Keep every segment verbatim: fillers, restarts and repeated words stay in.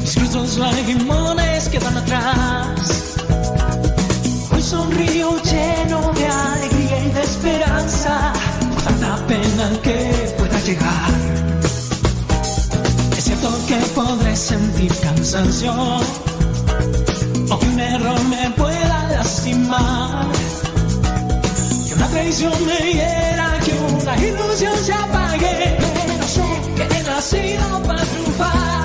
Mis cruzos limones quedan atrás. Hoy sonrío lleno de alegría y de esperanza. Tanta pena que pueda llegar. Es cierto que podré sentir cansancio, o que un error me pueda lastimar, que una traición me hiera, que una ilusión se apague. Pero sé que he nacido para triunfar.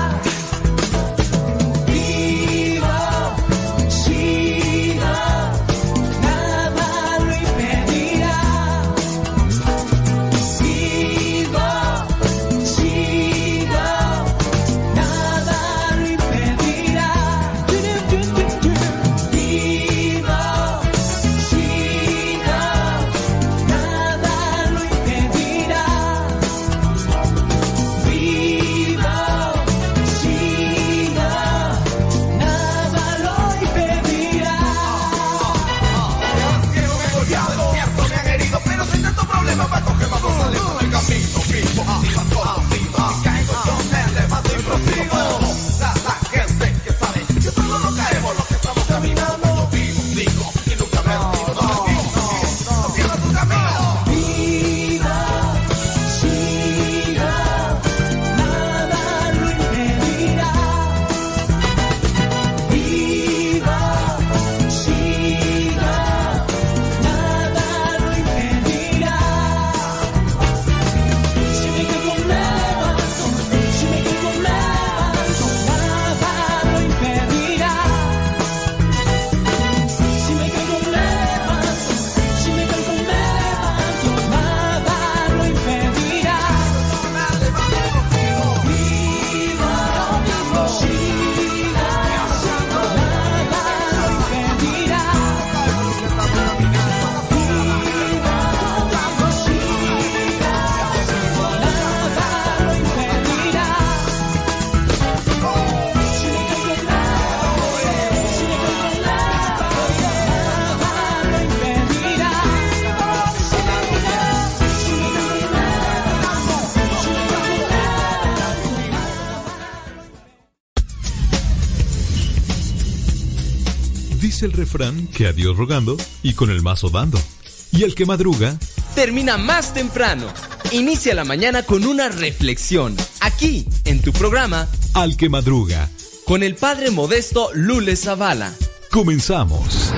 El refrán que a Dios rogando y con el mazo dando. Y el que madruga termina más temprano. Inicia la mañana con una reflexión. Aquí, en tu programa Al que madruga, con el padre Modesto Lule Zavala. Comenzamos.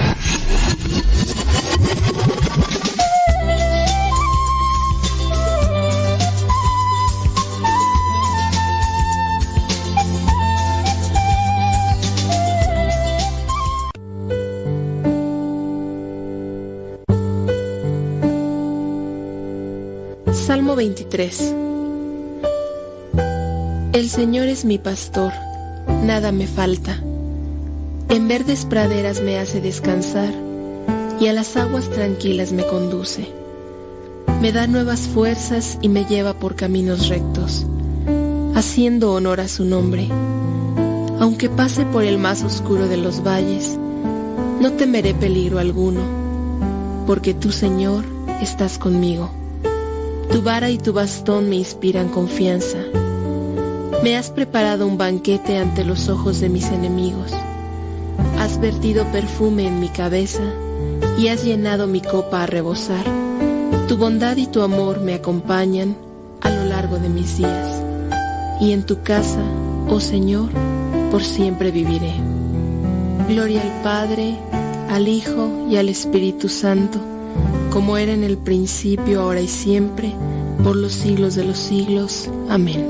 Salmo veintitrés. El Señor es mi pastor, nada me falta. En verdes praderas me hace descansar, y a las aguas tranquilas me conduce. Me da nuevas fuerzas y me lleva por caminos rectos, haciendo honor a su nombre. Aunque pase por el más oscuro de los valles, no temeré peligro alguno, porque tú, Señor, estás conmigo. Tu vara y tu bastón me inspiran confianza. Me has preparado un banquete ante los ojos de mis enemigos. Has vertido perfume en mi cabeza y has llenado mi copa a rebosar. Tu bondad y tu amor me acompañan a lo largo de mis días. Y en tu casa, oh Señor, por siempre viviré. Gloria al Padre, al Hijo y al Espíritu Santo, como era en el principio, ahora y siempre, por los siglos de los siglos. Amén.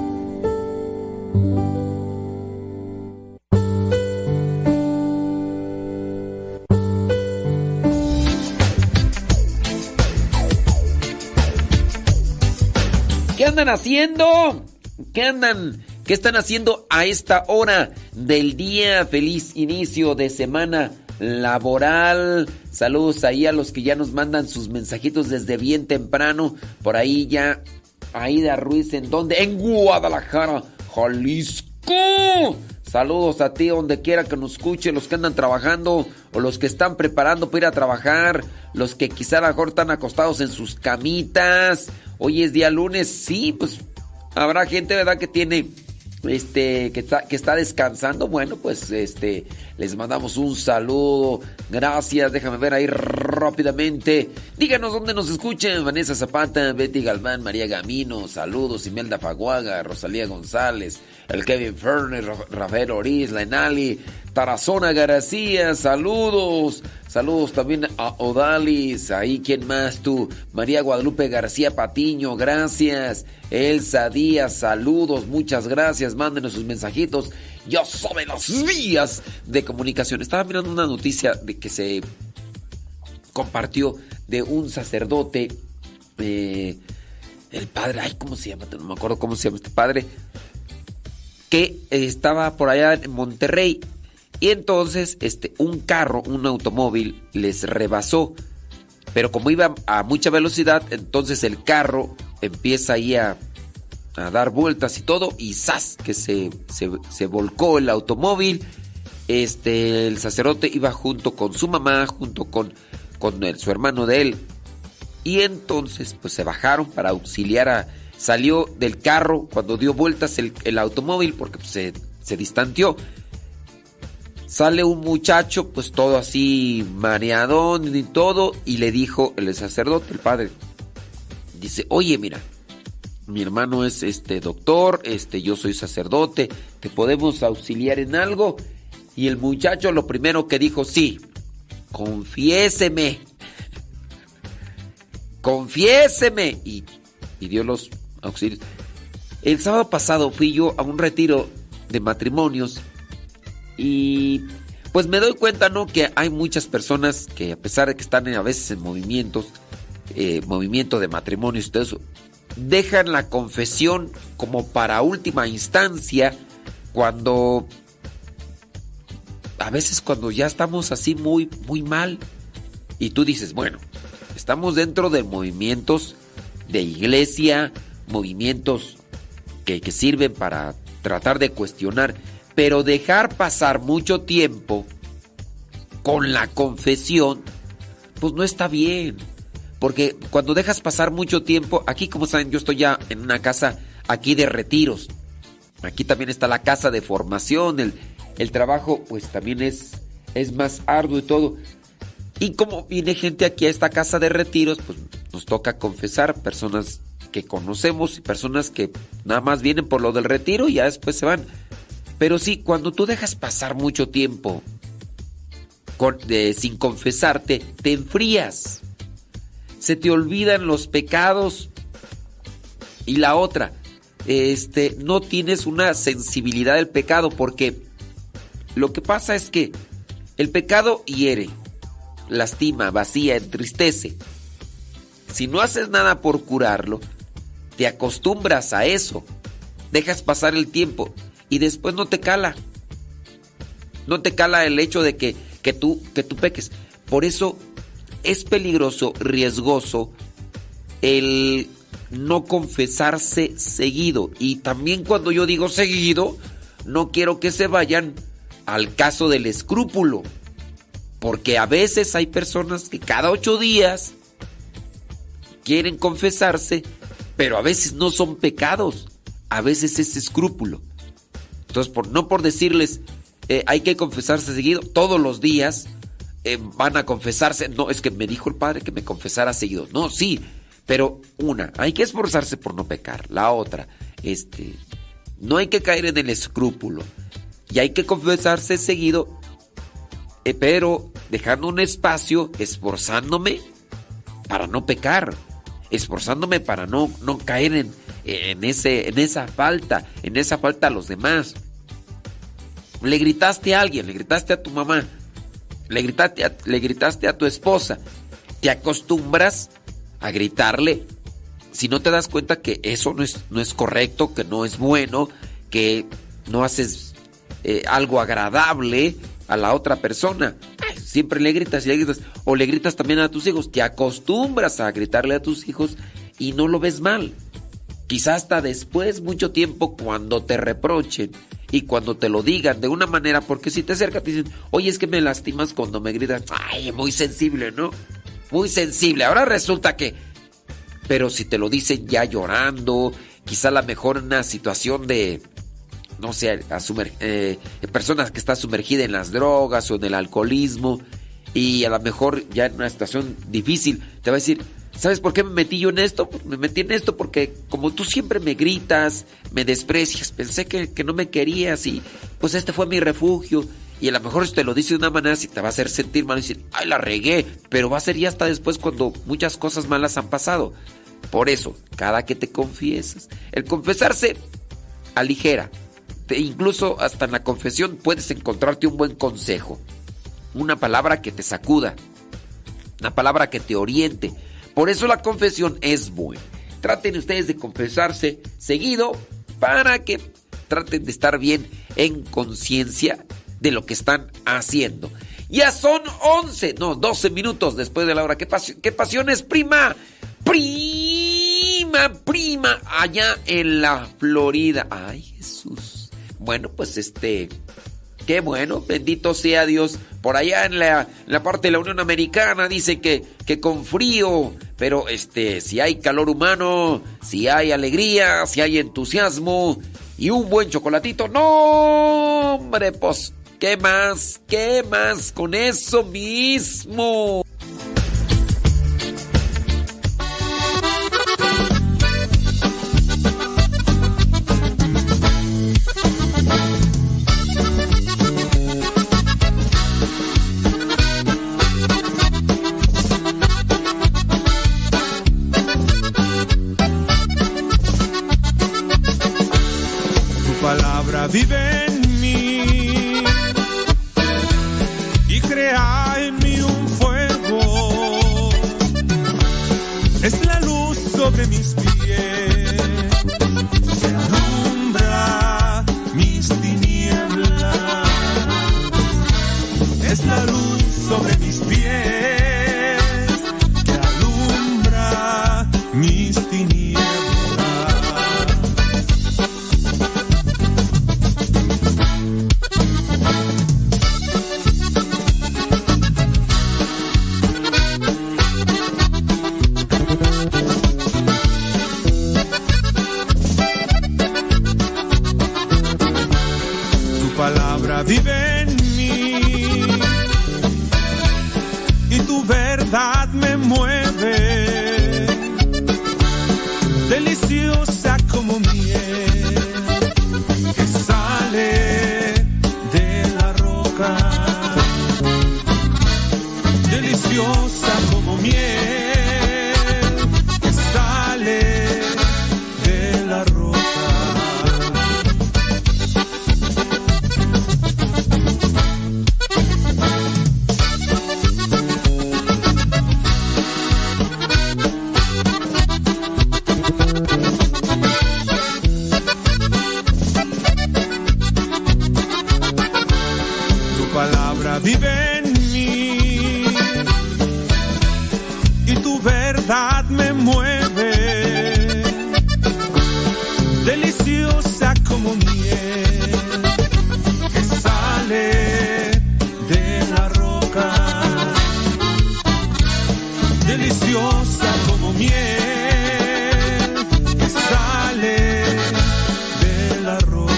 ¿Qué andan haciendo? ¿Qué andan? ¿Qué están haciendo a esta hora del día? Feliz inicio de semana laboral. Saludos ahí a los que ya nos mandan sus mensajitos desde bien temprano. Por ahí ya Aida Ruiz, ¿en dónde? En Guadalajara, Jalisco. Saludos a ti donde quiera que nos escuche, los que andan trabajando o los que están preparando para ir a trabajar, los que quizá a lo mejor están acostados en sus camitas. Hoy es día lunes, sí, pues habrá gente, ¿verdad?, que tiene este que está, que está descansando, bueno, pues este les mandamos un saludo. Gracias, déjame ver ahí rápidamente. Díganos dónde nos escuchan. Vanessa Zapata, Betty Galván, María Gamino, saludos. Imelda Faguaga, Rosalía González, el Kevin Ferner, Rafael Oriz, la Enali, Tarazona García, saludos. Saludos también a Odalis, ahí, ¿quién más tú? María Guadalupe García Patiño, gracias. Elsa Díaz, saludos, muchas gracias. Mándenos sus mensajitos. Yo soy los vías de comunicación. Estaba mirando una noticia de que se compartió de un sacerdote, eh, el padre, ay, ¿cómo se llama? No me acuerdo cómo se llama este padre, que estaba por allá en Monterrey. Y entonces este, un carro, un automóvil, les rebasó. Pero como iba a mucha velocidad, entonces el carro empieza ahí a, a dar vueltas y todo. Y ¡zas! Que se, se, se volcó el automóvil. Este, el sacerdote iba junto con su mamá, junto con, con el, su hermano de él. Y entonces pues se bajaron para auxiliar a... Salió del carro cuando dio vueltas el, el automóvil porque pues, se, se distanció. Sale un muchacho, pues todo así mareadón y todo, y le dijo el sacerdote, el padre, dice, oye, mira, mi hermano es este doctor, este yo soy sacerdote, ¿te podemos auxiliar en algo? Y el muchacho lo primero que dijo, sí, confiéseme, confiéseme, y, y dio los auxilios. El sábado pasado fui yo a un retiro de matrimonios. Y pues me doy cuenta, ¿no? Que hay muchas personas que a pesar de que están a veces en movimientos, eh, movimiento de matrimonios y todo eso, dejan la confesión como para última instancia cuando, a veces cuando ya estamos así muy, muy mal. Y tú dices, bueno, estamos dentro de movimientos de iglesia, movimientos que, que sirven para tratar de cuestionar. Pero dejar pasar mucho tiempo con la confesión, pues no está bien. Porque cuando dejas pasar mucho tiempo, aquí como saben, yo estoy ya en una casa aquí de retiros. Aquí también está la casa de formación, el, el trabajo pues también es, es más arduo y todo. Y como viene gente aquí a esta casa de retiros, pues nos toca confesar, personas que conocemos y personas que nada más vienen por lo del retiro y ya después se van. Pero sí, cuando tú dejas pasar mucho tiempo con, eh, sin confesarte, te enfrías. Se te olvidan los pecados. Y la otra, este, no tienes una sensibilidad del pecado, porque lo que pasa es que el pecado hiere, lastima, vacía, entristece. Si no haces nada por curarlo, te acostumbras a eso. Dejas pasar el tiempo. Y después no te cala. No te cala el hecho de que, que, tú, que tú peques. Por eso es peligroso, riesgoso el no confesarse seguido. Y también cuando yo digo seguido, no quiero que se vayan al caso del escrúpulo. Porque a veces hay personas que cada ocho días quieren confesarse, pero a veces no son pecados. A veces es escrúpulo. Entonces, por, no por decirles, eh, hay que confesarse seguido, todos los días eh, van a confesarse. No, es que me dijo el padre que me confesara seguido. No, sí, pero una, hay que esforzarse por no pecar. La otra, este, no hay que caer en el escrúpulo. Y hay que confesarse seguido, eh, pero dejando un espacio, esforzándome para no pecar. Esforzándome para no, no caer en... En, ese, en esa falta, en esa falta a los demás. Le gritaste a alguien, le gritaste a tu mamá, le gritaste a, le gritaste a tu esposa. Te acostumbras a gritarle si no te das cuenta que eso no es, no es correcto, que no es bueno, que no haces eh, algo agradable a la otra persona. Siempre le gritas y le gritas. O le gritas también a tus hijos. Te acostumbras a gritarle a tus hijos y no lo ves mal. Quizás hasta después, mucho tiempo, cuando te reprochen y cuando te lo digan de una manera, porque si te acercas te dicen, oye, es que me lastimas cuando me gritas. Ay, muy sensible, ¿no? Muy sensible. Ahora resulta que... Pero si te lo dicen ya llorando, quizá a lo mejor en una situación de, no sé, a sumer, eh, personas que están sumergidas en las drogas o en el alcoholismo y a lo mejor ya en una situación difícil, te va a decir, ¿sabes por qué me metí yo en esto? Me metí en esto porque como tú siempre me gritas, me desprecias, pensé que, que no me querías y pues este fue mi refugio. Y a lo mejor si te lo dice de una manera, si te va a hacer sentir mal y decir, ay, la regué, pero va a ser ya hasta después cuando muchas cosas malas han pasado. Por eso, cada que te confiesas, el confesarse aligera. Te, incluso hasta en la confesión puedes encontrarte un buen consejo. Una palabra que te sacuda. Una palabra que te oriente. Por eso la confesión es buena. Traten ustedes de confesarse seguido para que traten de estar bien en conciencia de lo que están haciendo. Ya son once, no, doce minutos después de la hora. ¿Qué, pas- qué pasiones, prima? Prima, prima, allá en la Florida. Ay, Jesús. Bueno, pues este, qué bueno, bendito sea Dios. Por allá en la, en la parte de la Unión Americana dice que, que con frío, pero este, si hay calor humano, si hay alegría, si hay entusiasmo y un buen chocolatito, no, hombre, pues, ¿qué más? ¿Qué más con eso mismo? Vive en mí y crea en mí un fuego. Es la luz sobre mis pies que alumbra mis tinieblas. Es la luz sobre mis pies que alumbra mis tinieblas. Vive en mí y tu verdad me mueve, deliciosa como miel que sale de la roca, deliciosa como miel que sale de la roca. Vive en mí y tu verdad me mueve, deliciosa como miel que sale de la roca, deliciosa como miel que sale de la roca.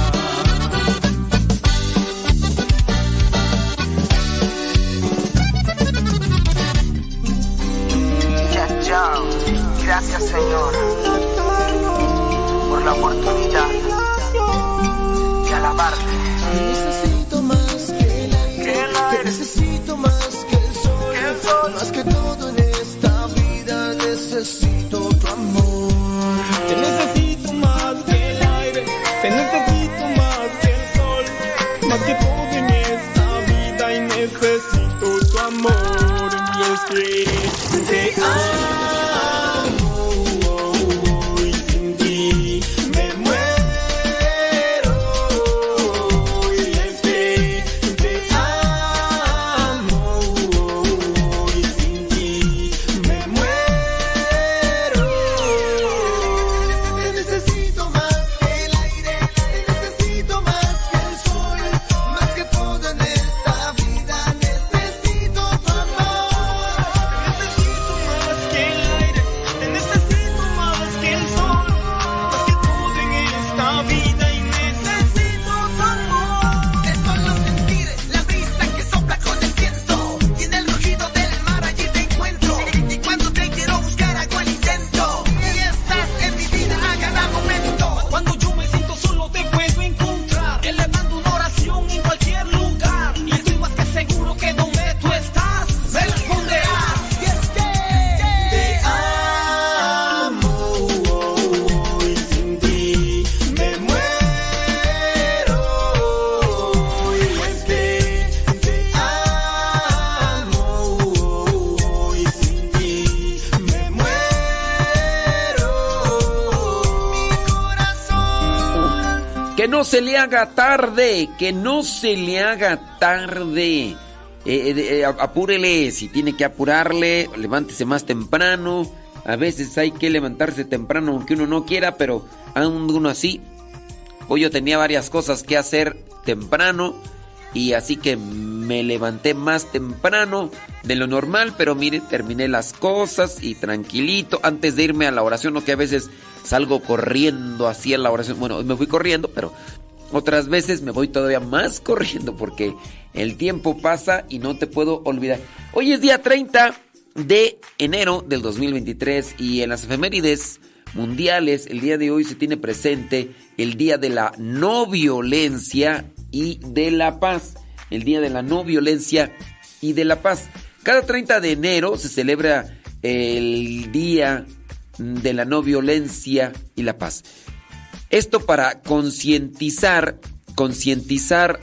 Gracias, Señor, por la oportunidad de alabarte. Necesito más que el aire, te necesito más que el sol, que el sol, más que todo en esta vida necesito tu amor. Te necesito más que el aire, te necesito más que el sol, más que todo en esta vida y necesito tu amor. Y es que te amo. Que no se le haga tarde, que no se le haga tarde. Eh, eh, apúrele, si tiene que apurarle, levántese más temprano. A veces hay que levantarse temprano aunque uno no quiera, pero aún uno así. Hoy yo tenía varias cosas que hacer temprano y así que me levanté más temprano de lo normal, pero mire, terminé las cosas y tranquilito antes de irme a la oración, no que a veces salgo corriendo hacia la oración. Bueno, hoy me fui corriendo, pero otras veces me voy todavía más corriendo porque el tiempo pasa y no te puedo olvidar. Hoy es día treinta de enero del dos mil veintitrés y en las efemérides mundiales el día de hoy se tiene presente el día de la no violencia y de la paz. El día de la no violencia y de la paz. Cada treinta de enero se celebra el día de la no violencia y la paz. Esto para concientizar, concientizar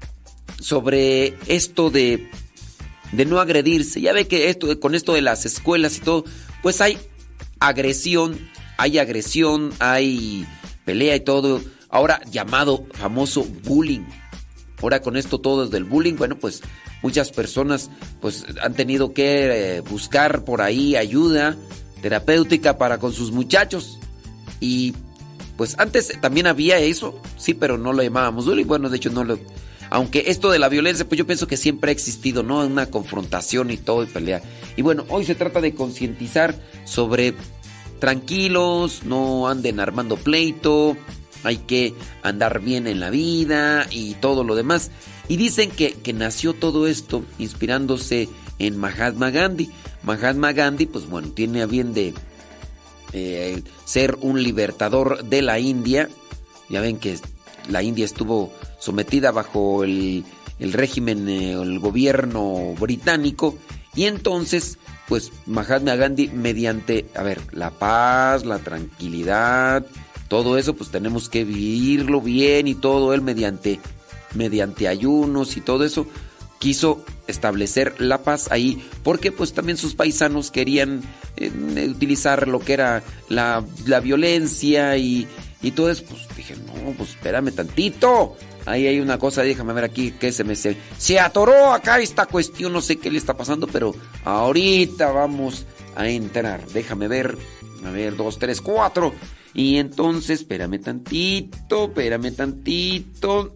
sobre esto de, de no agredirse. Ya ve que esto, con esto de las escuelas y todo, pues hay agresión, hay agresión, hay pelea y todo. Ahora llamado famoso bullying. Ahora con esto todo del bullying, bueno, pues muchas personas pues han tenido que eh, buscar por ahí ayuda terapéutica para con sus muchachos. Y pues antes también había eso, sí, pero no lo llamábamos bullying. Bueno, de hecho no lo... Aunque esto de la violencia, pues yo pienso que siempre ha existido, ¿no? Una confrontación y todo, y pelea. Y bueno, hoy se trata de concientizar sobre tranquilos, no anden armando pleito, hay que andar bien en la vida y todo lo demás. Y dicen que, que nació todo esto inspirándose en Mahatma Gandhi. Mahatma Gandhi, pues bueno, tiene a bien de eh, ser un libertador de la India. Ya ven que la India estuvo sometida bajo el, el régimen, eh, el gobierno británico. Y entonces, pues Mahatma Gandhi, mediante, a ver, la paz, la tranquilidad, todo eso, pues tenemos que vivirlo bien y todo él mediante, mediante ayunos y todo eso, quiso establecer la paz ahí, porque pues también sus paisanos querían eh, utilizar lo que era la, la violencia y, y todo eso. Pues dije, no, pues espérame tantito. Ahí hay una cosa, déjame ver aquí que se me se, se atoró acá esta cuestión, no sé qué le está pasando, pero ahorita vamos a entrar. Déjame ver, a ver, dos, tres, cuatro. Y entonces, espérame tantito, espérame tantito.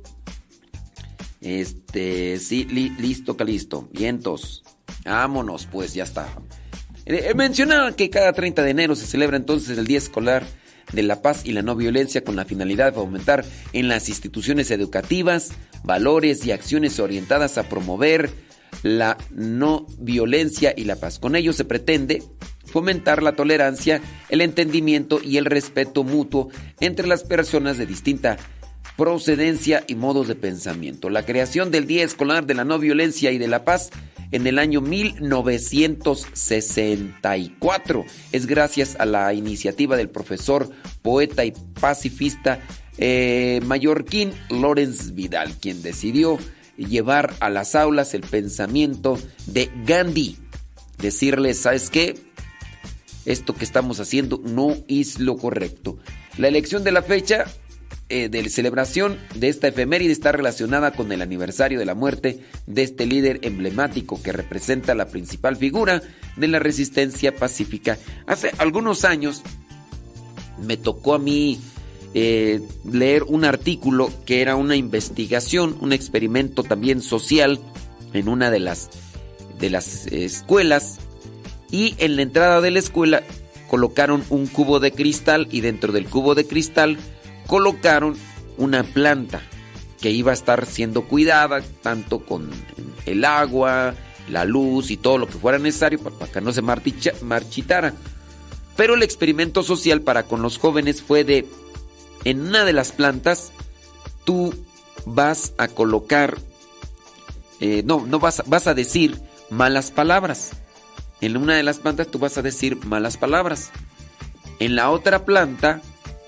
Este, sí, li, listo, que listo. Vientos. Vámonos, pues ya está. Eh, mencionaba que cada treinta de enero se celebra entonces el Día Escolar de la Paz y la No Violencia con la finalidad de fomentar en las instituciones educativas valores y acciones orientadas a promover la no violencia y la paz. Con ello se pretende fomentar la tolerancia, el entendimiento y el respeto mutuo entre las personas de distinta procedencia y modos de pensamiento. La creación del Día Escolar de la No Violencia y de la Paz en el año mil novecientos sesenta y cuatro es gracias a la iniciativa del profesor, poeta y pacifista eh, mallorquín Lorenz Vidal, quien decidió llevar a las aulas el pensamiento de Gandhi. Decirles, ¿sabes qué? Esto que estamos haciendo no es lo correcto. La elección de la fecha eh, de celebración de esta efeméride está relacionada con el aniversario de la muerte de este líder emblemático que representa la principal figura de la resistencia pacífica. Hace algunos años me tocó a mí eh, leer un artículo que era una investigación, un experimento también social en una de las, de las escuelas. Y en la entrada de la escuela colocaron un cubo de cristal y dentro del cubo de cristal colocaron una planta que iba a estar siendo cuidada tanto con el agua, la luz y todo lo que fuera necesario para, para que no se marchicha, marchitara. Pero el experimento social para con los jóvenes fue de, en una de las plantas tú vas a colocar, eh, no, no vas, vas a decir malas palabras. En una de las plantas tú vas a decir malas palabras. En la otra planta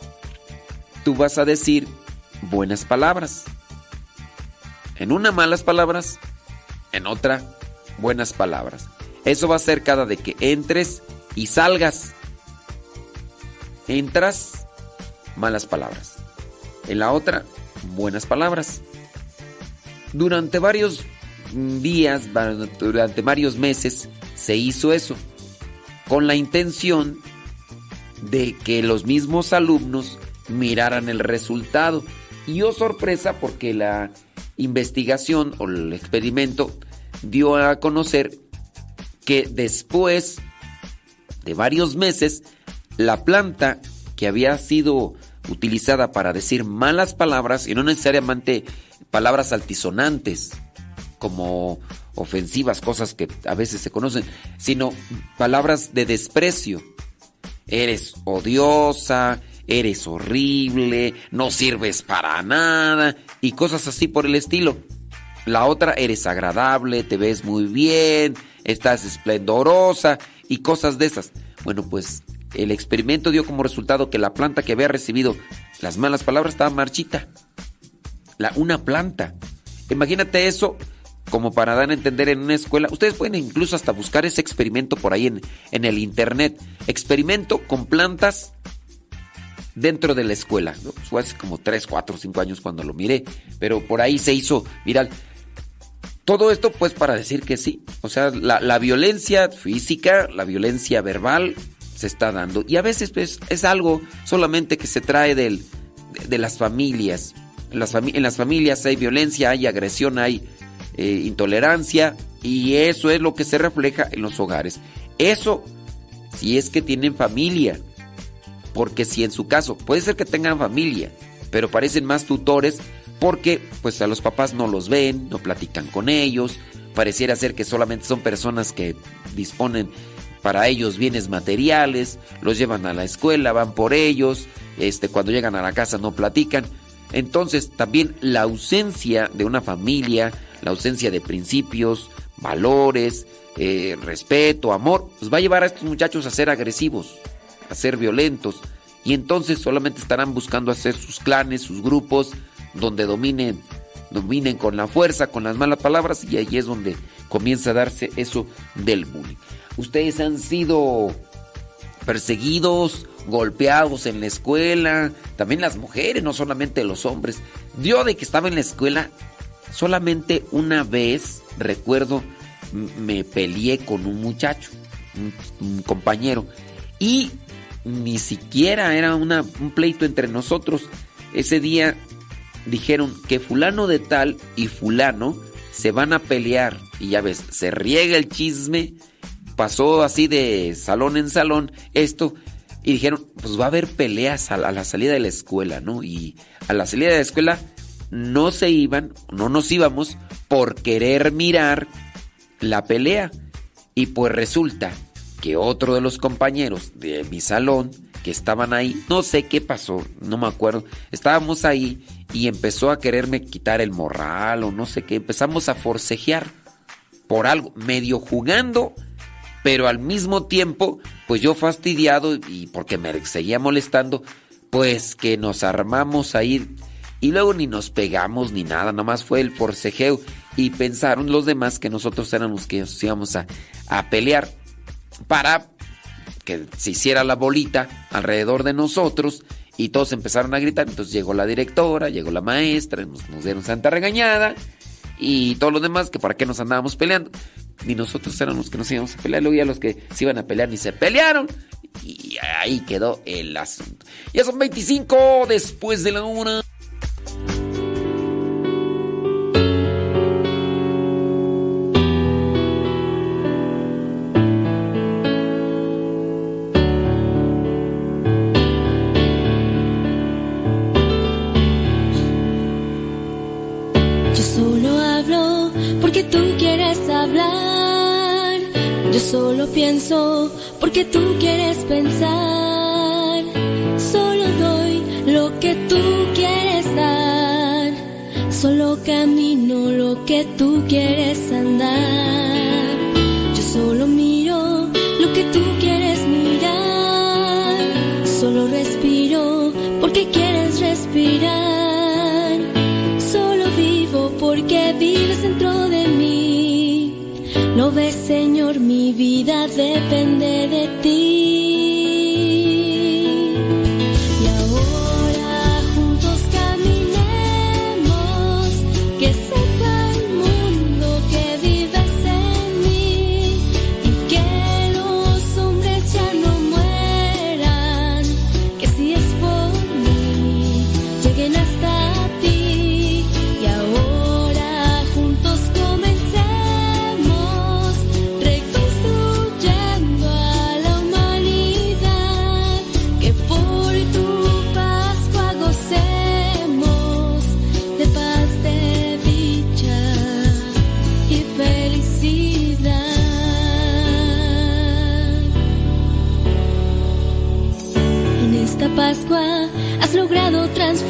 tú vas a decir buenas palabras. En una malas palabras, en otra buenas palabras. Eso va a ser cada de que entres y salgas. Entras, malas palabras. En la otra, buenas palabras. Durante varios días, durante varios meses, se hizo eso, con la intención de que los mismos alumnos miraran el resultado. Y oh sorpresa, porque la investigación o el experimento dio a conocer que después de varios meses, la planta que había sido utilizada para decir malas palabras, y no necesariamente palabras altisonantes como ofensivas, cosas que a veces se conocen, sino palabras de desprecio. Eres odiosa, eres horrible, no sirves para nada y cosas así por el estilo. La otra, eres agradable, te ves muy bien, estás esplendorosa y cosas de esas. Bueno, pues el experimento dio como resultado que la planta que había recibido las malas palabras estaba marchita. La, una planta. Imagínate eso como para dar a entender en una escuela. Ustedes pueden incluso hasta buscar ese experimento por ahí en, en el internet. Experimento con plantas dentro de la escuela. ¿No? Fue hace como tres, cuatro, cinco años cuando lo miré, pero por ahí se hizo viral. Todo esto pues para decir que sí, o sea, la, la violencia física, la violencia verbal se está dando. Y a veces pues es algo solamente que se trae del, de, de las familias. En las, fami- en las familias hay violencia, hay agresión, hay eh, intolerancia, y eso es lo que se refleja en los hogares. Eso si es que tienen familia, porque si en su caso, puede ser que tengan familia, pero parecen más tutores porque pues a los papás no los ven, no platican con ellos, pareciera ser que solamente son personas que disponen para ellos bienes materiales, los llevan a la escuela, van por ellos, este, cuando llegan a la casa no platican. Entonces también la ausencia de una familia, la ausencia de principios, valores, eh, respeto, amor, pues va a llevar a estos muchachos a ser agresivos, a ser violentos, y entonces solamente estarán buscando hacer sus clanes, sus grupos, donde dominen, dominen con la fuerza, con las malas palabras, y ahí es donde comienza a darse eso del bullying. Ustedes han sido perseguidos, golpeados en la escuela, también las mujeres, no solamente los hombres. Yo de que estaba en la escuela, solamente una vez, recuerdo, me peleé con un muchacho, un, un compañero, y ni siquiera era una, un pleito entre nosotros. Ese día dijeron que fulano de tal y fulano se van a pelear, y ya ves, se riega el chisme, pasó así de salón en salón esto, y dijeron, pues va a haber peleas a la, a la salida de la escuela, ¿no? Y a la salida de la escuela no se iban, no nos íbamos por querer mirar la pelea, y pues resulta que otro de los compañeros de mi salón que estaban ahí, no sé qué pasó, no me acuerdo, estábamos ahí y empezó a quererme quitar el morral o no sé qué, empezamos a forcejear por algo, medio jugando, pero al mismo tiempo, pues yo fastidiado y porque me seguía molestando, pues que nos armamos ahí y luego ni nos pegamos ni nada, nomás fue el forcejeo, y pensaron los demás que nosotros éramos que nos íbamos a, a pelear para que se hiciera la bolita alrededor de nosotros, y todos empezaron a gritar. Entonces llegó la directora, llegó la maestra, nos, nos dieron santa regañada, y todos los demás que para qué nos andábamos peleando, ni nosotros éramos los que nos íbamos a pelear. Luego ya los que se iban a pelear ni se pelearon, y ahí quedó el asunto. Ya son veinticinco después de la una. Yo solo pienso porque tú quieres pensar. Solo doy lo que tú quieres dar. Solo camino lo que tú quieres andar. Yo solo miro lo que tú quieres mirar. Solo respiro porque quieres respirar. Solo vivo porque vives dentro de mí. ¿No ves, Señor? Mi vida depende de ti. Y ahora juntos caminemos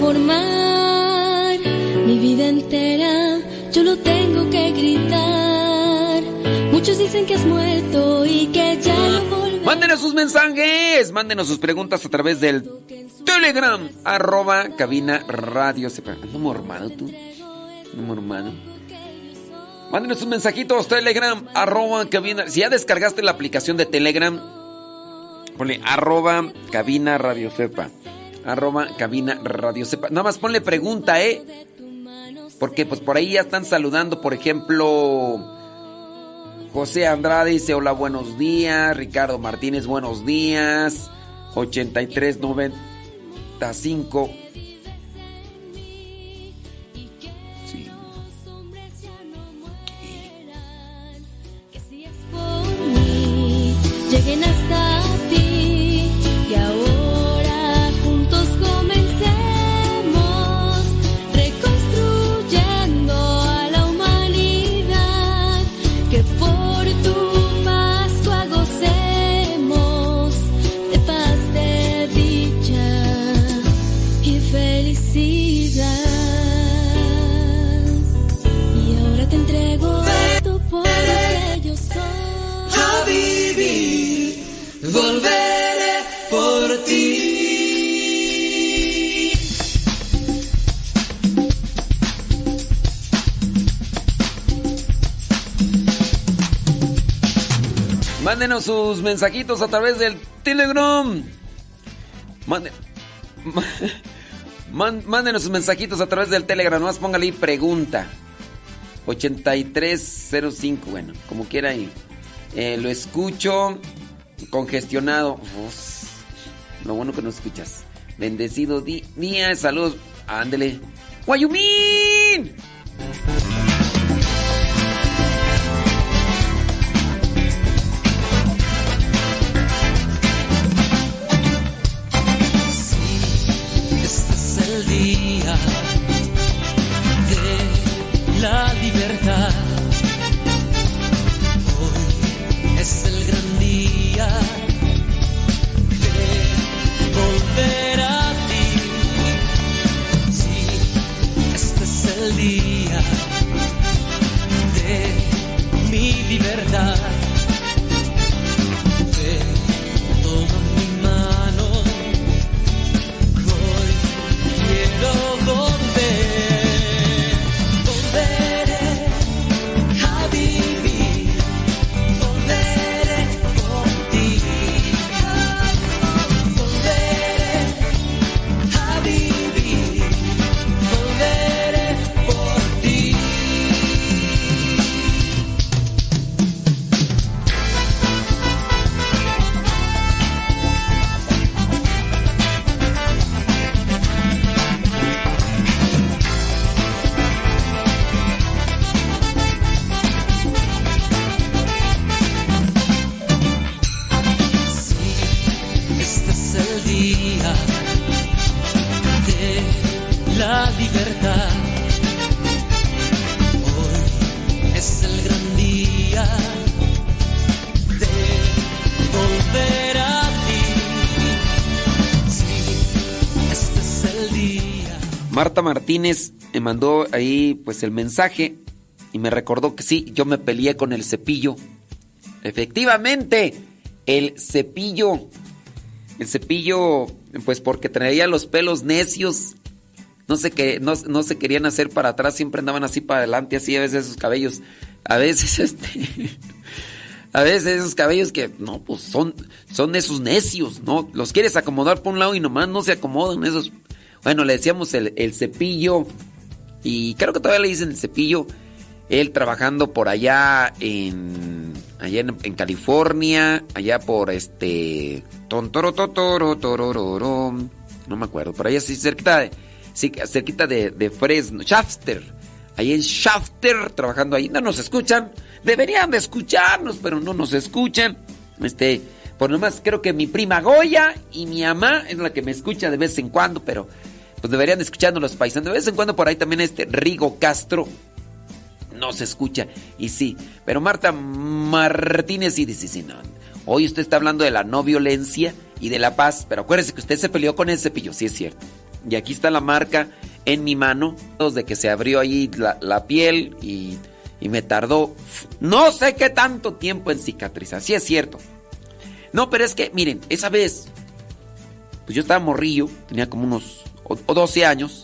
transformar. Mi vida entera yo lo tengo que gritar. Muchos dicen que has muerto y que ya no volverás. Mándenos sus mensajes, mándenos sus preguntas a través del Telegram, arroba cabina radio. ¿Ando mormado tú? ¿Ando mormado? Mándenos sus mensajitos, Telegram, arroba cabina. Si ya descargaste la aplicación de Telegram, ponle arroba cabina radio sepa. Arroba cabina radio sepa. Nada más ponle pregunta, ¿eh? Porque pues por ahí ya están saludando, por ejemplo, José Andrade dice hola, buenos días. Ricardo Martínez, buenos días. ochenta y tres noventa y cinco. Sí. Lleguen hasta ti y ahora juntos comencemos reconstruyendo a la humanidad, que por tu Pascua gocemos de paz, de dicha y felicidad. Y ahora te entrego tu poder que yo soy. A vivir, volveré por ti. Mándenos sus mensajitos a través del Telegram. Mande, man, mándenos sus mensajitos a través del Telegram. Nomás póngale ahí pregunta. ochenta y tres cero cinco, bueno, como quiera ahí. Eh, lo escucho congestionado. Uf, lo bueno que no escuchas. Bendecido di día, saludos. Ándele. ¡Guayumín! Sí, este es el día de la libertad. Es el gran día de volver a ti. Sí, este es el día de mi libertad. Ven, toma mi mano, hoy quiero volver, volveré a vivir. Volveré por ti, volveré a vivir, volveré por ti. La libertad. Hoy es el gran día de volver a ti. Sí, este es el día. Marta Martínez me mandó ahí pues el mensaje y me recordó que sí, yo me peleé con el cepillo. Efectivamente, el cepillo. El cepillo, pues porque traía los pelos necios. No se, que, no, no se querían hacer para atrás, siempre andaban así para adelante, así a veces esos cabellos. A veces este... A veces esos cabellos que, no, pues son, son esos necios, ¿no? Los quieres acomodar por un lado y nomás no se acomodan esos. Bueno, le decíamos el, el cepillo. Y creo que todavía le dicen el cepillo. Él trabajando por allá en... Allá en, en California. Allá por este... Tontorototoro. No me acuerdo. Por allá sí, cerquita de... Sí, cerquita de, de Fresno, Shafter. Ahí en Shafter, trabajando ahí. No nos escuchan. Deberían de escucharnos, pero no nos escuchan. Este, por nomás creo que mi prima Goya y mi mamá es la que me escucha de vez en cuando, pero pues deberían de escucharnos los paisanos. De vez en cuando por ahí también este Rigo Castro no se escucha. Y sí, pero Marta Martínez sí dice, sí, no. Hoy usted está hablando de la no violencia y de la paz, pero acuérdese que usted se peleó con el cepillo, sí es cierto. y aquí está la marca en mi mano, de que se abrió ahí la, la piel y, y me tardó no sé qué tanto tiempo en cicatrizar. Sí es cierto. No, pero es que, miren, esa vez, pues yo estaba morrillo, tenía como unos o doce años.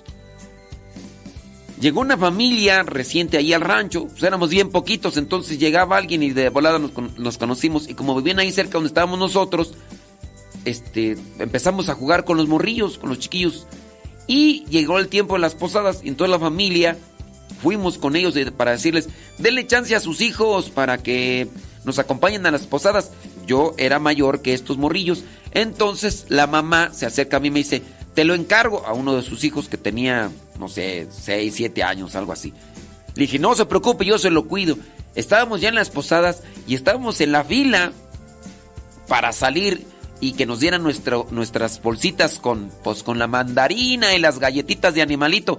Llegó una familia reciente ahí al rancho, pues éramos bien poquitos, entonces llegaba alguien y de volada nos, nos conocimos. Y como vivían ahí cerca donde estábamos nosotros, este, empezamos a jugar con los morrillos, con los chiquillos. Y llegó el tiempo de las posadas y en toda la familia fuimos con ellos para decirles, denle chance a sus hijos para que nos acompañen a las posadas. Yo era mayor que estos morrillos, entonces la mamá se acerca a mí y me dice, te lo encargo, a uno de sus hijos que tenía, no sé, seis, siete años, algo así. Le dije, no se preocupe, yo se lo cuido. Estábamos ya en las posadas y estábamos en la fila para salir y que nos dieran nuestro, nuestras bolsitas con, pues, con la mandarina y las galletitas de animalito.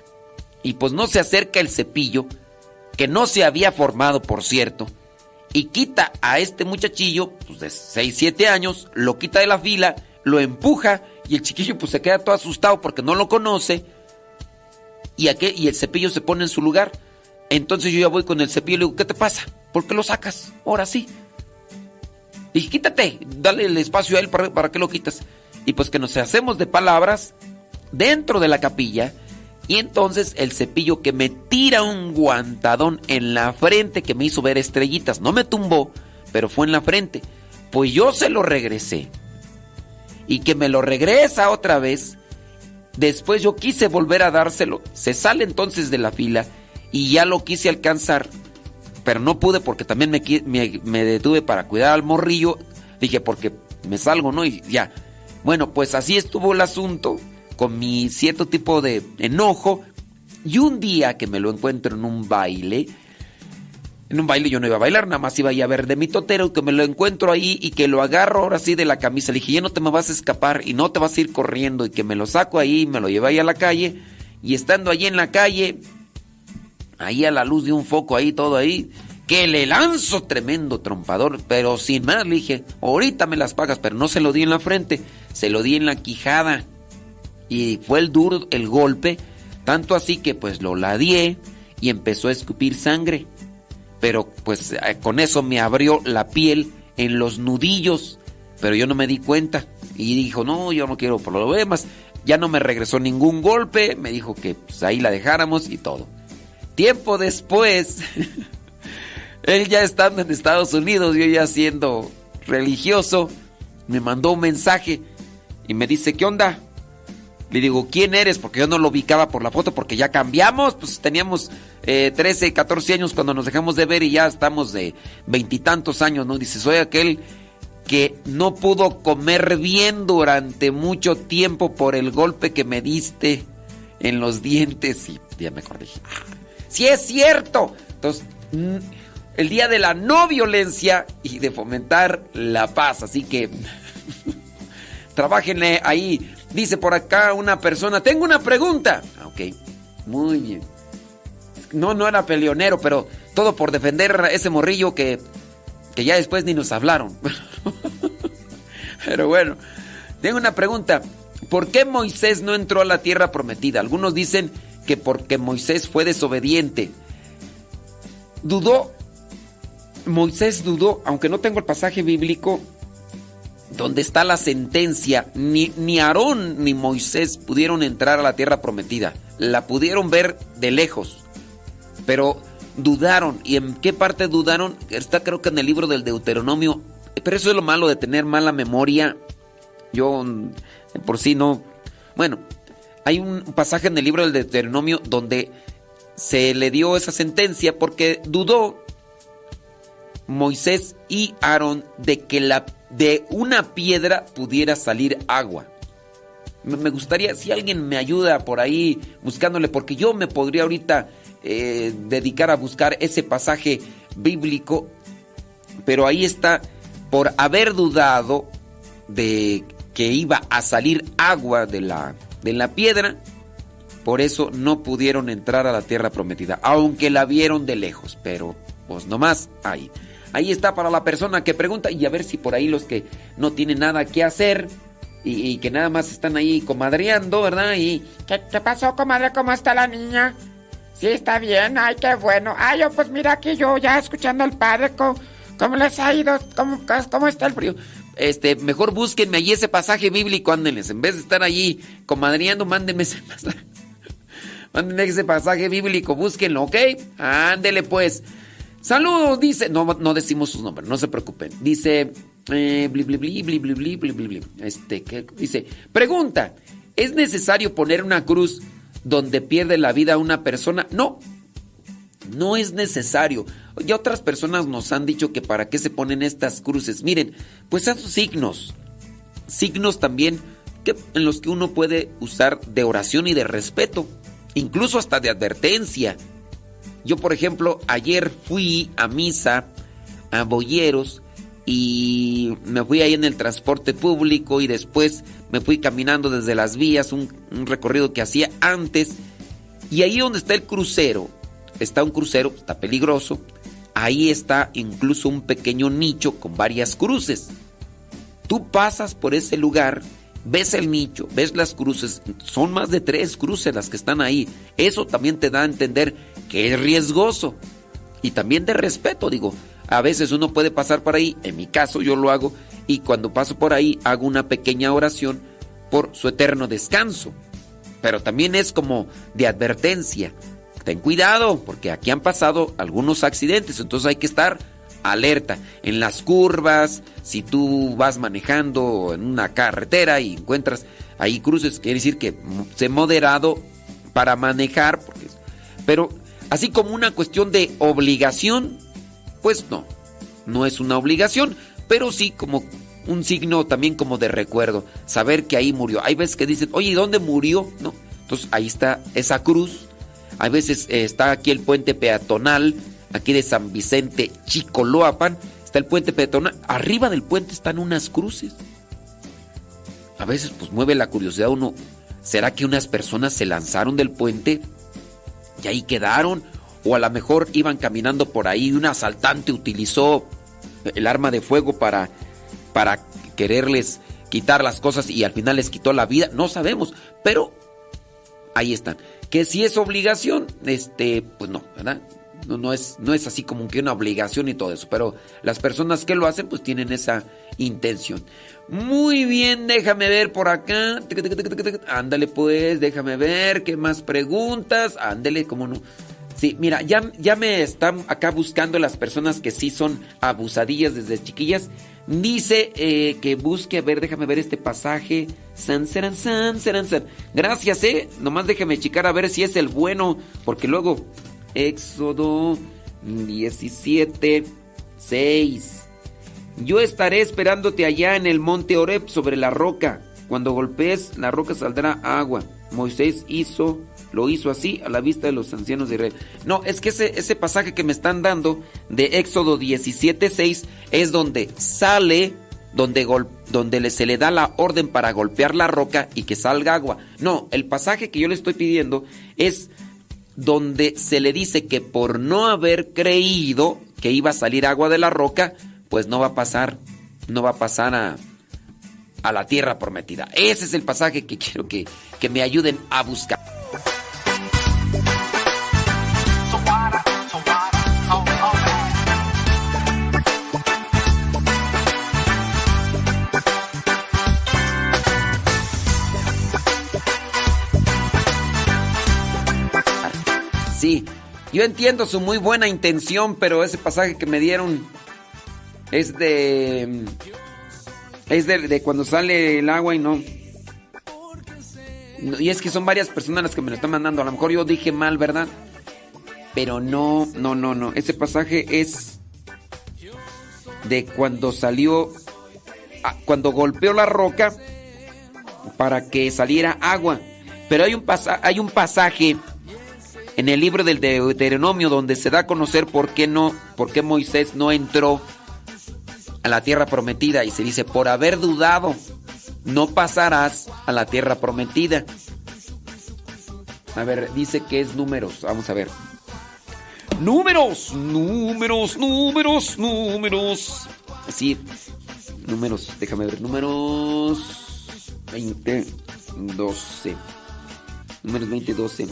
Y pues no se acerca el cepillo, que no se había formado, por cierto, y quita a este muchachillo, pues de seis, siete años, lo quita de la fila, lo empuja y el chiquillo pues se queda todo asustado porque no lo conoce y, aquel, y el cepillo se pone en su lugar. Entonces yo ya voy con el cepillo y le digo, ¿qué te pasa? ¿Por qué lo sacas? Ahora sí. Dije, quítate, dale el espacio a él, ¿para, para qué lo quitas? Y pues que nos hacemos de palabras dentro de la capilla. Y entonces el cepillo que me tira un guantadón en la frente que me hizo ver estrellitas. No me tumbó, pero fue en la frente. Pues yo se lo regresé. Y que me lo regresa otra vez. Después yo quise volver a dárselo. Se sale entonces de la fila y ya lo quise alcanzar. Pero no pude porque también me, me, me detuve para cuidar al morrillo. Dije, porque me salgo, ¿no? Y ya. Bueno, pues así estuvo el asunto, con mi cierto tipo de enojo. Y un día que me lo encuentro en un baile, en un baile yo no iba a bailar, nada más iba a ir a ver de mi totero, que me lo encuentro ahí y que lo agarro ahora sí de la camisa. Le dije, ya no te me vas a escapar y no te vas a ir corriendo, y que me lo saco ahí y me lo llevé ahí a la calle. Y estando allí en la calle, ahí a la luz de un foco, ahí todo ahí, que le lanzo tremendo trompador, pero sin más. Le dije, ahorita me las pagas, pero no se lo di en la frente, se lo di en la quijada. Y fue el duro el golpe, tanto así que pues lo ladeé y empezó a escupir sangre. Pero pues con eso me abrió la piel en los nudillos, pero yo no me di cuenta. Y dijo, no, yo no quiero problemas. Ya no me regresó ningún golpe, me dijo que pues ahí la dejáramos y todo. Tiempo después, él ya estando en Estados Unidos, yo ya siendo religioso, me mandó un mensaje y me dice, ¿qué onda? Le digo, ¿quién eres? Porque yo no lo ubicaba por la foto, porque ya cambiamos, pues teníamos eh, trece, catorce años cuando nos dejamos de ver y ya estamos de veintitantos años, ¿no? Dice, soy aquel que no pudo comer bien durante mucho tiempo por el golpe que me diste en los dientes. Y ya me acordé, ah, ¡sí es cierto! Entonces, el día de la no violencia y de fomentar la paz, así que trabájenle ahí. Dice por acá una persona, tengo una pregunta. Ok, muy bien. No, no era peleonero, pero todo por defender a ese morrillo que, que ya después ni nos hablaron. Pero bueno, tengo una pregunta. ¿Por qué Moisés no entró a la tierra prometida? Algunos dicen que porque Moisés fue desobediente. Dudó, Moisés dudó, aunque no tengo el pasaje bíblico donde está la sentencia. Ni, ni Aarón ni Moisés pudieron entrar a la tierra prometida. La pudieron ver de lejos, pero dudaron. ¿Y en qué parte dudaron? Está creo que en el libro del Deuteronomio. Pero eso es lo malo de tener mala memoria. Yo por sí no... Bueno, hay un pasaje en el libro del Deuteronomio donde se le dio esa sentencia porque dudó Moisés y Aarón de que la, de una piedra pudiera salir agua. Me gustaría, si alguien me ayuda por ahí buscándole, porque yo me podría ahorita eh, dedicar a buscar ese pasaje bíblico, pero ahí está, por haber dudado de que iba a salir agua de la, de la piedra, por eso no pudieron entrar a la tierra prometida, aunque la vieron de lejos, pero pues nomás ahí. Ahí está para la persona que pregunta, y a ver si por ahí los que no tienen nada que hacer, y, y que nada más están ahí comadreando, ¿verdad? Y ¿Qué, ¿Qué pasó, comadre? ¿Cómo está la niña? Sí, está bien. Ay, qué bueno. Ay, yo, pues mira aquí yo ya escuchando al padre. ¿Cómo, cómo les ha ido? ¿Cómo, ¿Cómo está el frío? Este, mejor búsquenme allí ese pasaje bíblico, ándenles. En vez de estar allí comadreando, mándenme ese pasaje. Mándenme ese pasaje bíblico, búsquenlo, ¿ok? Ándele pues. Saludos, dice. No, no decimos sus nombres, no se preocupen. Dice. Eh, bli, bli, bli, bli, bli, bli, bli, bli, bli. Este, ¿qué? Dice. Pregunta: ¿es necesario poner una cruz donde pierde la vida una persona? No. No es necesario. Ya otras personas nos han dicho que para qué se ponen estas cruces. Miren, pues son signos. Signos también que, en los que uno puede usar de oración y de respeto. Incluso hasta de advertencia. Yo, por ejemplo, ayer fui a misa, a Boyeros, y me fui ahí en el transporte público y después me fui caminando desde las vías, un, un recorrido que hacía antes. Y ahí donde está el crucero, está un crucero, está peligroso. Ahí está incluso un pequeño nicho con varias cruces. Tú pasas por ese lugar, ves el nicho, ves las cruces, son más de tres cruces las que están ahí. Eso también te da a entender que es riesgoso y también de respeto, digo. A veces uno puede pasar por ahí, en mi caso yo lo hago, y cuando paso por ahí hago una pequeña oración por su eterno descanso. Pero también es como de advertencia. Ten cuidado, porque aquí han pasado algunos accidentes, entonces hay que estar alerta. En las curvas, si tú vas manejando en una carretera y encuentras ahí cruces, quiere decir que sé moderado para manejar, porque, pero así como una cuestión de obligación, pues no, no es una obligación, pero sí como un signo también como de recuerdo, saber que ahí murió. Hay veces que dicen, oye, ¿y dónde murió? No, entonces ahí está esa cruz. Hay veces eh, está aquí el puente peatonal, aquí de San Vicente Chicoloapan, está el puente peatonal, arriba del puente están unas cruces. A veces pues mueve la curiosidad uno, ¿será que unas personas se lanzaron del puente y ahí quedaron? O a lo mejor iban caminando por ahí y un asaltante utilizó el arma de fuego para, para quererles quitar las cosas y al final les quitó la vida. No sabemos, pero ahí están. Que si es obligación, este, pues no, ¿verdad? No, no es, no es así como que una obligación y todo eso, pero las personas que lo hacen pues tienen esa intención. Muy bien, déjame ver por acá. Ándale pues, déjame ver, ¿qué más preguntas? Ándale, cómo no. Sí, mira, ya, ya me están acá buscando las personas que sí son abusadillas desde chiquillas. Dice eh, que busque, a ver, déjame ver este pasaje. San, san, san, san, san. Gracias, eh. Nomás déjame checar a ver si es el bueno, porque luego Éxodo diecisiete, seis. Yo estaré esperándote allá en el monte Horeb sobre la roca. Cuando golpees la roca saldrá agua. Moisés hizo... Lo hizo así a la vista de los ancianos de Israel. No, es que ese, ese pasaje que me están dando de Éxodo diecisiete, seis es donde sale, donde, gol, donde le, se le da la orden para golpear la roca y que salga agua. No, el pasaje que yo le estoy pidiendo es donde se le dice que por no haber creído que iba a salir agua de la roca, pues no va a pasar, no va a pasar a, a la tierra prometida. Ese es el pasaje que quiero que, que me ayuden a buscar. Sí, yo entiendo su muy buena intención, pero ese pasaje que me dieron es de... Es de, de cuando sale el agua y no... Y es que son varias personas las que me lo están mandando. A lo mejor yo dije mal, ¿verdad? Pero no, no, no, no. Ese pasaje es de cuando salió... Cuando golpeó la roca para que saliera agua. Pero hay un, pasa, hay un pasaje... en el libro del Deuteronomio donde se da a conocer por qué no, por qué Moisés no entró a la tierra prometida y se dice, por haber dudado, no pasarás a la tierra prometida. A ver, dice que es números, vamos a ver. Números, números, números, números. Sí, números, déjame ver, números. veinte, doce. Números veinte, doce.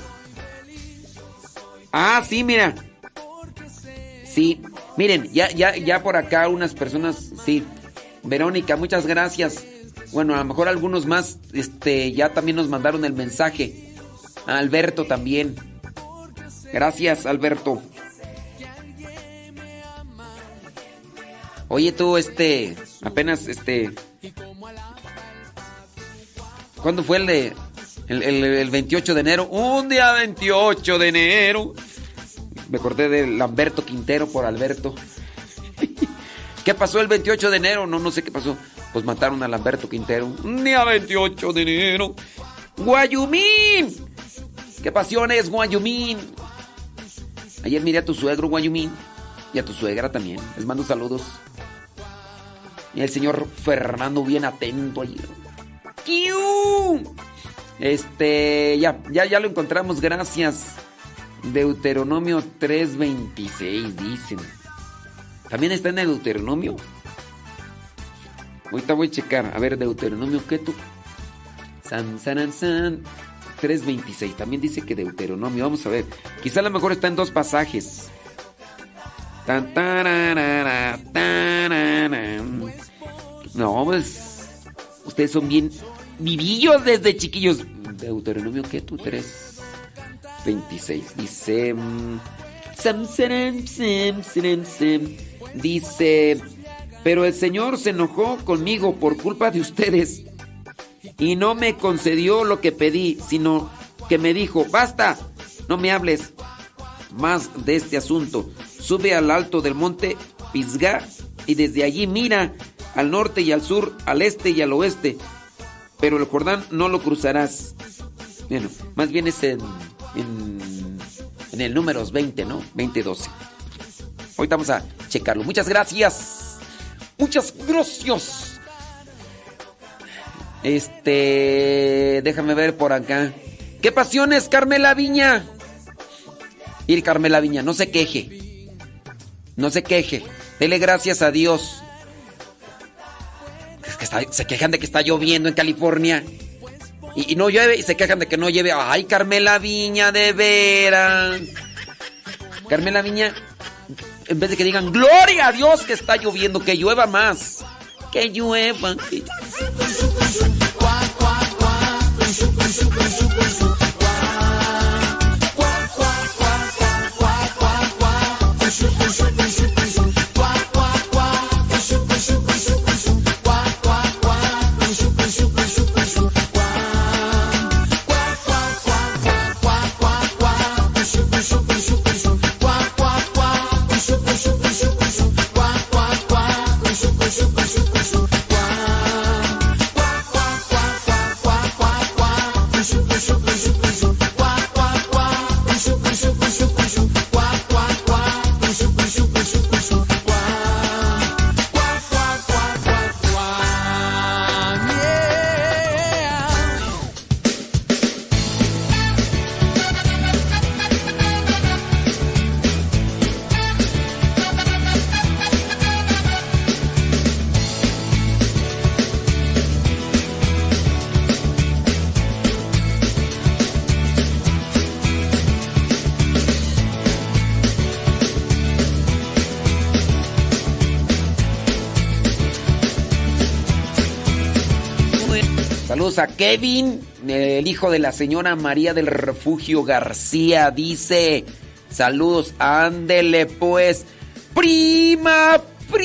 Ah, sí, mira. Sí, miren, ya, ya, ya por acá unas personas, sí. Verónica, muchas gracias. Bueno, a lo mejor algunos más, este, ya también nos mandaron el mensaje. A Alberto también. Gracias, Alberto. Oye, tú, este, apenas, este, ¿cuándo fue el de, el, el, el veintiocho de enero? Un día veintiocho de enero. Me acordé de Lamberto Quintero por Alberto. ¿Qué pasó el veintiocho de enero? No, no sé qué pasó. Pues mataron a Lamberto Quintero. Un día veintiocho de enero. ¡Guayumín! ¡Qué pasiones, Guayumín! Ayer miré a tu suegro, Guayumín. Y a tu suegra también. Les mando saludos. Y el señor Fernando bien atento ayer. ¡Kiu! Este, ya, ya, ya lo encontramos, gracias. Deuteronomio tres veintiséis, dicen. ¿También está en el Deuteronomio? Ahorita voy a checar. A ver, Deuteronomio, ¿qué tú? San, san, san. tres veintiséis. También dice que Deuteronomio. Vamos a ver. Quizá a lo mejor está en dos pasajes. Tan, tararara, tarara. No, pues. Ustedes son bien vivillos desde chiquillos. Deuteronomio, ¿qué tú? tres veintiséis. Dice. Sam, sam, sam, sam, sam. Dice. Pero el Señor se enojó conmigo por culpa de ustedes. Y no me concedió lo que pedí, sino que me dijo: basta, no me hables más de este asunto. Sube al alto del monte Pisgah y desde allí mira al norte y al sur, al este y al oeste. Pero el Jordán no lo cruzarás. Bueno, más bien es en, en, en el números veinte, ¿no? veinte doce. Ahorita vamos a checarlo. Muchas gracias. Muchas gracias. Este, déjame ver por acá. ¿Qué pasiones, Carmela Viña? Ir, Carmela Viña, no se queje. No se queje. Dele gracias a Dios. Es que está, se quejan de que está lloviendo en California. Y, y no llueve y se quejan de que no llueve. Ay, Carmela Viña, de veras. Carmela Viña, en vez de que digan gloria a Dios que está lloviendo, que llueva más. Que llueva. Que... A Kevin, el hijo de la señora María del Refugio García, dice: saludos, ándele pues, prima,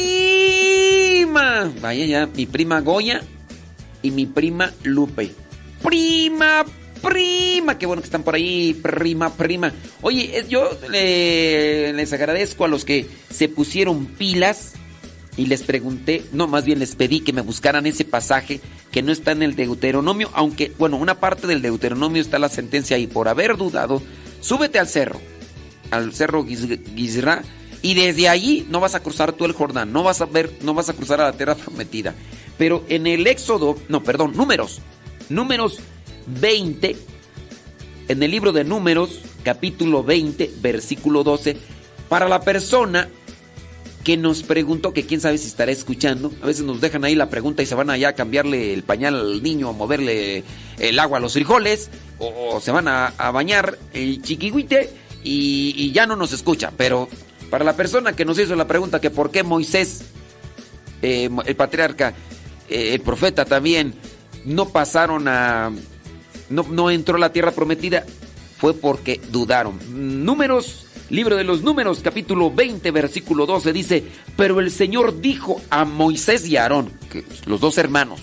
prima. Vaya ya, mi prima Goya y mi prima Lupe. Prima, prima, qué bueno que están por ahí, prima, prima. Oye, yo eh, les agradezco a los que se pusieron pilas. Y les pregunté, no, más bien les pedí que me buscaran ese pasaje que no está en el Deuteronomio, aunque, bueno, una parte del Deuteronomio está la sentencia ahí. Por haber dudado, súbete al cerro, al cerro Gizra, y desde allí no vas a cruzar tú el Jordán, no vas a ver, no vas a cruzar a la tierra prometida. Pero en el Éxodo, no, perdón, Números, Números veinte, en el libro de Números, capítulo veinte, versículo doce, para la persona que nos preguntó, que quién sabe si estará escuchando. A veces nos dejan ahí la pregunta y se van allá a cambiarle el pañal al niño, a moverle el agua a los frijoles, o, o se van a, a bañar el chiquihuite y, y ya no nos escucha. Pero para la persona que nos hizo la pregunta que por qué Moisés, eh, el patriarca, eh, el profeta también, no pasaron a... No, no entró a la tierra prometida, fue porque dudaron. Números, libro de los Números, capítulo veinte, versículo doce, dice: pero el Señor dijo a Moisés y a Aarón, que los dos hermanos,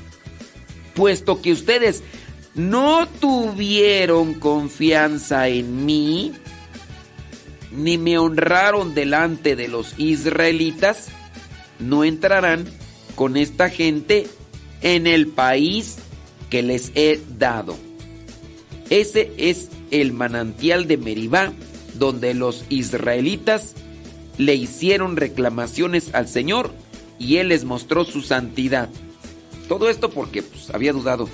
puesto que ustedes no tuvieron confianza en mí, ni me honraron delante de los israelitas, no entrarán con esta gente en el país que les he dado. Ese es el manantial de Meribá, donde los israelitas le hicieron reclamaciones al Señor y Él les mostró su santidad. Todo esto porque pues, había dudado.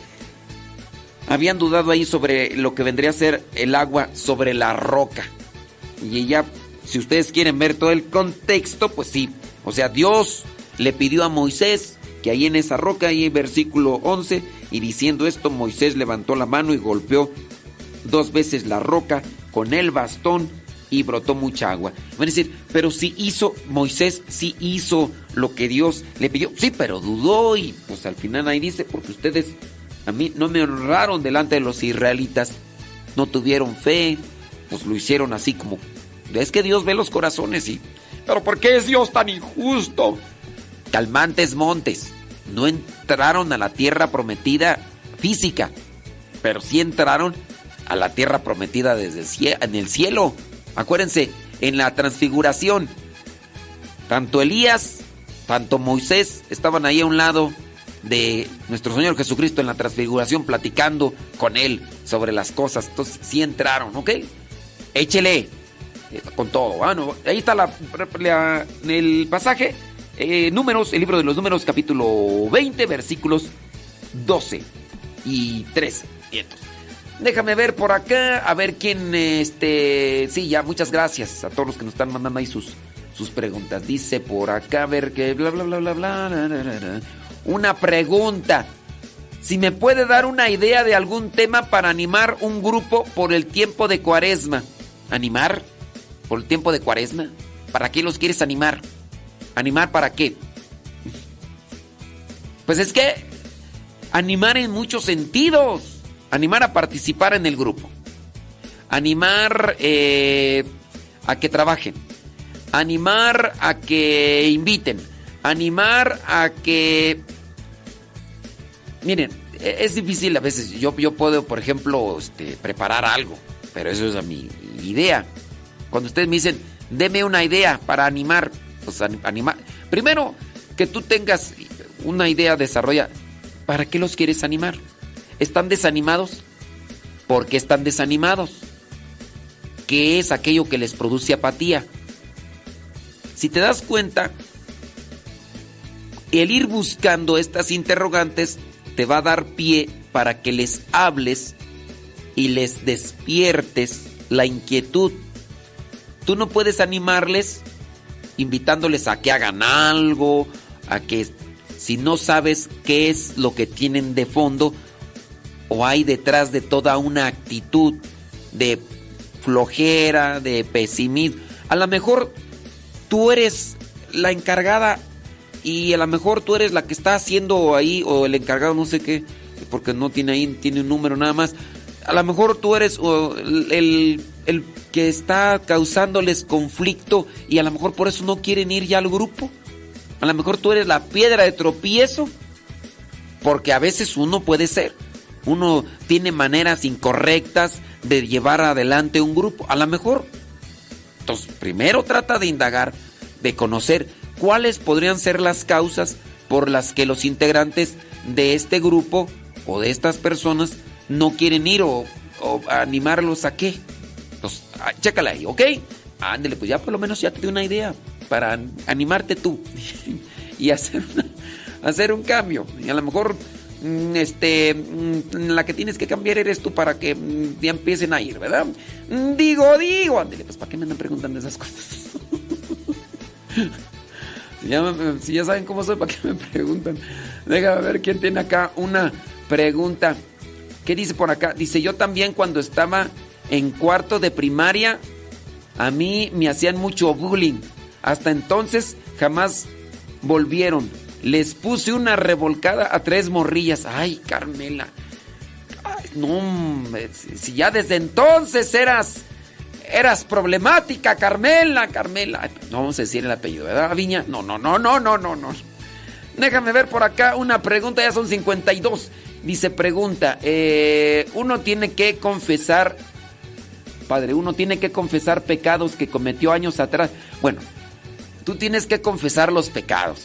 Habían dudado ahí sobre lo que vendría a ser el agua sobre la roca. Y ya, si ustedes quieren ver todo el contexto, pues sí. O sea, Dios le pidió a Moisés que ahí en esa roca, ahí en versículo once, y diciendo esto, Moisés levantó la mano y golpeó dos veces la roca con el bastón y brotó mucha agua. Van a decir, pero si hizo, Moisés sí hizo lo que Dios le pidió. Sí, pero dudó y pues al final ahí dice, porque ustedes a mí no me honraron delante de los israelitas, no tuvieron fe, pues lo hicieron así como... Es que Dios ve los corazones y... ¿Pero por qué es Dios tan injusto? Calmantes montes, no entraron a la tierra prometida física, pero sí entraron a la tierra prometida desde en el cielo. Acuérdense, en la transfiguración, tanto Elías, tanto Moisés estaban ahí a un lado de nuestro Señor Jesucristo en la transfiguración, platicando con Él sobre las cosas. Entonces sí entraron, ¿ok? Échele con todo. Bueno, ahí está la, la, el pasaje. Eh, números, el libro de los Números, capítulo veinte, versículos doce y trece. Bien. Déjame ver por acá, a ver quién, este... Sí, ya, muchas gracias a todos los que nos están mandando ahí sus, sus preguntas. Dice por acá, a ver que... Bla, bla, bla, bla, bla, bla, bla, bla. Una pregunta. Si me puede dar una idea de algún tema para animar un grupo por el tiempo de Cuaresma. ¿Animar? ¿Por el tiempo de Cuaresma? ¿Para qué los quieres animar? ¿Animar para qué? Pues es que animar en muchos sentidos. Animar a participar en el grupo. Animar eh, a que trabajen. Animar a que inviten. Animar a que... Miren, es difícil a veces. Yo, yo puedo, por ejemplo, este, preparar algo. Pero eso es a mi idea. Cuando ustedes me dicen, deme una idea para animar. Pues animar. Primero, que tú tengas una idea, desarrolla. ¿Para qué los quieres animar? ¿Están desanimados? ¿Por qué están desanimados? ¿Qué es aquello que les produce apatía? Si te das cuenta, el ir buscando estas interrogantes te va a dar pie para que les hables y les despiertes la inquietud. Tú no puedes animarles invitándoles a que hagan algo, a que si no sabes qué es lo que tienen de fondo o hay detrás de toda una actitud de flojera, de pesimismo. A lo mejor tú eres la encargada y a lo mejor tú eres la que está haciendo ahí, o el encargado, no sé qué, porque no tiene ahí, tiene un número nada más. A lo mejor tú eres o, el, el, el que está causándoles conflicto y a lo mejor por eso no quieren ir ya al grupo. A lo mejor tú eres la piedra de tropiezo, porque a veces uno puede ser. Uno tiene maneras incorrectas de llevar adelante un grupo. A lo mejor. Entonces, primero trata de indagar, de conocer cuáles podrían ser las causas por las que los integrantes de este grupo o de estas personas no quieren ir o, o animarlos a qué. Entonces, chécala ahí, ¿ok? Ándale, pues ya por lo menos ya te doy una idea para animarte tú y hacer, una, hacer un cambio. Y a lo mejor este la que tienes que cambiar eres tú para que ya empiecen a ir, ¿verdad? Digo, digo, ándale, pues ¿para qué me andan preguntando esas cosas? Si ya, me, si ya saben cómo soy, ¿para qué me preguntan? Déjame ver quién tiene acá una pregunta. ¿Qué dice por acá? Dice, yo también cuando estaba en cuarto de primaria, a mí me hacían mucho bullying. Hasta entonces jamás volvieron. Les puse una revolcada a tres morrillas. Ay, Carmela. Ay, no, si ya desde entonces eras... Eras problemática, Carmela, Carmela. No vamos a decir el apellido, ¿verdad, Viña? No, no, no, no, no, no, no. Déjame ver por acá una pregunta, ya son cincuenta y dos. Dice, pregunta, eh, uno tiene que confesar, padre, uno tiene que confesar pecados que cometió años atrás. Bueno, tú tienes que confesar los pecados.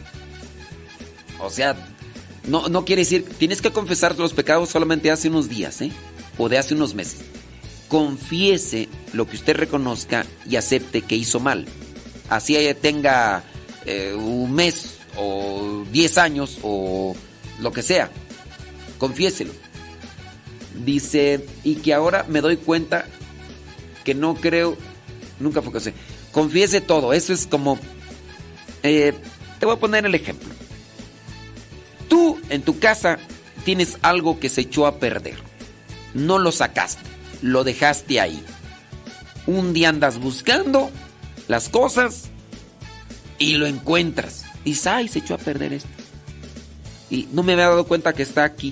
O sea, no, no quiere decir, tienes que confesar los pecados solamente hace unos días, ¿eh? O de hace unos meses. Confiese lo que usted reconozca y acepte que hizo mal. Así tenga eh, un mes o diez años o lo que sea. Confiéselo. Dice, y que ahora me doy cuenta que no creo, nunca fue que confiese todo. Eso es como, eh, te voy a poner el ejemplo. Tú en tu casa tienes algo que se echó a perder. No lo sacaste. Lo dejaste ahí. Un día andas buscando las cosas y lo encuentras. Dices, ay, se echó a perder esto. Y no me había dado cuenta que está aquí.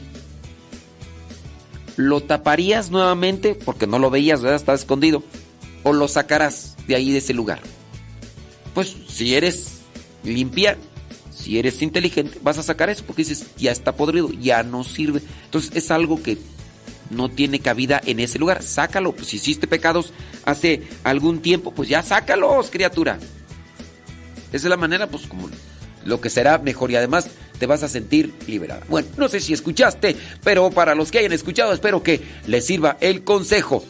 ¿Lo taparías nuevamente? Porque no lo veías, ¿verdad? Estaba escondido. ¿O lo sacarás de ahí, de ese lugar? Pues si eres limpia, si eres inteligente, vas a sacar eso. Porque dices, ya está podrido, ya no sirve. Entonces es algo que no tiene cabida en ese lugar. Sácalo. Pues si hiciste pecados hace algún tiempo, pues ya sácalos, criatura. Esa es la manera, pues como lo que será mejor, y además te vas a sentir liberada. Bueno, no sé si escuchaste, pero para los que hayan escuchado, espero que les sirva el consejo.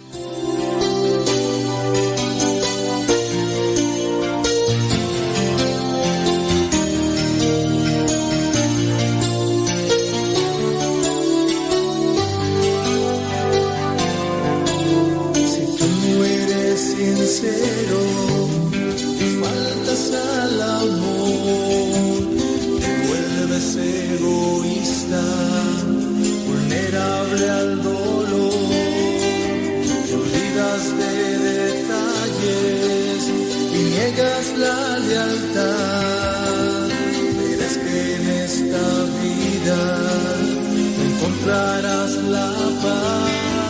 Sincero, faltas al amor, te vuelves egoísta, vulnerable al dolor, te olvidas de detalles y niegas la lealtad. Verás que en esta vida encontrarás la paz.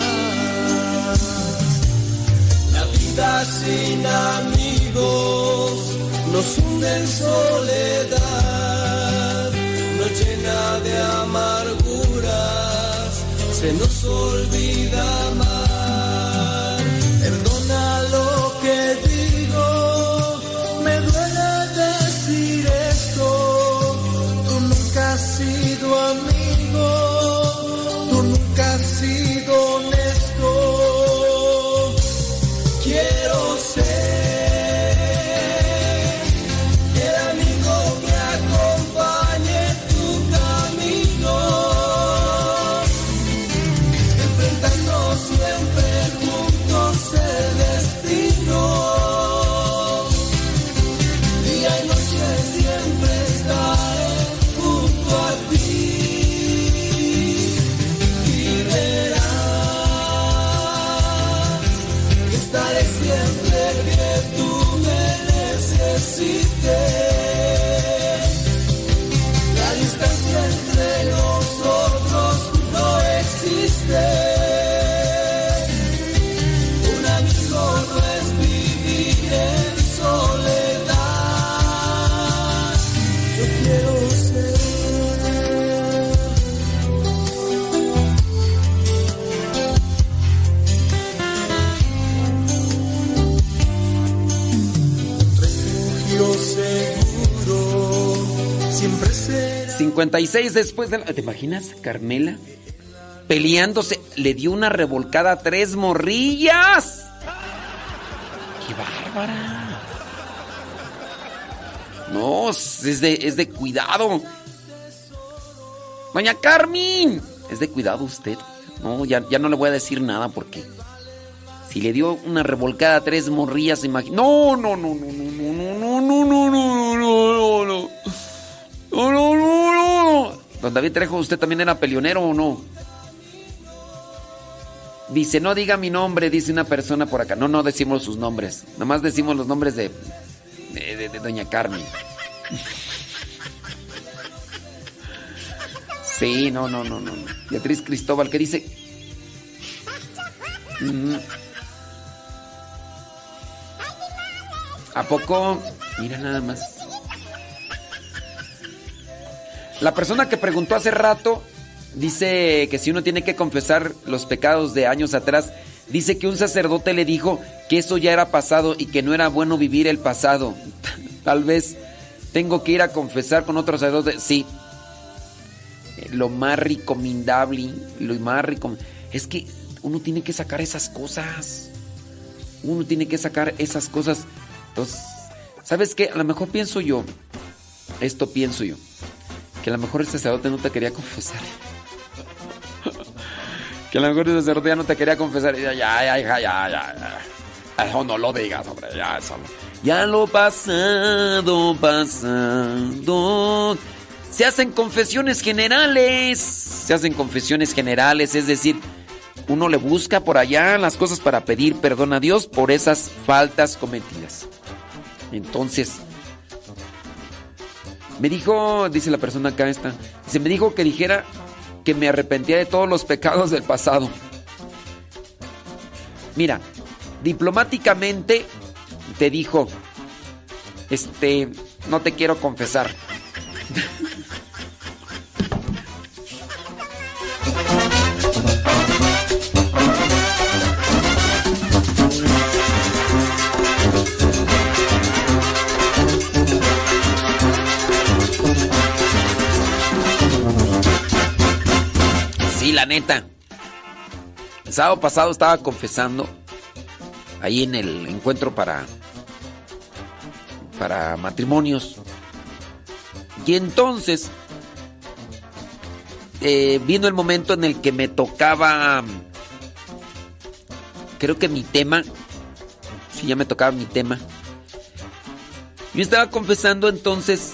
Sin amigos nos hunde en soledad, nos llena de amarguras, se nos olvida amar. Perdona lo que digo, me duele decir esto, tú nunca has sido amigo, tú nunca has sido honesto. Quiero ser el amigo que acompañe tu camino, enfrentando siempre juntos el destino. Día y noche siempre estaré junto a ti y verás que estaré siempre que tú me necesites. La distancia entre nosotros no existe. Un amigo no es vivir en soledad. Yo quiero ser seguro, siempre será. cincuenta y seis después de la... ¿Te imaginas, Carmela? Peleándose, le dio una revolcada a tres morrillas. ¡Qué bárbara! No, es de, es de cuidado. Doña Carmen, es de cuidado usted. No, ya, ya no le voy a decir nada porque si le dio una revolcada a tres morrillas, imagínate. No, no, no, no, no, no, no, no, no, no, no, no, Don David Trejo, ¿usted también era peleonero o no? Dice, no diga mi nombre, dice una persona por acá. No, no decimos sus nombres. Nomás decimos los nombres de, de, de, de Doña Carmen. Sí, no, no, no, no. Beatriz Cristóbal, ¿qué dice? Mm. ¿A poco? Mira nada más. La persona que preguntó hace rato dice que si uno tiene que confesar los pecados de años atrás, dice que un sacerdote le dijo que eso ya era pasado y que no era bueno vivir el pasado. Tal vez tengo que ir a confesar con otro sacerdote. Sí. Lo más recomendable, lo más recomendable es que uno tiene que sacar esas cosas. Uno tiene que sacar esas cosas. Entonces, ¿sabes qué? A lo mejor pienso yo, esto pienso yo, que a lo mejor el sacerdote no te quería confesar. Que a lo mejor el sacerdote ya no te quería confesar. Ya, ya, ya, ya, ya, ya. Eso no lo digas, hombre, ya, eso no. Ya lo pasado, pasado. Se hacen confesiones generales. Se hacen confesiones generales, es decir, uno le busca por allá las cosas para pedir perdón a Dios por esas faltas cometidas. Entonces, me dijo, dice la persona acá esta, dice, me dijo que dijera que me arrepentía de todos los pecados del pasado. Mira, diplomáticamente te dijo, este, no te quiero confesar. Sí, la neta. El sábado pasado estaba confesando ahí en el encuentro para para matrimonios. Y entonces eh, vino el momento en el que me tocaba, creo que mi tema, sí, ya me tocaba mi tema. Yo estaba confesando, entonces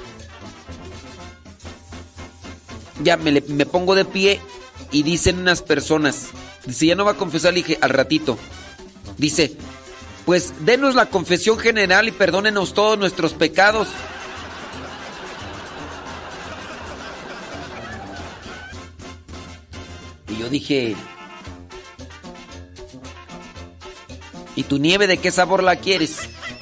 ya me, le, me pongo de pie y dicen unas personas, dice, ya no va a confesar, le dije, al ratito. Dice, pues denos la confesión general y perdónenos todos nuestros pecados. Y yo dije, ¿y tu nieve de qué sabor la quieres?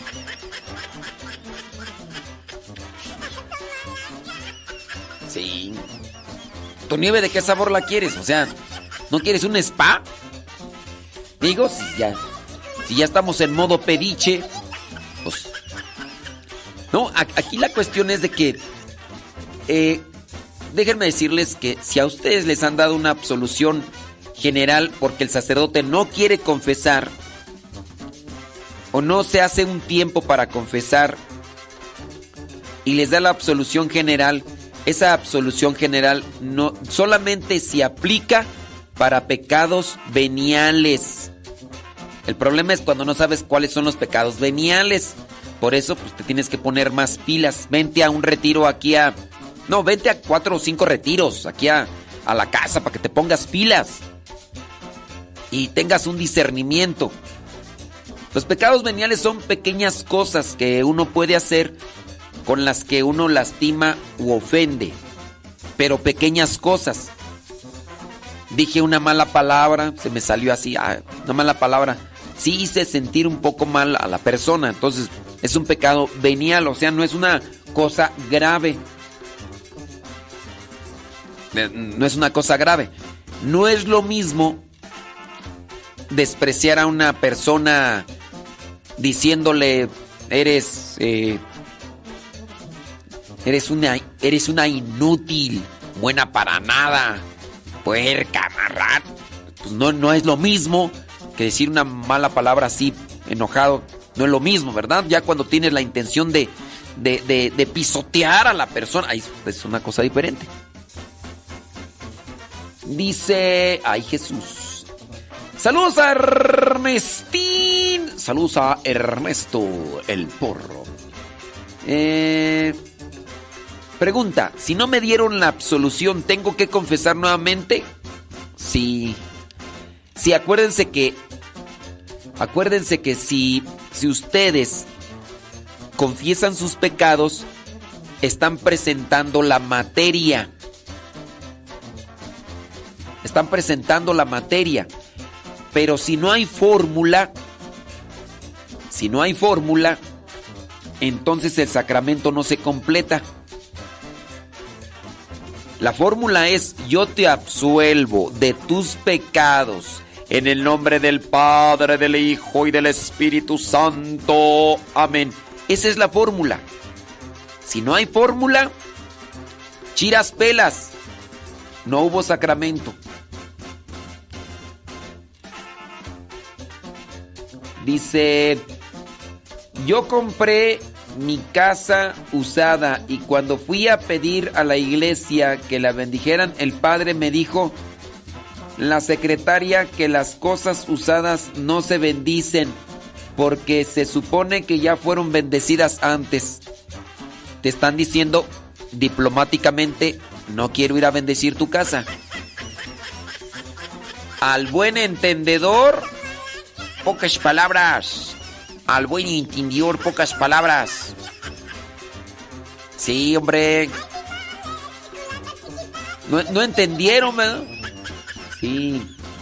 Sí. ¿Tu nieve de qué sabor la quieres? O sea, ¿no quieres un spa? Digo, si ya, si ya estamos en modo pediche, pues... No, aquí la cuestión es de que... Eh, déjenme decirles que si a ustedes les han dado una absolución general porque el sacerdote no quiere confesar o no se hace un tiempo para confesar y les da la absolución general, esa absolución general no solamente se aplica para pecados veniales. El problema es cuando no sabes cuáles son los pecados veniales. Por eso pues te tienes que poner más pilas. Vente a un retiro aquí a... No, vente a cuatro o cinco retiros aquí a, a la casa para que te pongas pilas y tengas un discernimiento. Los pecados veniales son pequeñas cosas que uno puede hacer con las que uno lastima u ofende, pero pequeñas cosas. Dije una mala palabra, se me salió así, ah, una mala palabra. Sí hice sentir un poco mal a la persona, entonces es un pecado venial, o sea, no es una cosa grave. No es una cosa grave. No es lo mismo despreciar a una persona diciéndole eres eh, eres una eres una inútil, buena para nada, puerca, marrán. Pues no, no es lo mismo que decir una mala palabra así, enojado. No es lo mismo, ¿verdad? Ya cuando tienes la intención de, de, de, de pisotear a la persona, ahí es una cosa diferente. Dice, ay Jesús, saludos a Ernestín, saludos a Ernesto el Porro. Eh, Pregunta, si no me dieron la absolución, ¿tengo que confesar nuevamente? Sí. Sí, acuérdense que acuérdense que si si ustedes confiesan sus pecados, están presentando la materia. Están presentando la materia. Pero si no hay fórmula, si no hay fórmula, entonces el sacramento no se completa. La fórmula es: yo te absuelvo de tus pecados en el nombre del Padre, del Hijo y del Espíritu Santo. Amén. Esa es la fórmula. Si no hay fórmula, chiras pelas, no hubo sacramento. Dice, yo compré mi casa usada y cuando fui a pedir a la iglesia que la bendijeran, el padre me dijo, la secretaria, que las cosas usadas no se bendicen porque se supone que ya fueron bendecidas antes. Te están diciendo diplomáticamente, no quiero ir a bendecir tu casa. Al buen entendedor, pocas palabras. Al buen entendedor, pocas palabras. Sí, hombre. No, no entendieron, ¿verdad? Sí.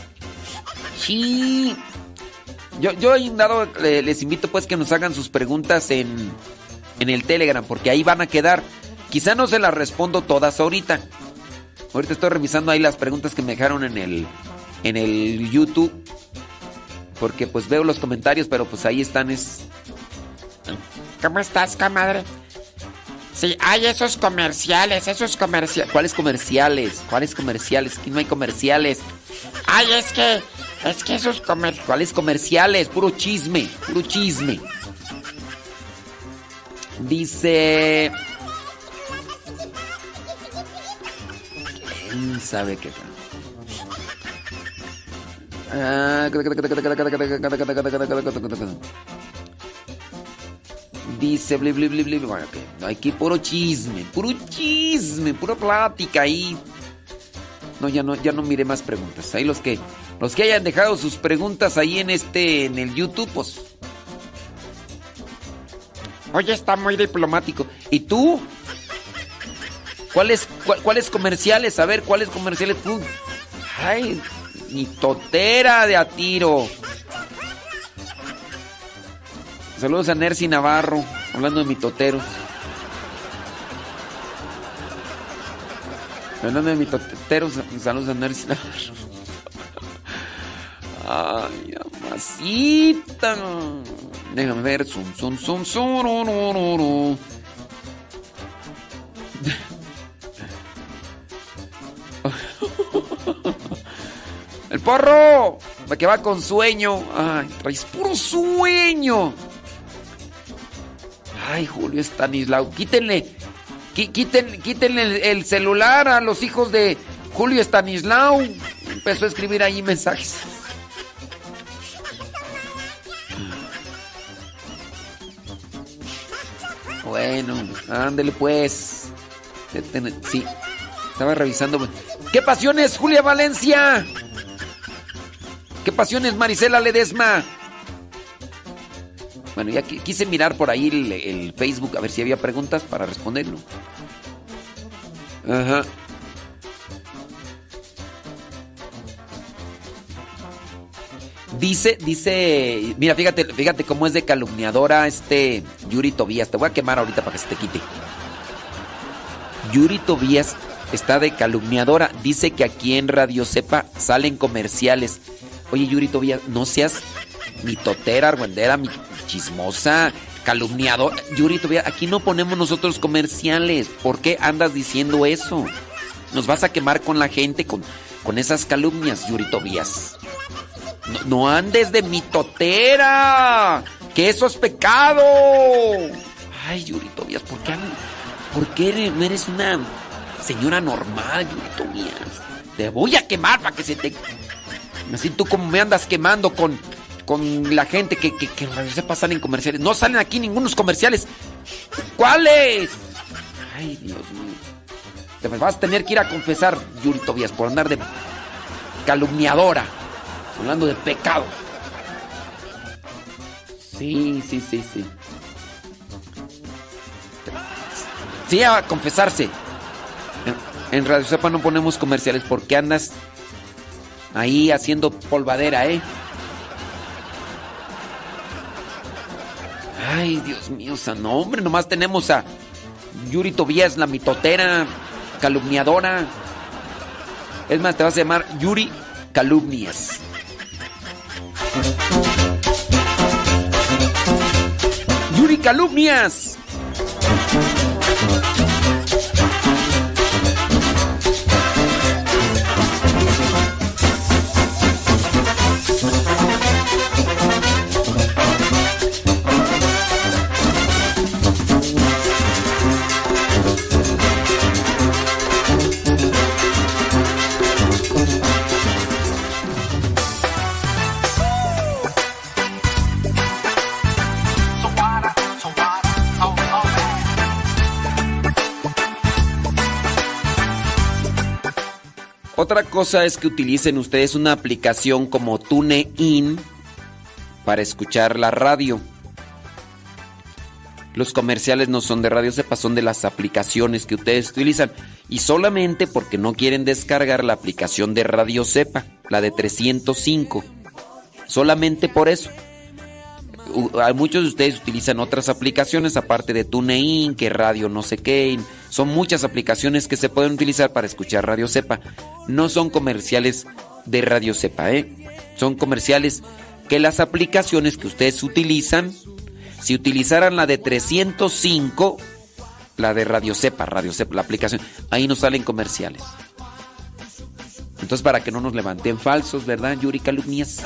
Sí. Yo, yo he dado, les invito pues que nos hagan sus preguntas en, en el Telegram, porque ahí van a quedar. Quizá no se las respondo todas ahorita. Ahorita estoy revisando ahí las preguntas que me dejaron en el, en el YouTube. Porque pues veo los comentarios, pero pues ahí están es... ¿Cómo estás, comadre? Sí, hay esos comerciales, esos comerciales. ¿Cuáles comerciales? ¿Cuáles comerciales? Aquí no hay comerciales. Ay, es que... Es que esos comerciales... ¿Cuáles comerciales? Puro chisme, puro chisme. Dice... ¿Quién sabe qué? Dice bli, bli, bli, bli. Bueno, okay. Aquí puro chisme, puro chisme, pura plática ahí. No, ya no, ya no miré más preguntas. Ahí los que, los que hayan dejado sus preguntas ahí en este, en el YouTube, pues. Oye, está muy diplomático. ¿Y tú? ¿Cuáles, cuál, cuáles comerciales? A ver, ¿cuáles comerciales tú? Ay, mi totera de a tiro. Saludos a Nercy Navarro, hablando de mitoteros. Hablando de mitoteros, saludos a Nercy Navarro. Ay, amasita. Déjame ver. Zum, zum, zum, zum, no, no, no, no. El porro, la que va con sueño. Ay, traes puro sueño. Ay, Julio Estanislao, quítenle, qui, quítenle, quítenle el, el celular a los hijos de Julio Estanislao. Empezó a escribir ahí mensajes. Bueno, ándele pues. Sí, estaba revisando. ¿Qué pasiones, Julia Valencia? ¿Qué pasiones, Marisela Ledesma? Bueno, ya quise mirar por ahí el, el Facebook a ver si había preguntas para responderlo. Ajá. Dice, dice, mira, fíjate, fíjate cómo es de calumniadora este Yuri Tobías. Te voy a quemar ahorita para que se te quite. Yuri Tobías está de calumniadora. Dice que aquí en Radio Cepa salen comerciales. Oye, Yuri Tobías, no seas mitotera, argüendera, mi chismosa, calumniadora. Yuri Tobías, aquí no ponemos nosotros comerciales. ¿Por qué andas diciendo eso? Nos vas a quemar con la gente con, con esas calumnias, Yuri Tobías. No, no andes de mitotera, que eso es pecado. Ay, Yuri Tobías, ¿por qué, ¿por qué no eres una señora normal, Yuri Tobías? Te voy a quemar para que se te... Así tú como me andas quemando con, con la gente que, que, que se pasan en comerciales. No salen aquí ningunos comerciales. ¿Cuáles? Ay, Dios mío. te vas a tener que ir a confesar, Yuri Tobías, por andar de calumniadora, hablando de pecado. Sí, sí, sí, sí. Sí, a confesarse. En, en Radio Cepa no ponemos comerciales porque andas ahí haciendo polvadera, ¿eh? Ay, Dios mío, no, hombre, nomás tenemos a Yuri Tobías, la mitotera, calumniadora. Es más, te vas a llamar Yuri Calumnias. Yuri Calumnias. Otra cosa es que utilicen ustedes una aplicación como TuneIn para escuchar la radio. Los comerciales no son de Radio Cepa, son de las aplicaciones que ustedes utilizan. Y solamente porque no quieren descargar la aplicación de Radio Cepa, la de trescientos cinco. Solamente por eso. Muchos de ustedes utilizan otras aplicaciones aparte de TuneIn, que radio no sé qué. Son muchas aplicaciones que se pueden utilizar para escuchar Radio Cepa. No son comerciales de Radio Cepa, ¿eh? Son comerciales que las aplicaciones que ustedes utilizan, si utilizaran la de trescientos cinco, la de Radio Cepa, Radio Cepa, la aplicación, ahí no salen comerciales. Entonces, para que no nos levanten falsos, ¿verdad, Yuri Calumnias?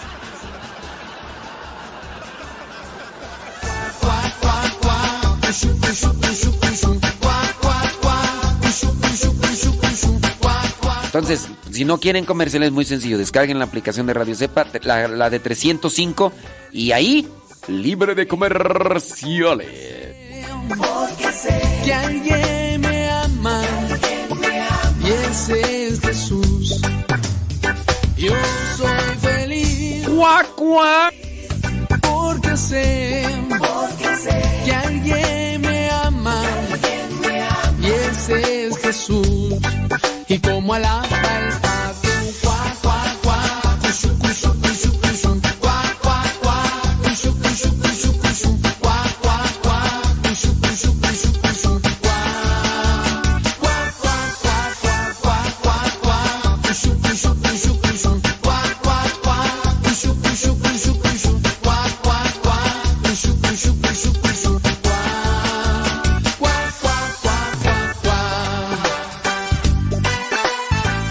Entonces, si no quieren comerciales, muy sencillo, descarguen la aplicación de Radio Cepa, la, la de trescientos cinco, y ahí, libre de comerciales. Porque sé que alguien me ama, y ese es Jesús. Yo soy feliz. ¡Cuac, cuac! Porque sé, porque sé que alguien me ama, alguien me ama, y ese es Jesús. Y como alaba el pato, cuá, cuá, cuá, cushu, cushu, cushu, cushu, cuá, cuá, cuá, cushu, cushu, cushu, cushu, cuá, cuá, cuá, cushu, cushu, cushu, cushu, cuá, cuá, cuá, cuá, cuá, cuá, cuá, cushu, cushu, cushu, cushu, cuá, cuá, cuá, cushu, cushu, cushu, cushu, cuá, cuá, cuá, cushu, cushu, cushu, cushu, cuá, cuá, cuá, cuá, cuá, cuá.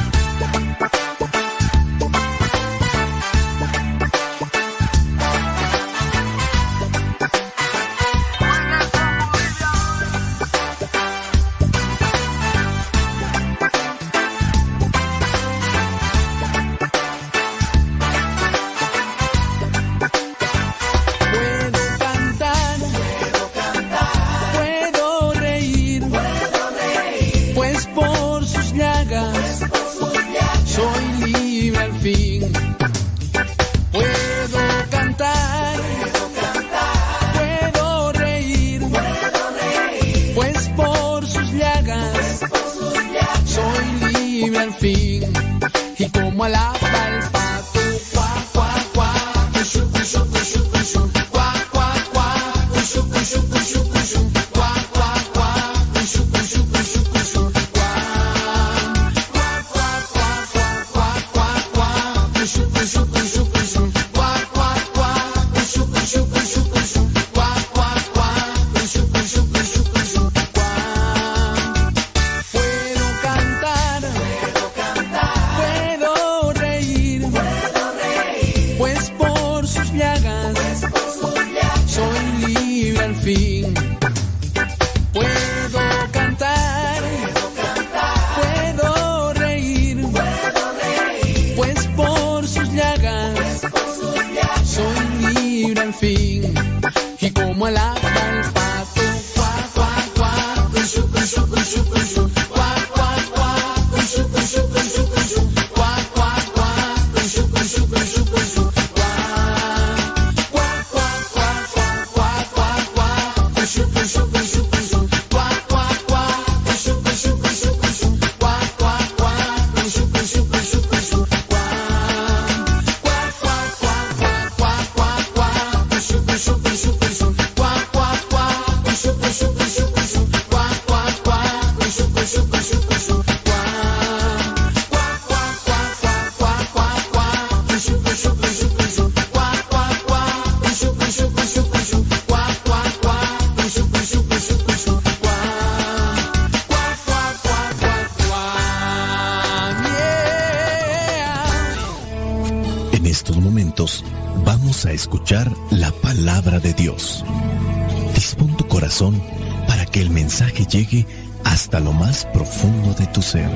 Juntos vamos a escuchar la palabra de Dios. Dispón tu corazón para que el mensaje llegue hasta lo más profundo de tu ser.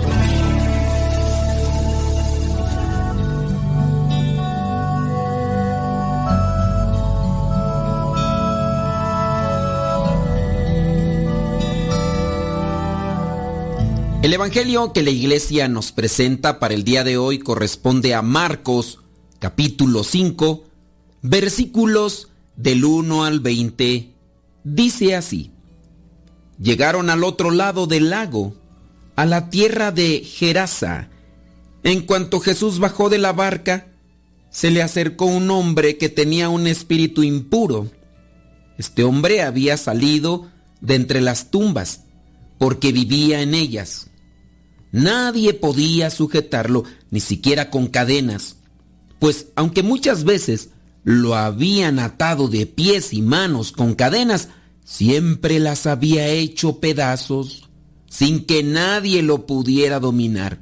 El evangelio que la iglesia nos presenta para el día de hoy corresponde a Marcos, capítulo cinco, versículos del uno al veinte. Dice así: Llegaron al otro lado del lago, a la tierra de Gerasa. En cuanto Jesús bajó de la barca, se le acercó un hombre que tenía un espíritu impuro. Este hombre había salido de entre las tumbas, porque vivía en ellas. Nadie podía sujetarlo, ni siquiera con cadenas, pues aunque muchas veces lo habían atado de pies y manos con cadenas, siempre las había hecho pedazos, sin que nadie lo pudiera dominar.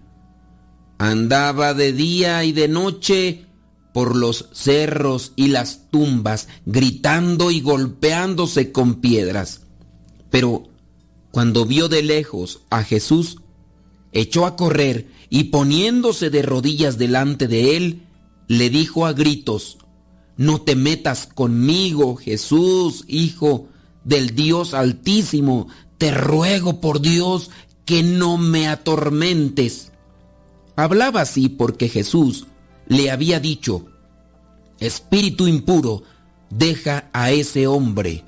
Andaba de día y de noche por los cerros y las tumbas, gritando y golpeándose con piedras. Pero cuando vio de lejos a Jesús, echó a correr y poniéndose de rodillas delante de él, le dijo a gritos: No te metas conmigo, Jesús, Hijo del Dios Altísimo, te ruego por Dios que no me atormentes. Hablaba así porque Jesús le había dicho: Espíritu impuro, deja a ese hombre.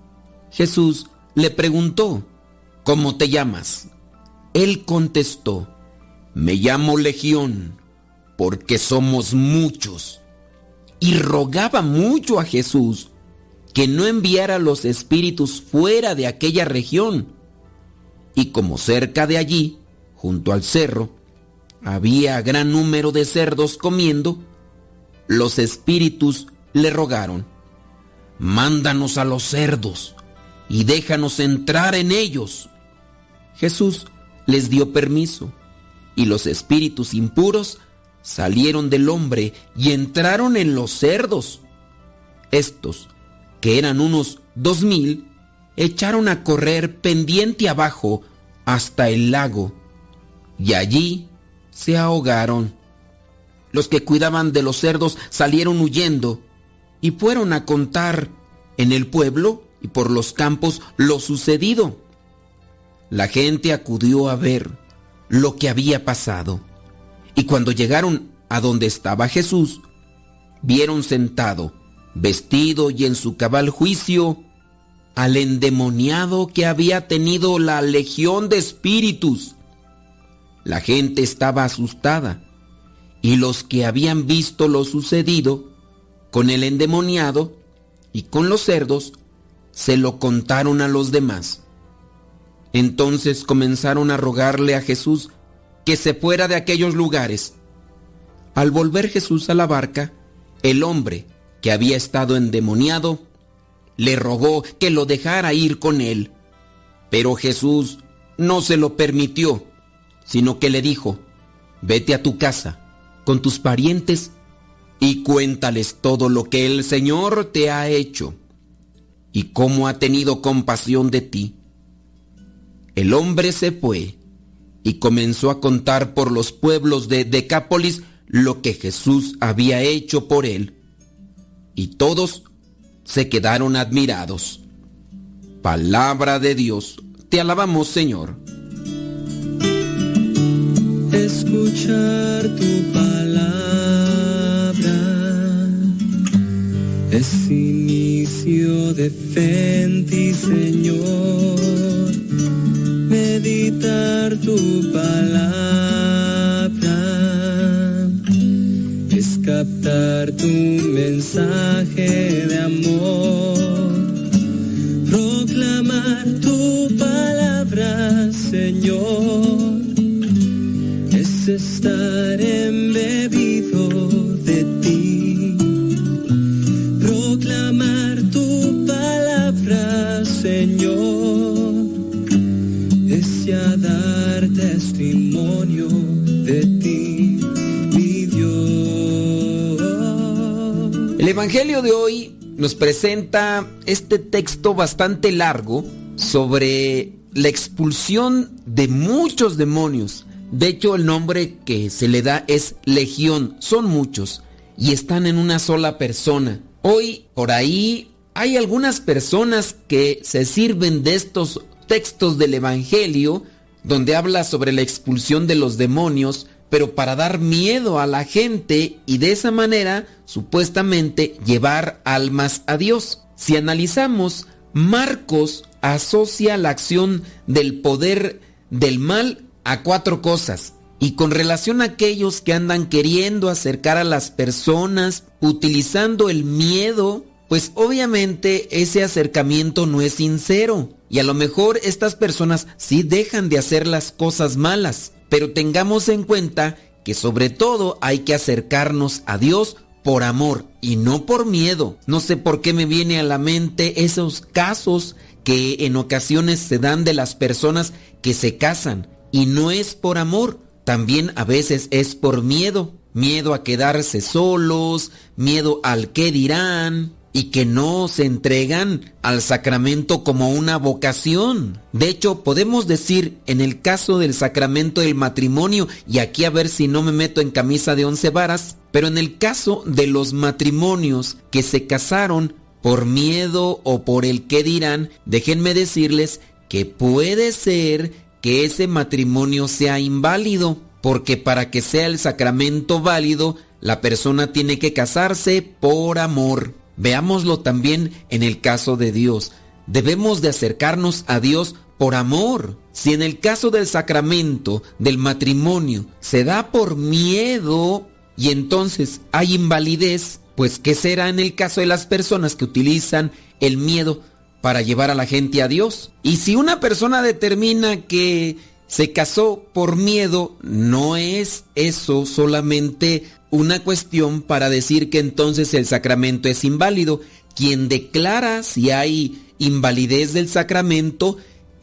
Jesús le preguntó: ¿Cómo te llamas? Él contestó: Me llamo Legión, porque somos muchos. Y rogaba mucho a Jesús que no enviara los espíritus fuera de aquella región. Y como cerca de allí, junto al cerro, había gran número de cerdos comiendo, los espíritus le rogaron: Mándanos a los cerdos y déjanos entrar en ellos. Jesús les dio permiso, y los espíritus impuros salieron del hombre y entraron en los cerdos. Estos, que eran unos dos mil, echaron a correr pendiente abajo hasta el lago, y allí se ahogaron. Los que cuidaban de los cerdos salieron huyendo, y fueron a contar en el pueblo y por los campos lo sucedido. La gente acudió a ver lo que había pasado, y cuando llegaron a donde estaba Jesús, vieron sentado, vestido y en su cabal juicio, al endemoniado que había tenido la legión de espíritus. La gente estaba asustada, y los que habían visto lo sucedido con el endemoniado y con los cerdos, se lo contaron a los demás. Entonces comenzaron a rogarle a Jesús que se fuera de aquellos lugares. Al volver Jesús a la barca, el hombre que había estado endemoniado le rogó que lo dejara ir con él. Pero Jesús no se lo permitió, sino que le dijo: Vete a tu casa con tus parientes y cuéntales todo lo que el Señor te ha hecho y cómo ha tenido compasión de ti. El hombre se fue y comenzó a contar por los pueblos de Decápolis lo que Jesús había hecho por él, y todos se quedaron admirados. Palabra de Dios, te alabamos, Señor. Escuchar tu palabra es inicio de fe en ti, Señor. Meditar tu palabra es captar tu mensaje de amor. Proclamar tu palabra, Señor, es estar embebido de ti. Proclamar tu palabra, Señor, es ya dar testimonio de ti, mi Dios. Evangelio de hoy nos presenta este texto bastante largo sobre la expulsión de muchos demonios. De hecho, el nombre que se le da es legión. Son muchos y están en una sola persona. Hoy, por ahí, hay algunas personas que se sirven de estos textos del Evangelio, donde habla sobre la expulsión de los demonios, pero para dar miedo a la gente y de esa manera, supuestamente, llevar almas a Dios. Si analizamos, Marcos asocia la acción del poder del mal a cuatro cosas. Y con relación a aquellos que andan queriendo acercar a las personas utilizando el miedo, pues obviamente ese acercamiento no es sincero. Y a lo mejor estas personas sí dejan de hacer las cosas malas. Pero tengamos en cuenta que sobre todo hay que acercarnos a Dios por amor y no por miedo. No sé por qué me viene a la mente esos casos que en ocasiones se dan de las personas que se casan y no es por amor, también a veces es por miedo. Miedo a quedarse solos, miedo al qué dirán y que no se entregan al sacramento como una vocación. De hecho, podemos decir en el caso del sacramento del matrimonio, y aquí a ver si no me meto en camisa de once varas, pero en el caso de los matrimonios que se casaron por miedo o por el qué dirán, déjenme decirles que puede ser que ese matrimonio sea inválido, porque para que sea el sacramento válido, la persona tiene que casarse por amor. Veámoslo también en el caso de Dios. Debemos de acercarnos a Dios por amor. Si en el caso del sacramento del matrimonio se da por miedo y entonces hay invalidez, pues ¿qué será en el caso de las personas que utilizan el miedo para llevar a la gente a Dios? Y si una persona determina que se casó por miedo, no es eso solamente una cuestión para decir que entonces el sacramento es inválido. Quien declara si hay invalidez del sacramento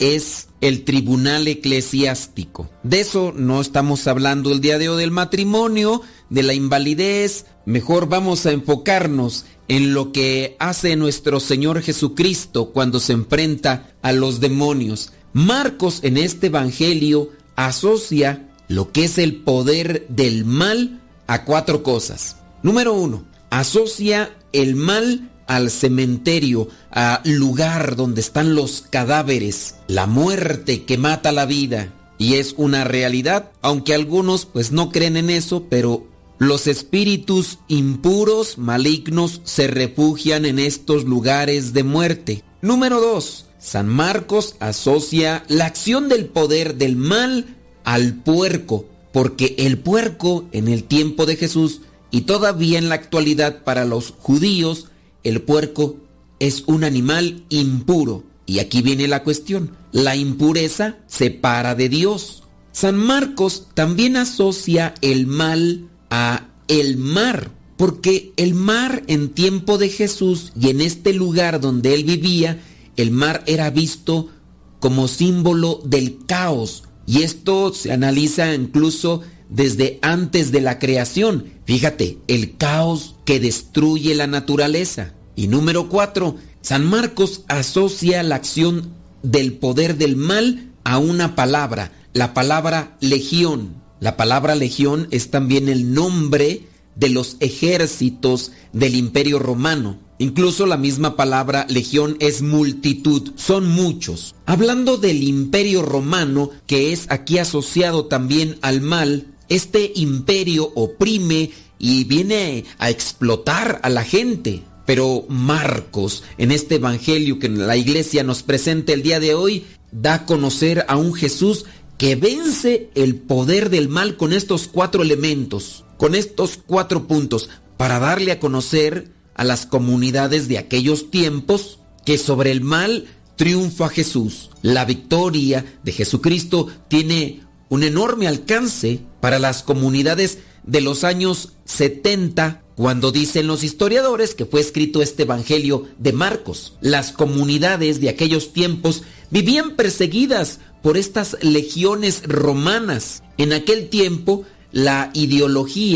es el tribunal eclesiástico. De eso no estamos hablando el día de hoy, del matrimonio, de la invalidez. Mejor vamos a enfocarnos en lo que hace nuestro Señor Jesucristo cuando se enfrenta a los demonios. Marcos en este evangelio asocia lo que es el poder del mal a cuatro cosas. Número uno, asocia el mal al cementerio, al lugar donde están los cadáveres, la muerte que mata la vida. Y es una realidad, aunque algunos pues no creen en eso, pero los espíritus impuros, malignos, se refugian en estos lugares de muerte. Número dos, San Marcos asocia la acción del poder del mal al puerco, porque el puerco en el tiempo de Jesús y todavía en la actualidad para los judíos, el puerco es un animal impuro. Y aquí viene la cuestión, la impureza separa de Dios. San Marcos también asocia el mal a el mar, porque el mar en tiempo de Jesús y en este lugar donde él vivía, el mar era visto como símbolo del caos. Y esto se analiza incluso desde antes de la creación. Fíjate, el caos que destruye la naturaleza. Y número cuatro, San Marcos asocia la acción del poder del mal a una palabra, la palabra legión. La palabra legión es también el nombre de los ejércitos del Imperio Romano. Incluso la misma palabra legión es multitud, son muchos. Hablando del Imperio Romano, que es aquí asociado también al mal, este imperio oprime y viene a explotar a la gente. Pero Marcos, en este evangelio que la iglesia nos presenta el día de hoy, da a conocer a un Jesús que vence el poder del mal con estos cuatro elementos, con estos cuatro puntos, para darle a conocer a las comunidades de aquellos tiempos que sobre el mal triunfa Jesús. La victoria de Jesucristo tiene un enorme alcance para las comunidades de los años setenta, cuando dicen los historiadores que fue escrito este evangelio de Marcos. Las comunidades de aquellos tiempos vivían perseguidas por estas legiones romanas. En aquel tiempo, la ideología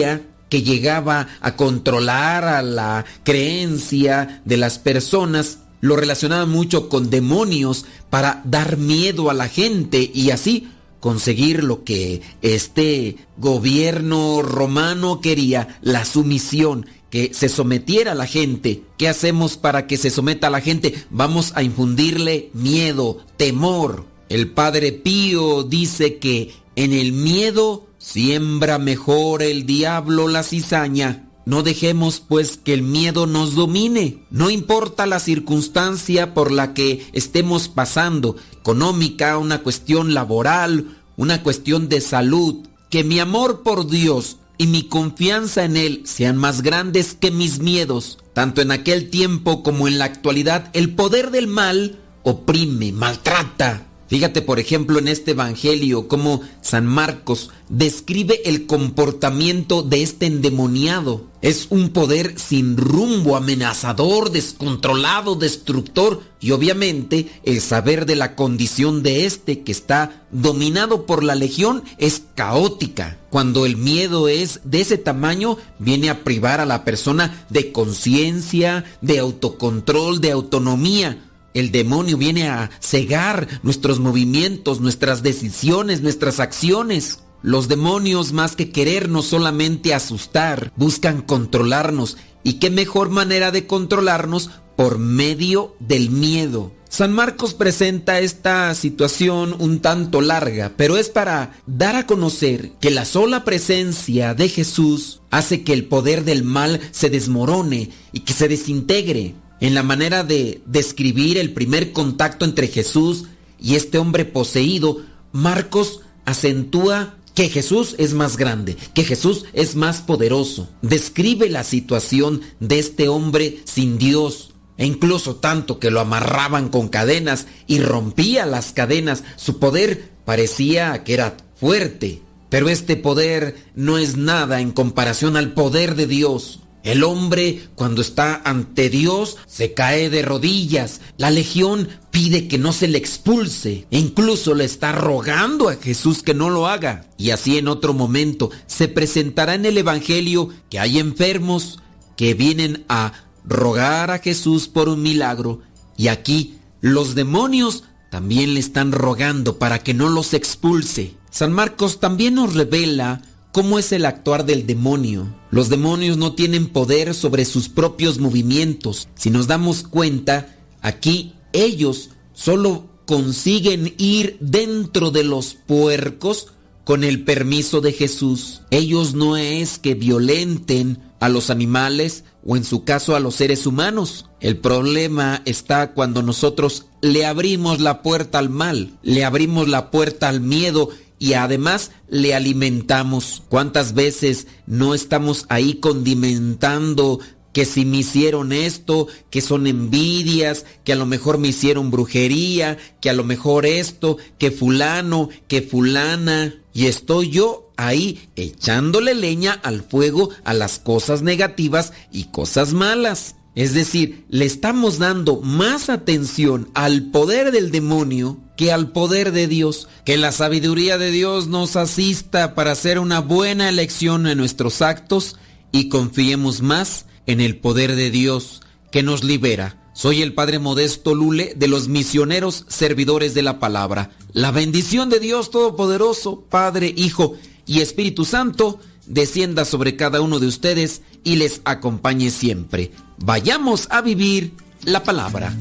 que llegaba a controlar a la creencia de las personas, lo relacionaban mucho con demonios para dar miedo a la gente y así conseguir lo que este gobierno romano quería, la sumisión, que se sometiera a la gente. ¿Qué hacemos para que se someta a la gente? Vamos a infundirle miedo, temor. El Padre Pío dice que en el miedo siembra mejor el diablo la cizaña. No dejemos pues que el miedo nos domine. No importa la circunstancia por la que estemos pasando, económica, una cuestión laboral, una cuestión de salud, que mi amor por Dios y mi confianza en Él sean más grandes que mis miedos. Tanto en aquel tiempo como en la actualidad, el poder del mal oprime, maltrata. Fíjate, por ejemplo, en este evangelio, cómo San Marcos describe el comportamiento de este endemoniado. Es un poder sin rumbo, amenazador, descontrolado, destructor, y obviamente el saber de la condición de este que está dominado por la legión es caótica. Cuando el miedo es de ese tamaño, viene a privar a la persona de conciencia, de autocontrol, de autonomía. El demonio viene a cegar nuestros movimientos, nuestras decisiones, nuestras acciones. Los demonios, más que querernos solamente asustar, buscan controlarnos. ¿Y qué mejor manera de controlarnos? Por medio del miedo. San Marcos presenta esta situación un tanto larga, pero es para dar a conocer que la sola presencia de Jesús hace que el poder del mal se desmorone y que se desintegre. En la manera de describir el primer contacto entre Jesús y este hombre poseído, Marcos acentúa que Jesús es más grande, que Jesús es más poderoso. Describe la situación de este hombre sin Dios, e incluso tanto que lo amarraban con cadenas y rompía las cadenas. Su poder parecía que era fuerte, pero este poder no es nada en comparación al poder de Dios. El hombre, cuando está ante Dios, se cae de rodillas. La legión pide que no se le expulse. E incluso le está rogando a Jesús que no lo haga. Y así en otro momento se presentará en el Evangelio que hay enfermos que vienen a rogar a Jesús por un milagro. Y aquí los demonios también le están rogando para que no los expulse. San Marcos también nos revela ¿cómo es el actuar del demonio? Los demonios no tienen poder sobre sus propios movimientos. Si nos damos cuenta, aquí ellos solo consiguen ir dentro de los puercos con el permiso de Jesús. Ellos no es que violenten a los animales o en su caso a los seres humanos. El problema está cuando nosotros le abrimos la puerta al mal, le abrimos la puerta al miedo y además le alimentamos. ¿Cuántas veces no estamos ahí condimentando que si me hicieron esto, que son envidias, que a lo mejor me hicieron brujería, que a lo mejor esto, que fulano, que fulana? Y estoy yo ahí echándole leña al fuego a las cosas negativas y cosas malas. Es decir, le estamos dando más atención al poder del demonio que al poder de Dios. Que la sabiduría de Dios nos asista para hacer una buena elección en nuestros actos y confiemos más en el poder de Dios que nos libera. Soy el Padre Modesto Lule de los Misioneros Servidores de la Palabra. La bendición de Dios Todopoderoso, Padre, Hijo y Espíritu Santo, descienda sobre cada uno de ustedes y les acompañe siempre. Vayamos a vivir la palabra.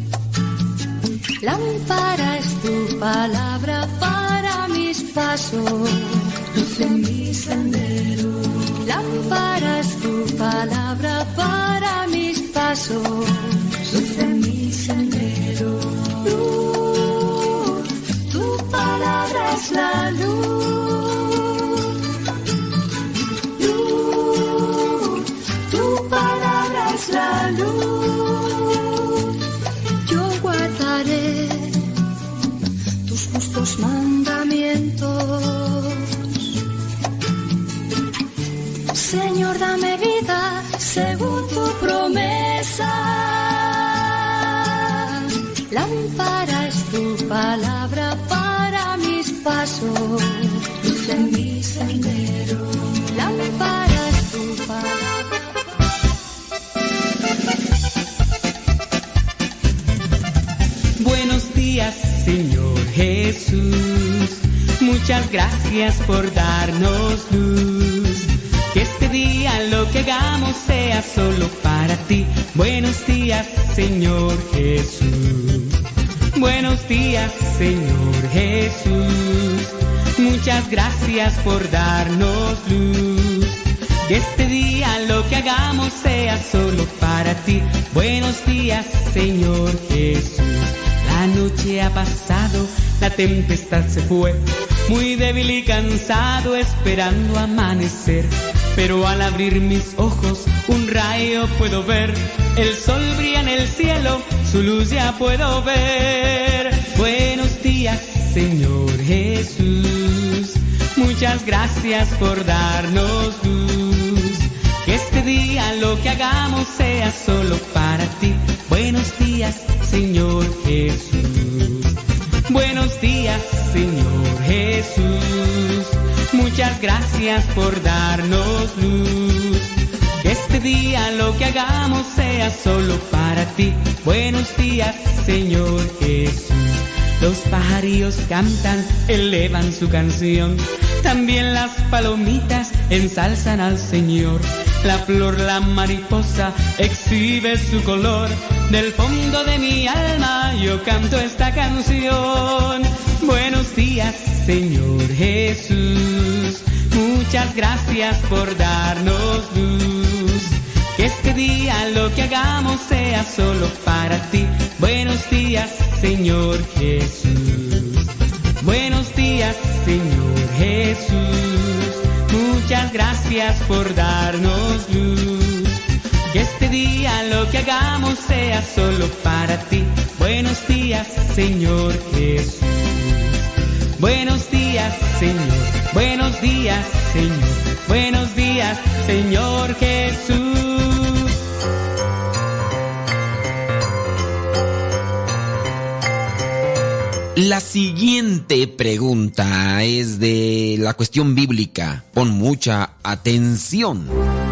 Lámpara es tu palabra para mis pasos, luz en mi sendero. Lámpara es tu palabra para mis pasos, luz en mi sendero. Luz, tu palabra es la luz. Luz, tu palabra es la luz. Yo guardaré tus justos mandamientos. Señor, dame vida según tu promesa. Lámpara es tu palabra para mis pasos, luz en mi sendero. Lámpara es tu palabra. días, Señor Jesús. Muchas gracias por darnos luz. Que este día lo que hagamos sea solo para ti. Buenos días, Señor Jesús. Buenos días, Señor Jesús. Muchas gracias por darnos luz. Que este día lo que hagamos sea solo para ti. Buenos días, Señor Jesús. La noche ha pasado, la tempestad se fue, muy débil y cansado esperando amanecer. Pero al abrir mis ojos un rayo puedo ver, el sol brilla en el cielo, su luz ya puedo ver. Buenos días, Señor Jesús. Muchas gracias por darnos luz. Que este día lo que hagamos sea solo para ti. Buenos días, Señor Jesús. Buenos días, Señor Jesús. Muchas gracias por darnos luz. Que este día lo que hagamos sea solo para ti. Buenos días, Señor Jesús. Los pajarillos cantan, elevan su canción. También las palomitas ensalzan al Señor. La flor, la mariposa, exhibe su color. Del fondo de mi alma yo canto esta canción. Buenos días, Señor Jesús. Muchas gracias por darnos luz. Que este día lo que hagamos sea solo para ti. Buenos días, Señor Jesús. Buenos días, Señor Jesús. Muchas gracias por darnos luz. Que este día lo que hagamos sea solo para ti. Buenos días, Señor Jesús. Buenos días, Señor. Buenos días, Señor. Buenos días, Señor Jesús. La siguiente pregunta es de la cuestión bíblica. Pon mucha atención.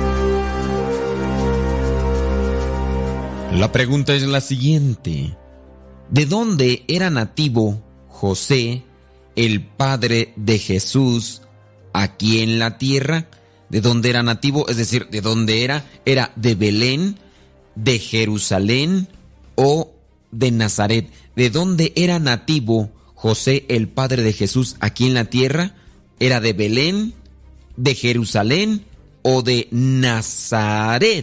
La pregunta es la siguiente. ¿De dónde era nativo José, el padre de Jesús, aquí en la tierra? ¿De dónde era nativo? Es decir, ¿de dónde era? ¿Era de Belén, de Jerusalén o de Nazaret? ¿De dónde era nativo José, el padre de Jesús, aquí en la tierra? ¿Era de Belén, de Jerusalén o de Nazaret?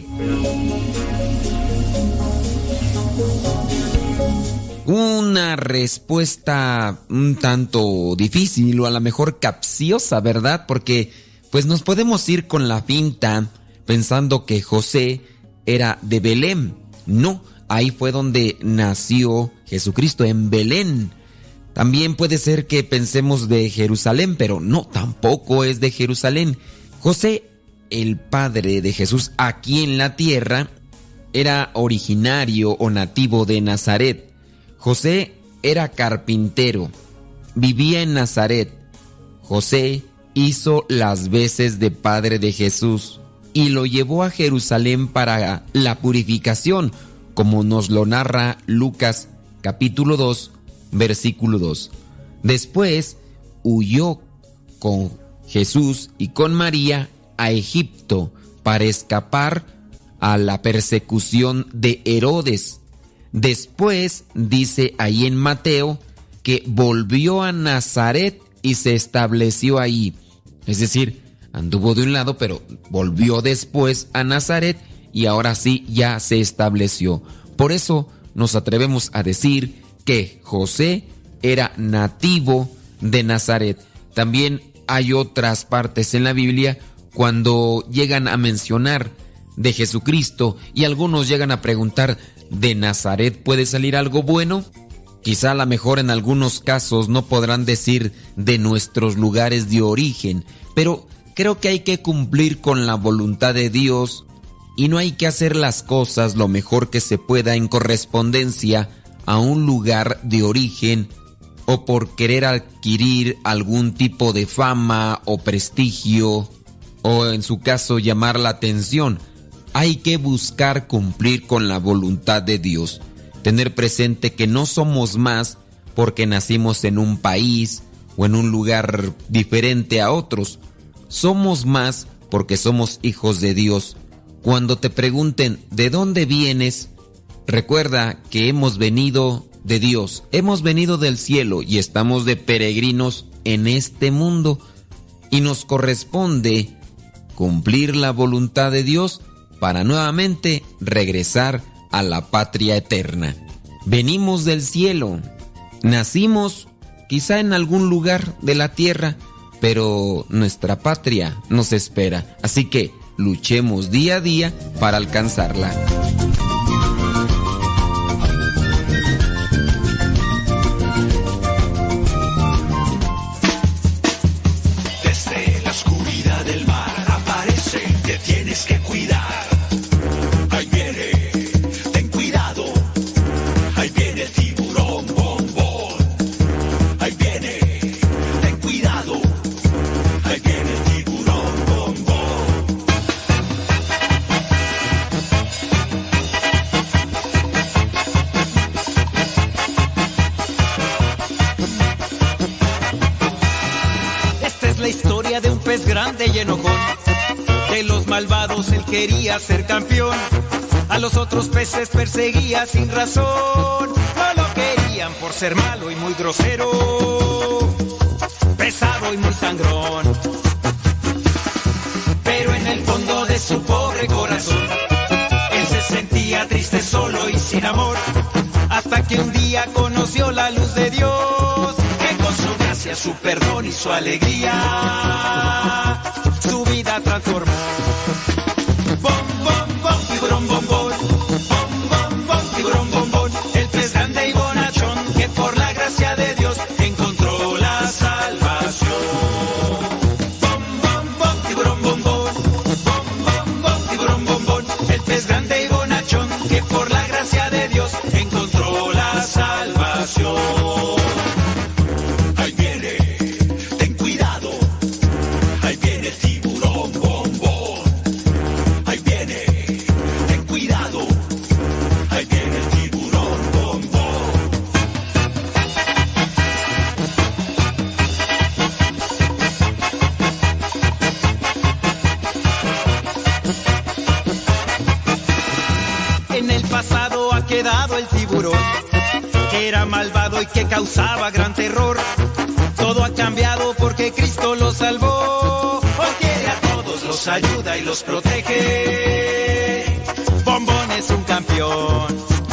Una respuesta un tanto difícil o a lo mejor capciosa, ¿verdad? Porque pues nos podemos ir con la finta pensando que José era de Belén. No, ahí fue donde nació Jesucristo, en Belén. También puede ser que pensemos de Jerusalén, pero no, tampoco es de Jerusalén. José, el padre de Jesús aquí en la tierra, era originario o nativo de Nazaret. José era carpintero, vivía en Nazaret. José hizo las veces de padre de Jesús y lo llevó a Jerusalén para la purificación, como nos lo narra Lucas capítulo dos, versículo dos. Después huyó con Jesús y con María a Egipto para escapar a la persecución de Herodes. Después dice ahí en Mateo que volvió a Nazaret y se estableció ahí. Es decir, anduvo de un lado, pero volvió después a Nazaret y ahora sí ya se estableció. Por eso nos atrevemos a decir que José era nativo de Nazaret. También hay otras partes en la Biblia cuando llegan a mencionar de Jesucristo y algunos llegan a preguntar, ¿de Nazaret puede salir algo bueno? Quizá a lo mejor en algunos casos no podrán decir de nuestros lugares de origen, pero creo que hay que cumplir con la voluntad de Dios y no hay que hacer las cosas lo mejor que se pueda en correspondencia a un lugar de origen o por querer adquirir algún tipo de fama o prestigio o en su caso llamar la atención. Hay que buscar cumplir con la voluntad de Dios, tener presente que no somos más porque nacimos en un país o en un lugar diferente a otros. Somos más porque somos hijos de Dios. Cuando te pregunten ¿de dónde vienes?, recuerda que hemos venido de Dios, hemos venido del cielo y estamos de peregrinos en este mundo. Y nos corresponde cumplir la voluntad de Dios para nuevamente regresar a la patria eterna. Venimos del cielo, nacimos quizá en algún lugar de la tierra, pero nuestra patria nos espera. Así que luchemos día a día para alcanzarla. Desde la oscuridad del mar aparece, te tienes que cuidar. Ahí viene, ten cuidado. Ahí viene el tiburón bombón. Ahí viene, ten cuidado. Ahí viene el tiburón bombón. Esta es la historia de un pez grande y enojón. De los malvados él quería ser campeón. A los otros peces perseguía sin razón. No lo querían por ser malo y muy grosero, pesado y muy sangrón. Pero en el fondo de su pobre corazón, él se sentía triste, solo y sin amor. Hasta que un día conoció la luz de Dios, que con su gracia, su perdón y su alegría, su vida transformó. Bom, bom, bom, tiburón bombón. Bom, bom, bom, tiburón bombón. El pez grande y bonachón, que por la gracia de Dios encontró la salvación. Bom, bom, bom, tiburón bombón. Bom, bom, bom, tiburón bombón. El pez grande y bonachón, que por la gracia de Dios encontró la salvación. Ahí viene, ten cuidado. Ahí viene el tiburón bombón. Ahí viene, ten cuidado. Ahí viene el tiburón bombón. En el pasado ha quedado el tiburón, que era malvado y que causaba gran terror. Todo ha cambiado porque Cristo los salvó. Hoy quiere a todos, los ayuda y los protege. Bombón es un campeón.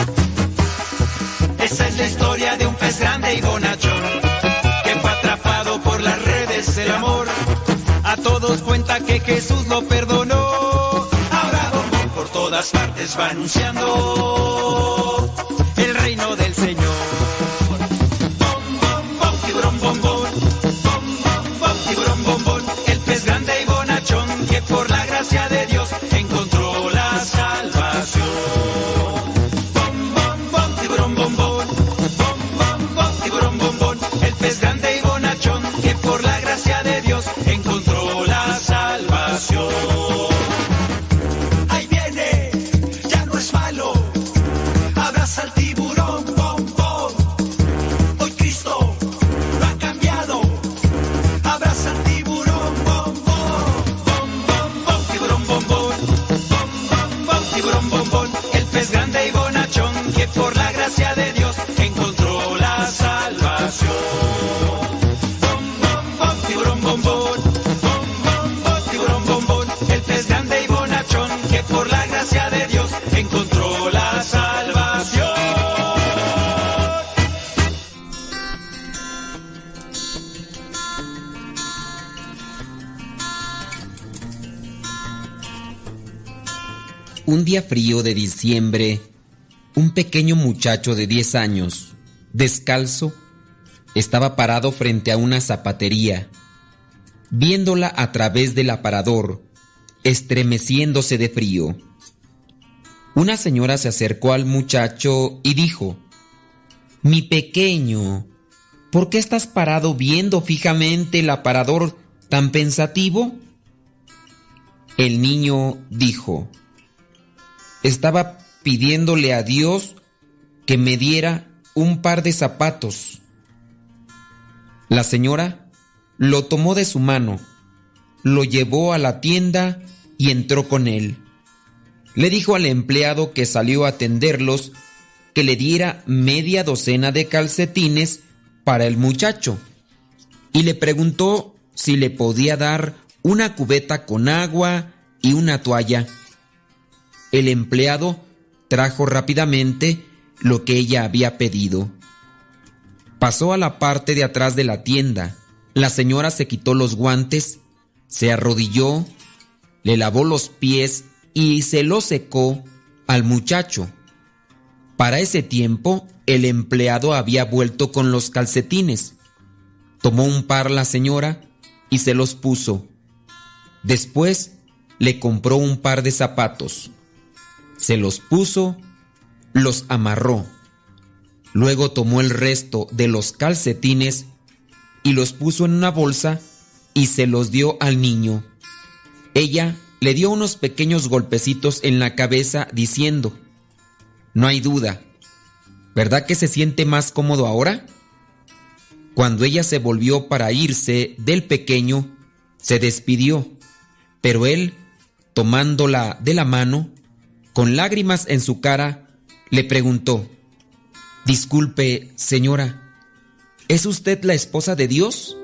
Esa es la historia de un pez grande y bonachón, que fue atrapado por las redes del amor. A todos cuenta que Jesús lo perdonó. Ahora Bombón por todas partes va anunciando el reino del Señor. Bom, bom, bom, tiburón bombón. Bom, bom, bom, tiburón bombón. El pez grande y bonachón, que por la gracia de Dios encontró la salvación. Bom, bom, bom, tiburón bombón. Bom, bom, bom, tiburón bombón. El pez grande y bonachón, que por la gracia de Dios encontró la salvación. Ahí viene, ya no es malo. Abraza al tiburón bombón. Hoy Cristo lo ha cambiado. Abraza al tiburón bombón. Bom, bom, bom, tiburón bombón. Bom, bom, bom, tiburón bombón. El pez grande y bonachón, que por la gracia de Dios encontró la salvación. Bom, bom, bom, tiburón bombón. Bom, bom, bom, tiburón bombón. El pez grande y bonachón, que por la gracia de Dios encontró la salvación. Un día frío de diciembre, un pequeño muchacho de diez años, descalzo, estaba parado frente a una zapatería, viéndola a través del aparador, estremeciéndose de frío. Una señora se acercó al muchacho y dijo: «Mi pequeño, ¿por qué estás parado viendo fijamente el aparador tan pensativo?» El niño dijo: «Estaba pidiéndole a Dios que me diera un par de zapatos La señora lo tomó de su mano, lo llevó a la tienda y entró con él. Le dijo al empleado que salió a atenderlos que le diera media docena de calcetines para el muchacho y le preguntó si le podía dar una cubeta con agua y una toalla. El empleado trajo rápidamente lo que ella había pedido. Pasó a la parte de atrás de la tienda. La señora se quitó los guantes, se arrodilló, le lavó los pies y se los secó al muchacho. Para ese tiempo, el empleado había vuelto con los calcetines. Tomó un par la señora y se los puso. Después, le compró un par de zapatos. Se los puso, los amarró. Luego tomó el resto de los calcetines y los puso en una bolsa y se los dio al niño. Ella le dio unos pequeños golpecitos en la cabeza diciendo: no hay duda, ¿verdad que se siente más cómodo ahora? Cuando ella se volvió para irse del pequeño, se despidió, pero él, tomándola de la mano, con lágrimas en su cara, le preguntó: disculpe, señora, ¿es usted la esposa de Dios?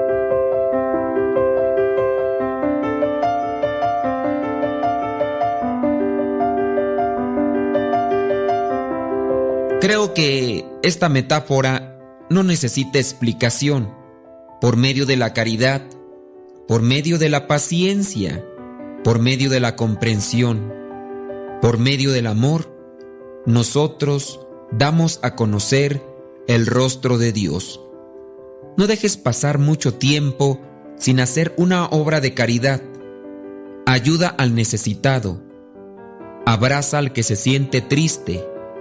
Creo que esta metáfora no necesita explicación. Por medio de la caridad, por medio de la paciencia, por medio de la comprensión, por medio del amor, nosotros damos a conocer el rostro de Dios. No dejes pasar mucho tiempo sin hacer una obra de caridad. Ayuda al necesitado. Abraza al que se siente triste.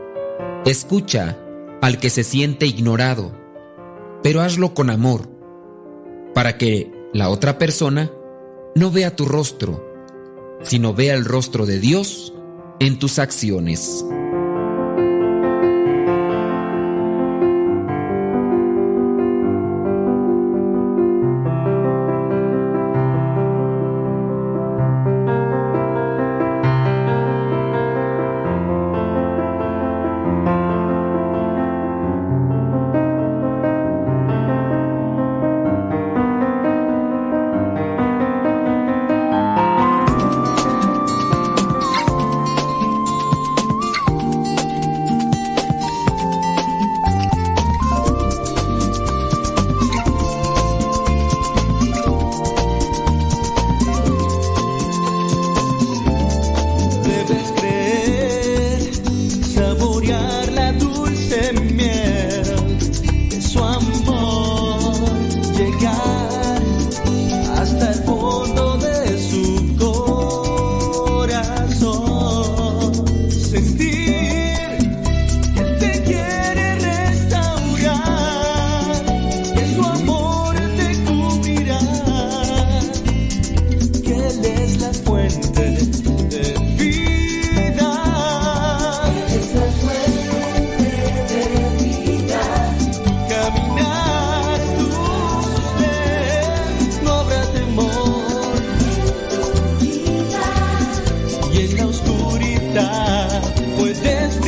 Escucha al que se siente ignorado, pero hazlo con amor, para que la otra persona no vea tu rostro, sino vea el rostro de Dios en tus acciones.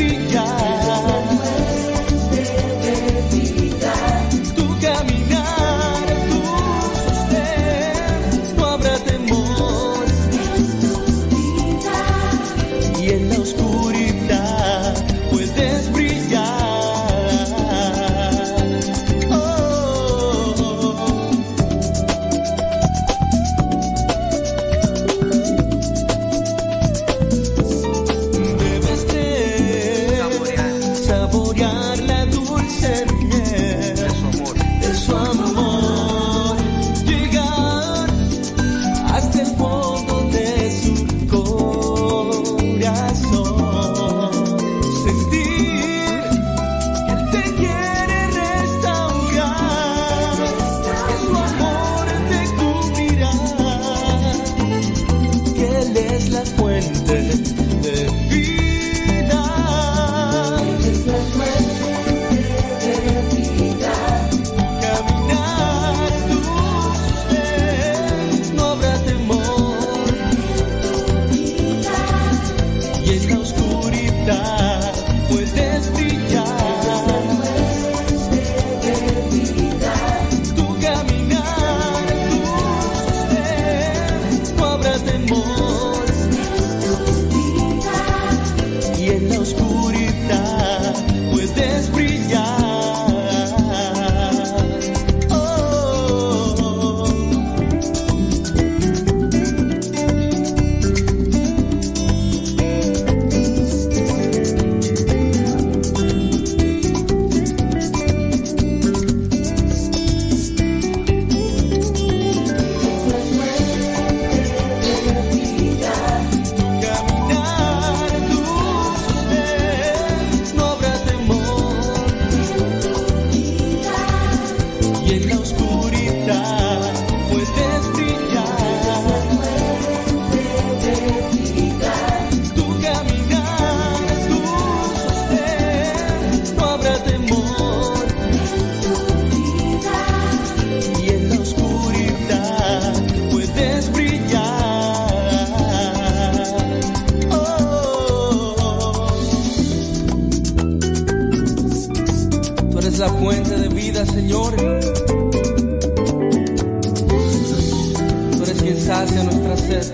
Puedes brillar, tu caminar. y en la oscuridad puedes brillar. Tu caminar es tu sostén, no habrá temor y en la oscuridad puedes brillar. Oh, tú eres la fuente de vida, Señor. Tú eres quien sacia nuestra sed.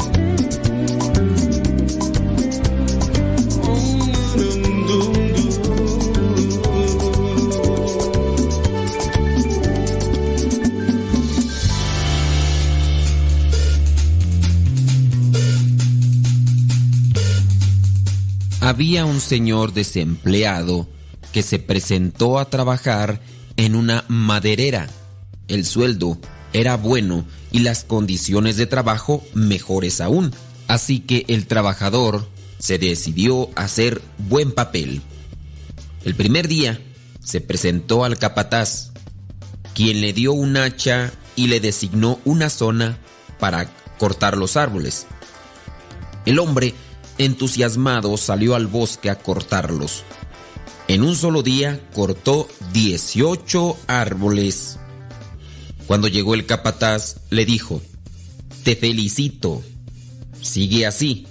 Había un señor desempleado que se presentó a trabajar en una maderera. El sueldo era bueno y las condiciones de trabajo mejores aún. Así que el trabajador se decidió a hacer buen papel. El primer día se presentó al capataz, quien le dio un hacha y le designó una zona para cortar los árboles. El hombre, entusiasmado, salió al bosque a cortarlos. En un solo día cortó dieciocho árboles. Cuando llegó el capataz, le dijo: «Te felicito, sigue así».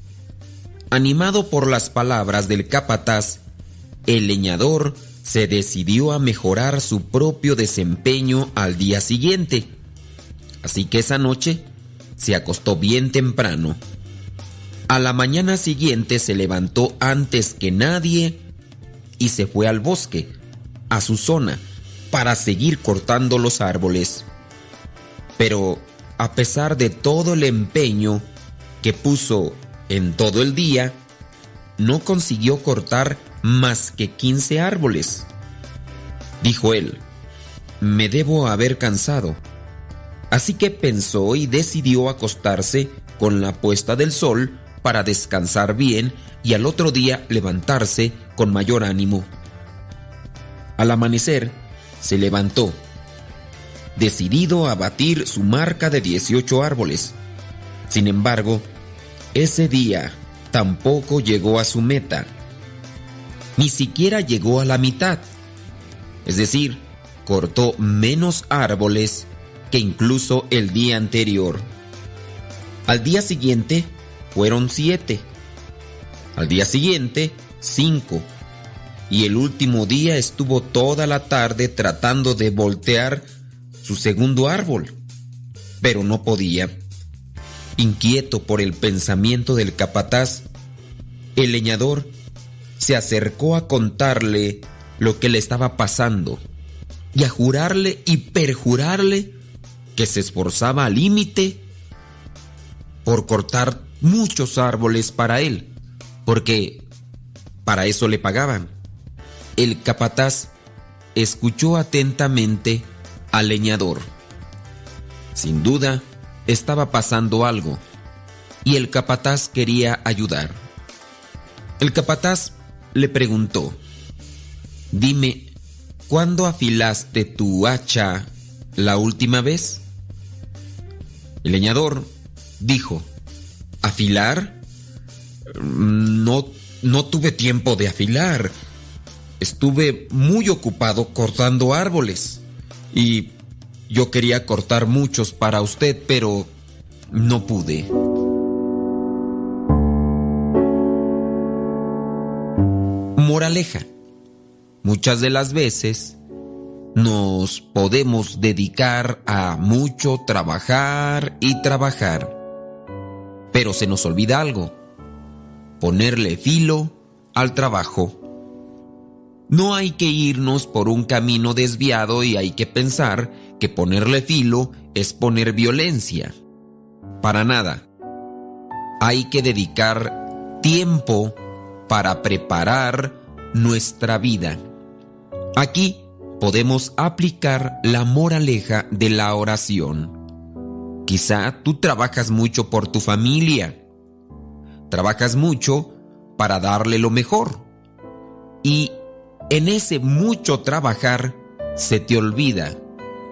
Animado por las palabras del capataz, el leñador se decidió a mejorar su propio desempeño al día siguiente. Así que esa noche se acostó bien temprano. A la mañana siguiente se levantó antes que nadie y se fue al bosque, a su zona, para seguir cortando los árboles. Pero a pesar de todo el empeño que puso en todo el día, no consiguió cortar más que quince árboles. Dijo él: «Me debo haber cansado». Así que pensó y decidió acostarse con la puesta del sol para descansar bien y al otro día levantarse con mayor ánimo. Al amanecer, se levantó, decidido a batir su marca de dieciocho árboles. Sin embargo, ese día tampoco llegó a su meta. Ni siquiera llegó a la mitad. Es decir, cortó menos árboles que incluso el día anterior. Al día siguiente fueron siete. Al día siguiente, cinco. Y el último día estuvo toda la tarde tratando de voltear su segundo árbol, pero no podía. Inquieto por el pensamiento del capataz, el leñador se acercó a contarle lo que le estaba pasando y a jurarle y perjurarle que se esforzaba al límite por cortar muchos árboles para él, porque para eso le pagaban. El capataz escuchó atentamente al leñador. Sin duda, estaba pasando algo, y el capataz quería ayudar. El capataz le preguntó: «Dime, ¿cuándo afilaste tu hacha la última vez?» El leñador dijo: ¿Afilar? No, no tuve tiempo de afilar. Estuve muy ocupado cortando árboles. Y yo quería cortar muchos para usted, pero no pude. Moraleja: muchas de las veces nos podemos dedicar a mucho trabajar y trabajar, pero se nos olvida algo: ponerle filo al trabajo. No hay que irnos por un camino desviado y hay que pensar que ponerle filo es poner violencia. Para nada. Hay que dedicar tiempo para preparar nuestra vida. Aquí podemos aplicar la moraleja de la oración. Quizá tú trabajas mucho por tu familia. Trabajas mucho para darle lo mejor. Y en ese mucho trabajar se te olvida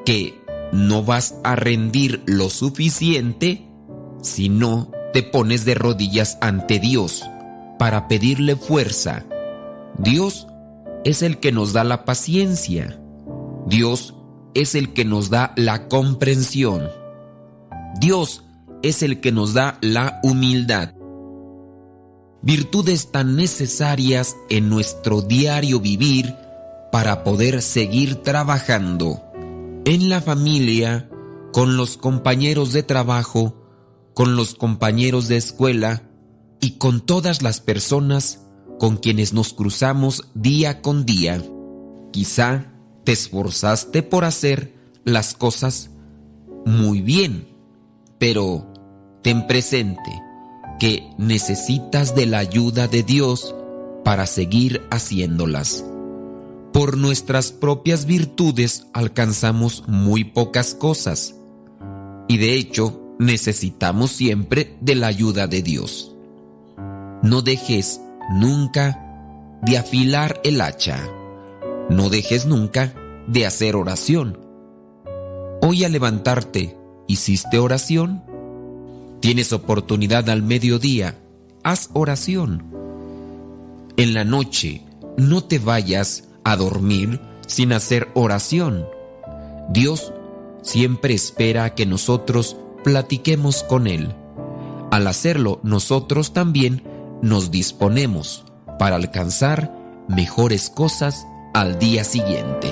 que no vas a rendir lo suficiente si no te pones de rodillas ante Dios para pedirle fuerza. Dios es el que nos da la paciencia. Dios es el que nos da la comprensión. Dios es el que nos da la humildad. Virtudes tan necesarias en nuestro diario vivir para poder seguir trabajando en la familia, con los compañeros de trabajo, con los compañeros de escuela y con todas las personas con quienes nos cruzamos día con día. Quizá te esforzaste por hacer las cosas muy bien, pero ten presente que necesitas de la ayuda de Dios para seguir haciéndolas. Por nuestras propias virtudes alcanzamos muy pocas cosas y de hecho necesitamos siempre de la ayuda de Dios. No dejes nunca de afilar el hacha. No dejes nunca de hacer oración. Hoy al levantarte, ¿hiciste oración? Tienes oportunidad al mediodía, haz oración. En la noche, no te vayas a dormir sin hacer oración. Dios siempre espera que nosotros platiquemos con Él. Al hacerlo, nosotros también nos disponemos para alcanzar mejores cosas al día siguiente.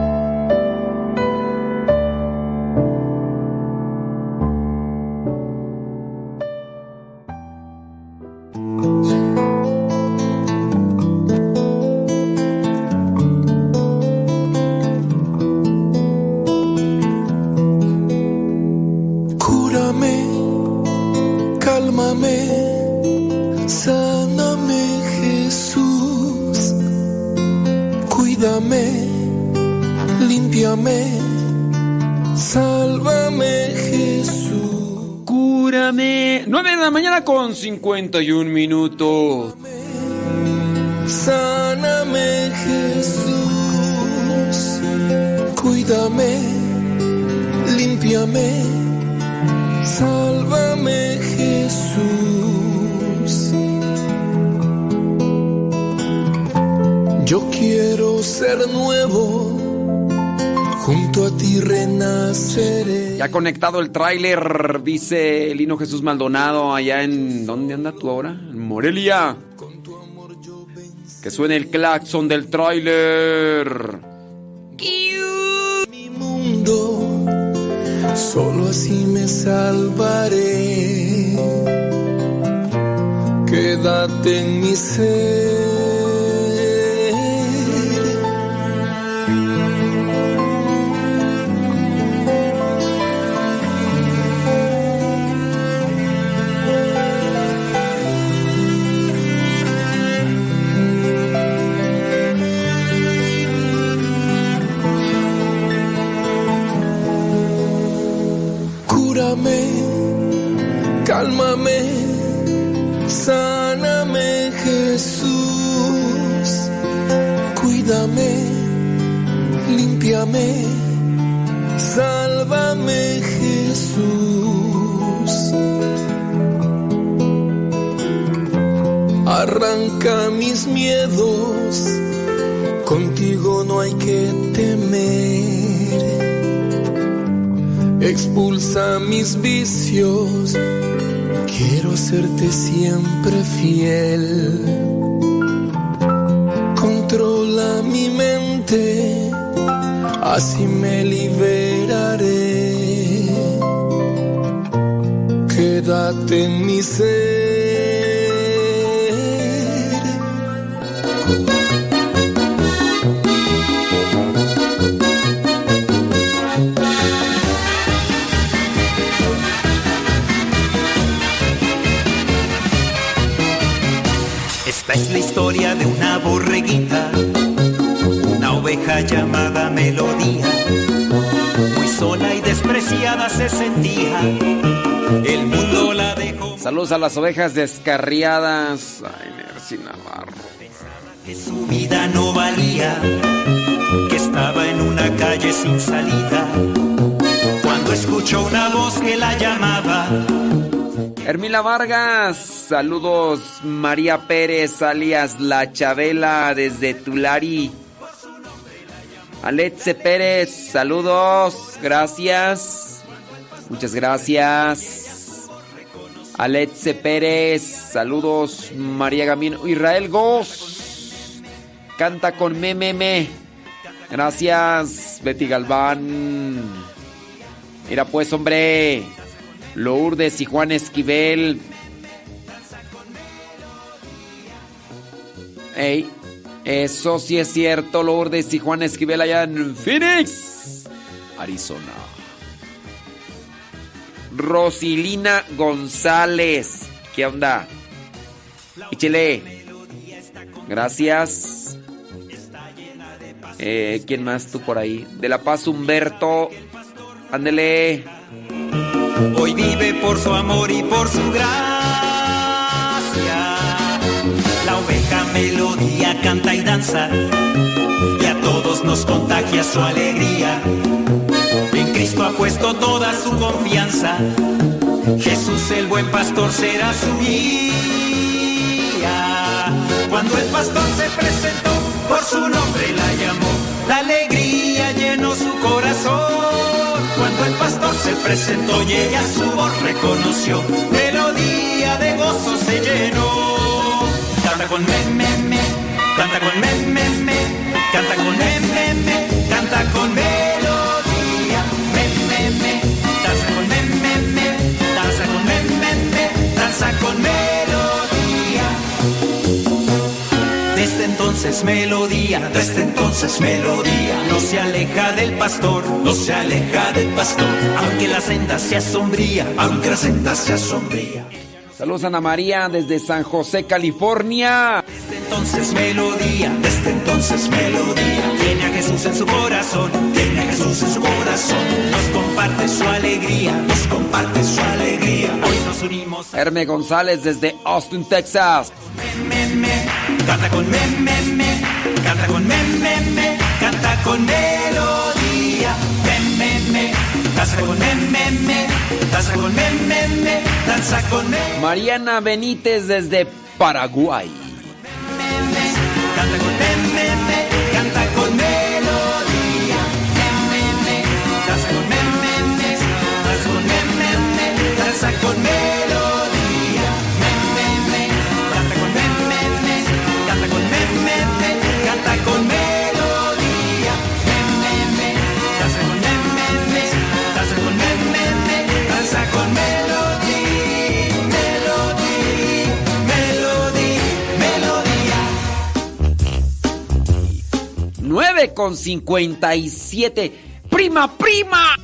Con cincuenta y un minutos. Sáname, Jesús, cuídame, límpiame, sálvame, Jesús. Yo quiero ser nuevo, junto a ti renaceré. Ya conectado el tráiler, dice Lino Jesús Maldonado, allá en... ¿Dónde anda tú ahora? En Morelia. Que suene el claxon del tráiler. Mi mundo, solo así me salvaré. Quédate en mi ser. Cálmame, sáname, Jesús, cuídame, límpiame, sálvame, Jesús. Arranca mis miedos, contigo no hay que temer. Expulsa mis vicios, quiero serte siempre fiel. Controla mi mente, así me liberaré. Quédate en mi ser. Esta es la historia de una borreguita, una oveja llamada Melodía. Muy sola y despreciada se sentía, el mundo la dejó. Saludos a las ovejas descarriadas. Ay, Nercy Navarro. Que su vida no valía, que estaba en una calle sin salida, cuando escuchó una voz que la llamaba. Hermila Vargas, saludos. María Pérez, alias La Chabela, desde Tulari. Alexe Pérez, saludos, gracias. Muchas gracias. Alexe Pérez, saludos. María Gamino. Israel Goss, canta con me, me, me. Gracias. Betty Galván. Mira pues, hombre. Lourdes y Juan Esquivel. Ey, eso sí es cierto, Lourdes y Juan Esquivel allá en Phoenix, Arizona. Rosilina González, ¿qué onda? Échele. Gracias. Eh, ¿quién más tú por ahí? De La Paz, Humberto. Ándele. Hoy vive por su amor y por su gracia. La oveja melodía canta y danza, y a todos nos contagia su alegría. En Cristo ha puesto toda su confianza. Jesús el buen pastor será su guía. Cuando el pastor se presentó, por su nombre la llamó. La alegría llenó su corazón. Cuando el pastor se presentó y ella su voz reconoció, melodía de gozo se llenó. Canta con me, me, me, canta con me, me, me, canta con me, me, me, canta con melodía, me, me, me, danza con me, me, me, danza con me, me, me, danza con melodía. Desde entonces melodía, desde entonces melodía, no se aleja del pastor, no se aleja del pastor, aunque la senda sea sombría, aunque la senda sea sombría. Saludos Ana María desde San José, California. Desde entonces melodía, desde entonces melodía, tiene a Jesús en su corazón, tiene a Jesús en su corazón, nos comparte su alegría, nos comparte su alegría, hoy nos unimos. Herme González desde Austin, Texas. Me, me, me, canta con me, me, me, canta con me, me, me, canta con melodía, me, me, me, danza con me, me, me, danza con me, me, me, danza con me. Mariana Benítez desde Paraguay. Canta con me, me, me, canta con melodía, me, me, me, danza con me, me, me, danza con me, me, me, danza con melodía, me, me, me, canta con me, me, me, canta con me, me, me, canta con melodía, me, me, me, danza con me, me, me, danza con me, me, me, danza con melodía. nueve con cincuenta y siete. ¡Prima, prima!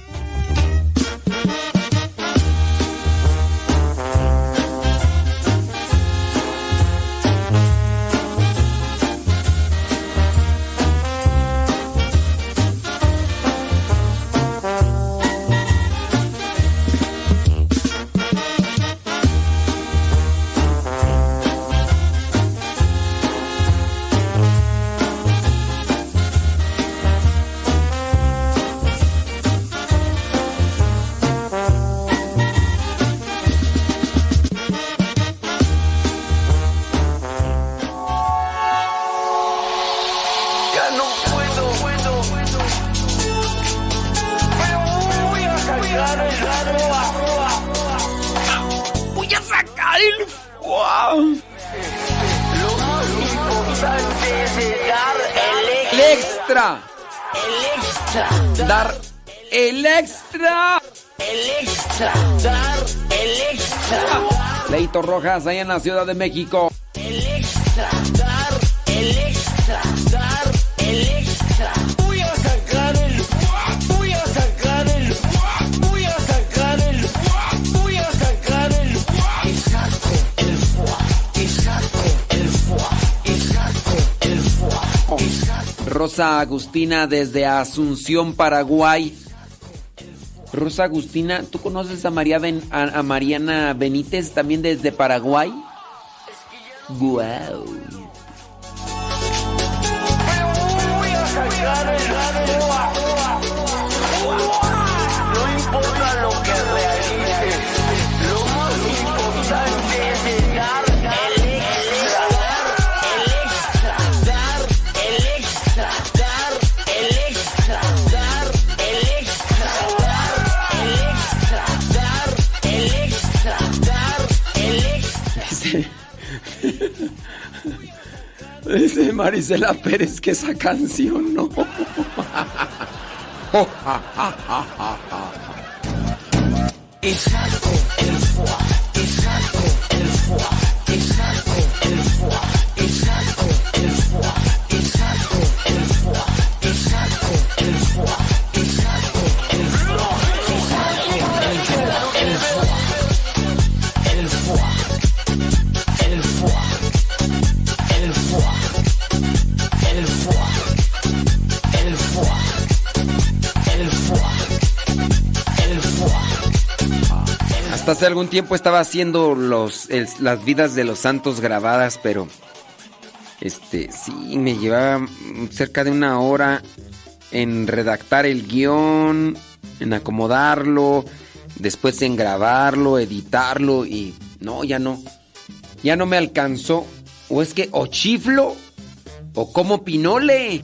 Voy a sacar el wow. Lo más importante es dar El extra. El extra. Dar el extra. El extra. Dar el extra. Leito Rojas, allá en la Ciudad de México. El extra. Dar el extra. Dar el extra. Voy a sacar el. Voy a sacar el. Voy a sacar el. Voy a sacar el. Y saco el foie. Y saco el foie. Y saco el foie. Y saco. Rosa Agustina desde Asunción, Paraguay. Rosa Agustina, ¿tú conoces a, María ben, a, a Mariana Benítez también desde Paraguay? Wow. sacar el fuá. No importa lo que realices, lo más importante es dar el extra, el extra, dar el extra, dar el extra, dar el extra, dar el extra, dar el extra, dar el extra. Dice Marisela Pérez que esa canción no. Y saco el fuá, y saco el fuá, y saco el fuá, y saco el fuá, y saco el fuá, y saco el fuá, y saco el fuá, y saco el fuá, el fuá, el fuá, el fuá, el fuá, el fuá, el fuá, el fuá, el fuá. Hasta hace algún tiempo estaba haciendo los, el- las vidas de los santos grabadas, pero este sí me llevaba cerca de una hora en redactar el guión, en acomodarlo, después en grabarlo, editarlo y no, ya no, ya no me alcanzó. O es que o chiflo o como pinole.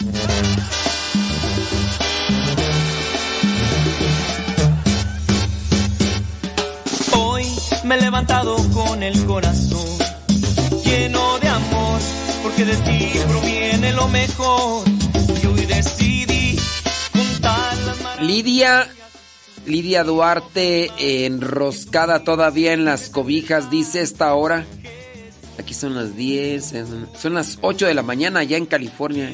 Hoy me he levantado con el corazón lleno de amor, porque de ti proviene lo mejor. Y hoy decidí contar las maravillas. Lidia, Lidia Duarte, enroscada todavía en las cobijas, dice esta hora. Aquí son las diez, son las ocho de la mañana allá en California.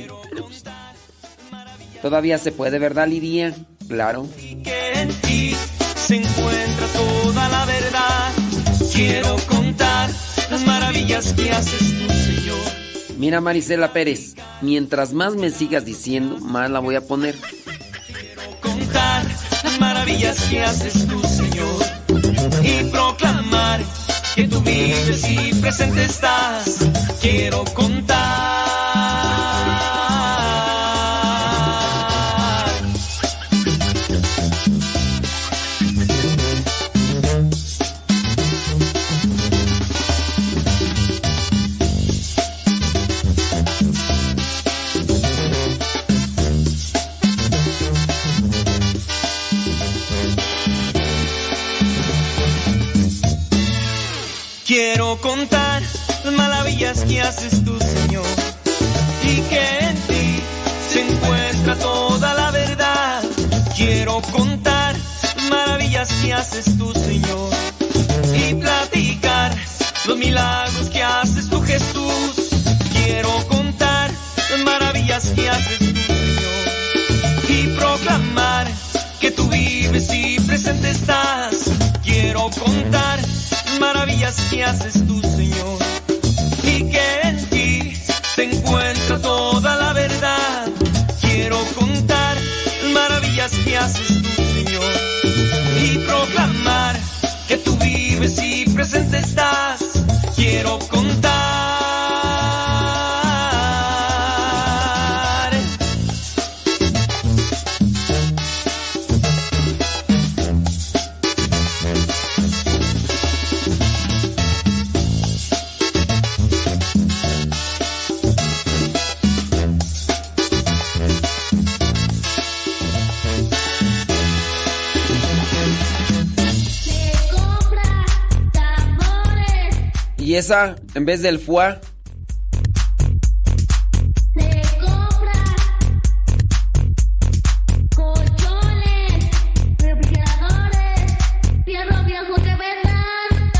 Todavía se puede, ¿verdad, Lidia? Claro. Que en ti se encuentra toda la verdad. Quiero contar las maravillas que haces tú, Señor. Mira, Marisela Pérez, mientras más me sigas diciendo, más la voy a poner. Contar las maravillas que haces tú, Señor, y proclamar que tú vives y presente estás. Quiero contar. Quiero contar las maravillas que haces tú, Señor, y que en ti se encuentra toda la verdad. Quiero contar las maravillas que haces tú, Señor, y platicar los milagros que haces tú, Jesús. Quiero contar las maravillas que haces tú, Señor, y proclamar que tú vives y presente estás. Quiero contar maravillas que haces tú, Señor, y que en ti se encuentra toda la verdad. Quiero contar maravillas que haces tú, Señor, y proclamar que tú vives y presente estás. Quiero contar. Y esa, en vez del fuá, Se compra colchones, refrigeradores, fierro viejo que vendan.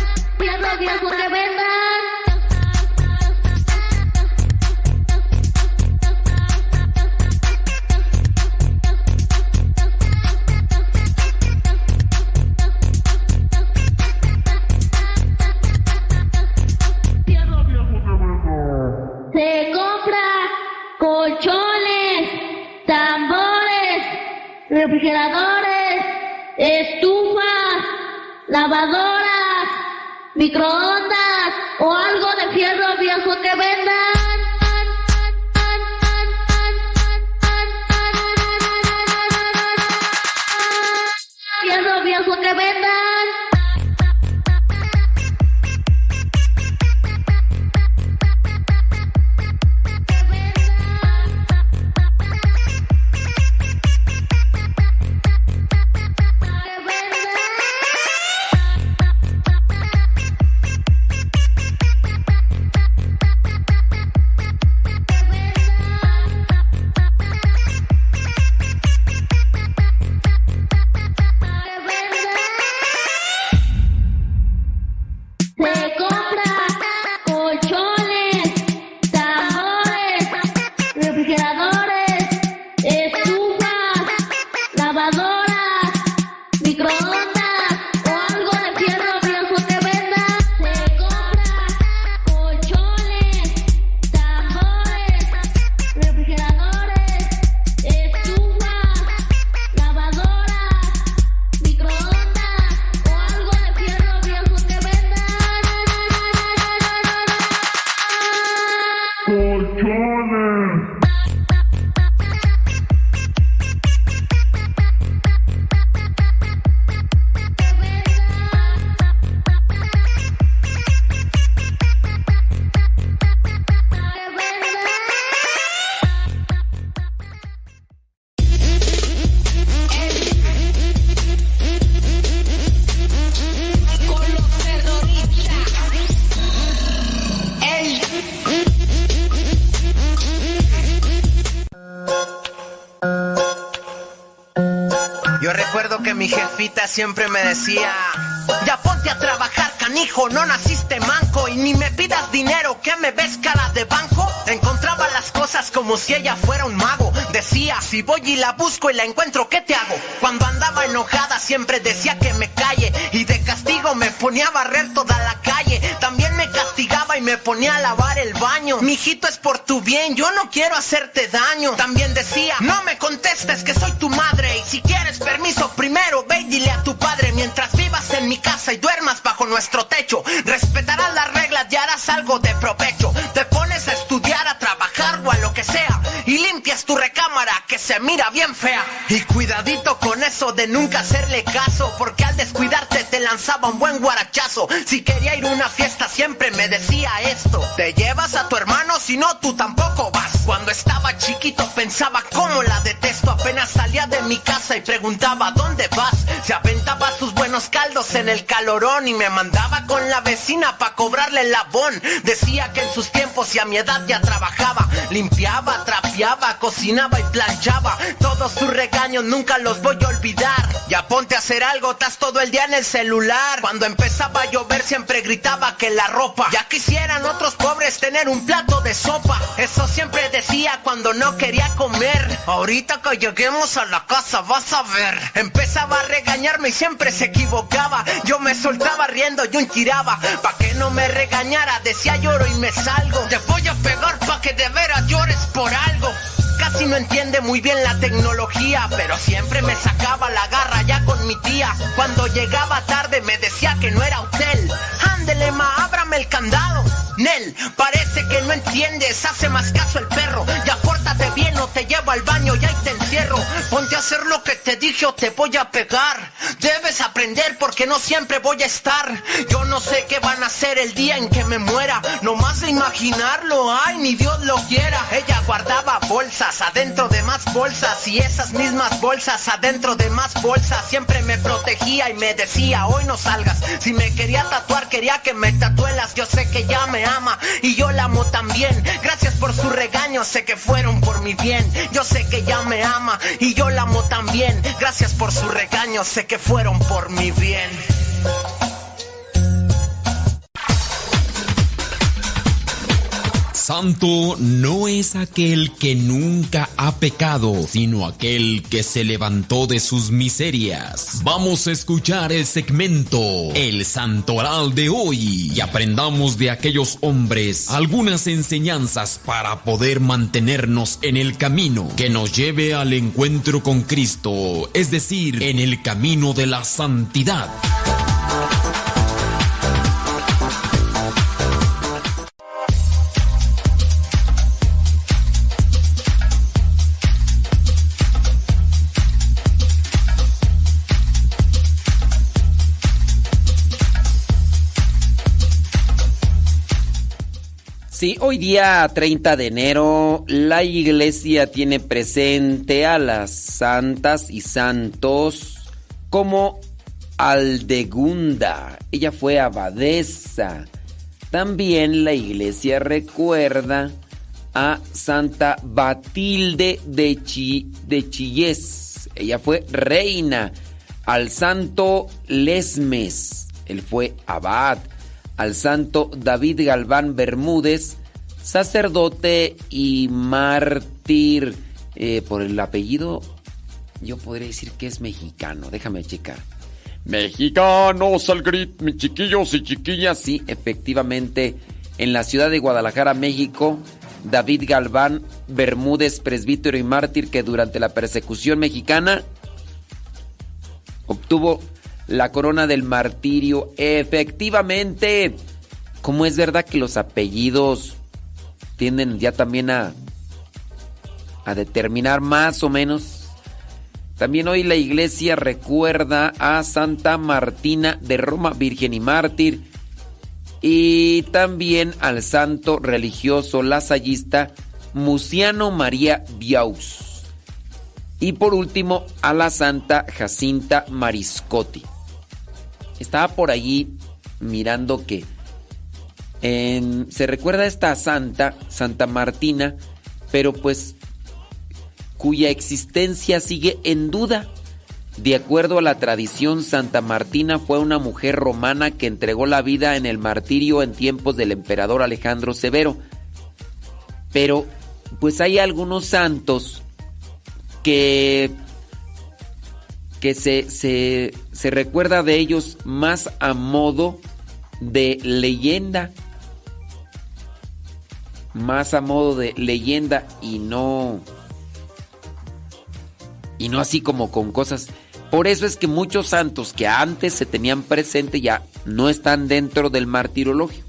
Fierro viejo que vendan. refrigeradores, estufas, lavadoras, microondas o algo de fierro viejo que vendan. Fierro viejo que vendan. Siempre me decía, ya ponte a trabajar, canijo, no naciste manco y ni me pidas dinero, que me ves cara de banco. Encontraba las cosas como si ella fuera un mago. Decía, si voy y la busco y la encuentro, ¿qué te hago? Cuando andaba enojada siempre decía que me calle y de castigo me ponía a barrer toda la calle. También me castigaba y me ponía a lavar el baño. Mijito, es por tu bien, yo no quiero hacerte daño. También decía, no me contestes que soy tu madre y si quieres permiso primero ve y dile a tu padre. Mientras vivas en mi casa y duermas bajo nuestro techo, respetarás las reglas y harás algo de provecho. Te pones a estudiar, a trabajar o a lo que sea y limpias tu recámara que se mira bien fea. Y cuidadito con eso de nunca hacerle caso, porque al descuidarte te lanzaba un buen guarachazo. Si quería ir a una fiesta siempre me decía esto: te llevas a tu hermano, si no tú tampoco vas. Cuando estaba chiquito pensaba cómo la detesto. Apenas salía de mi casa y preguntaba ¿dónde vas? Se aventaba sus buenos caldos en el calorón y me mandaba con la vecina pa' cobrarle el labón. Decía que en sus tiempos y a mi edad ya trabajaba, limpiaba, trapeaba, cocinaba y planchaba. Todos sus regaños nunca los voy a olvidar. Ya ponte a hacer algo, estás todo el día en el celular. Cuando empezaba a llover siempre gritaba que la ropa, ya quisieran otros pobres tener un plato de sopa. Eso siempre decía cuando no quería comer. Ahorita que lleguemos a la casa vas a ver. Empezaba a regañarme y siempre se equivocaba. Yo me soltaba riendo y un tiraba. Pa' que no me regañara decía lloro y me salgo. Te voy a pegar pa' que de veras llores por algo. Casi no entiende muy bien la tecnología, pero siempre me sacaba la garra ya con mi tía. Cuando llegaba tarde me decía que no era hotel. Ándele ma, ábrame el candado. Nel, parece que no entiendes, hace más caso el perro. Ya pórtate bien o te llevo al baño y ahí te encierro. Ponte a hacer lo que te dije o te voy a pegar. Debes aprender porque no siempre voy a estar. Yo no sé qué van a hacer el día en que me muera. Nomás de imaginarlo, ay, ni Dios lo quiera. Ella guardaba bolsas adentro de más bolsas y esas mismas bolsas adentro de más bolsas. Siempre me protegía y me decía, hoy no salgas. Si me quería tatuar, quería que me tatuelas. Yo sé que ya me ama y yo la amo también. Gracias por sus regaños, sé que fueron por mi bien. Yo sé que ella me ama y yo la amo también. Gracias por sus regaños, sé que fueron por mi bien. santo no es aquel que nunca ha pecado, sino aquel que se levantó de sus miserias. Vamos a escuchar el segmento El Santoral de hoy y aprendamos de aquellos hombres algunas enseñanzas para poder mantenernos en el camino que nos lleve al encuentro con Cristo, es decir, en el camino de la santidad. Sí, hoy día treinta de enero la iglesia tiene presente a las santas y santos como Aldegunda. Ella fue abadesa. También la iglesia recuerda a Santa Batilde de, Chi, de Chillés. Ella fue reina. Al santo Lesmes. Él fue abad. Al santo David Galván Bermúdez, sacerdote y mártir. Eh, por el apellido, yo podría decir que es mexicano. Déjame checar. Mexicanos al grito, mis chiquillos y chiquillas. Sí, efectivamente, en la ciudad de Guadalajara, México, David Galván Bermúdez, presbítero y mártir, que durante la persecución mexicana obtuvo la corona del martirio. Efectivamente, como es verdad que los apellidos tienden ya también a, a determinar más o menos. También hoy la iglesia recuerda a Santa Martina de Roma, virgen y mártir, y también al santo religioso lasallista Muciano María Biaus. Y por último a la santa Jacinta Mariscotti. Estaba por allí mirando que en, se recuerda a esta santa, Santa Martina, pero pues cuya existencia sigue en duda. De acuerdo a la tradición, Santa Martina fue una mujer romana que entregó la vida en el martirio en tiempos del emperador Alejandro Severo. Pero pues hay algunos santos que... que se, se, se recuerda de ellos más a modo de leyenda. Más a modo de leyenda y no... y no así como con cosas. Por eso es que muchos santos que antes se tenían presente ya no están dentro del martirologio.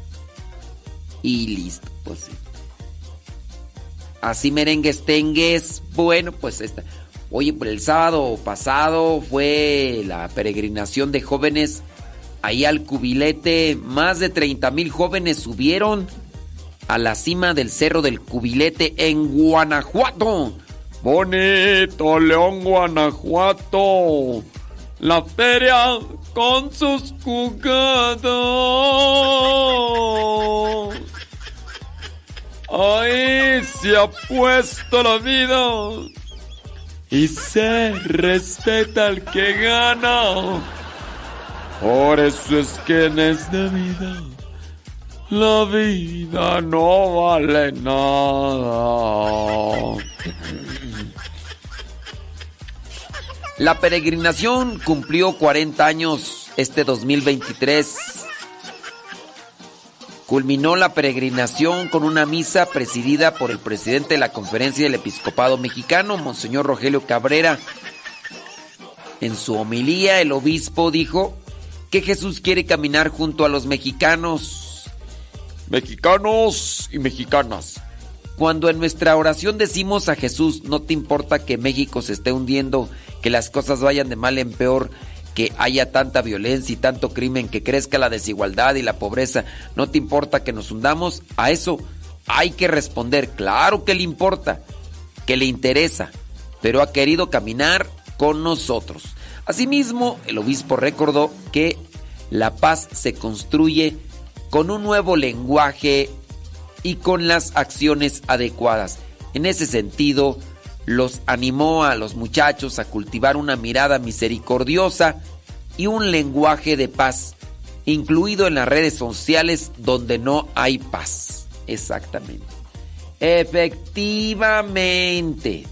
Y listo, pues sí. Así merengues tengues. Bueno, pues esta... Oye, pues el sábado pasado fue la peregrinación de jóvenes ahí al Cubilete. Más de treinta mil jóvenes subieron a la cima del Cerro del Cubilete en Guanajuato. Bonito León, Guanajuato. La feria con sus jugadas. Ahí se ha puesto la vida. Y se respeta al que gana. Por eso es que en esta vida la vida no vale nada. La peregrinación cumplió cuarenta años este dos mil veintitrés. Culminó la peregrinación con una misa presidida por el presidente de la Conferencia del Episcopado Mexicano, Monseñor Rogelio Cabrera. En su homilía, el obispo dijo que Jesús quiere caminar junto a los mexicanos. Mexicanos y mexicanas. Cuando en nuestra oración decimos a Jesús, no te importa que México se esté hundiendo, que las cosas vayan de mal en peor, que haya tanta violencia y tanto crimen, que crezca la desigualdad y la pobreza, no te importa que nos hundamos. A eso hay que responder, claro que le importa, que le interesa, pero ha querido caminar con nosotros. Asimismo, el obispo recordó que la paz se construye con un nuevo lenguaje y con las acciones adecuadas. En ese sentido, los animó a los muchachos a cultivar una mirada misericordiosa y un lenguaje de paz, incluido en las redes sociales donde no hay paz. Exactamente. Efectivamente.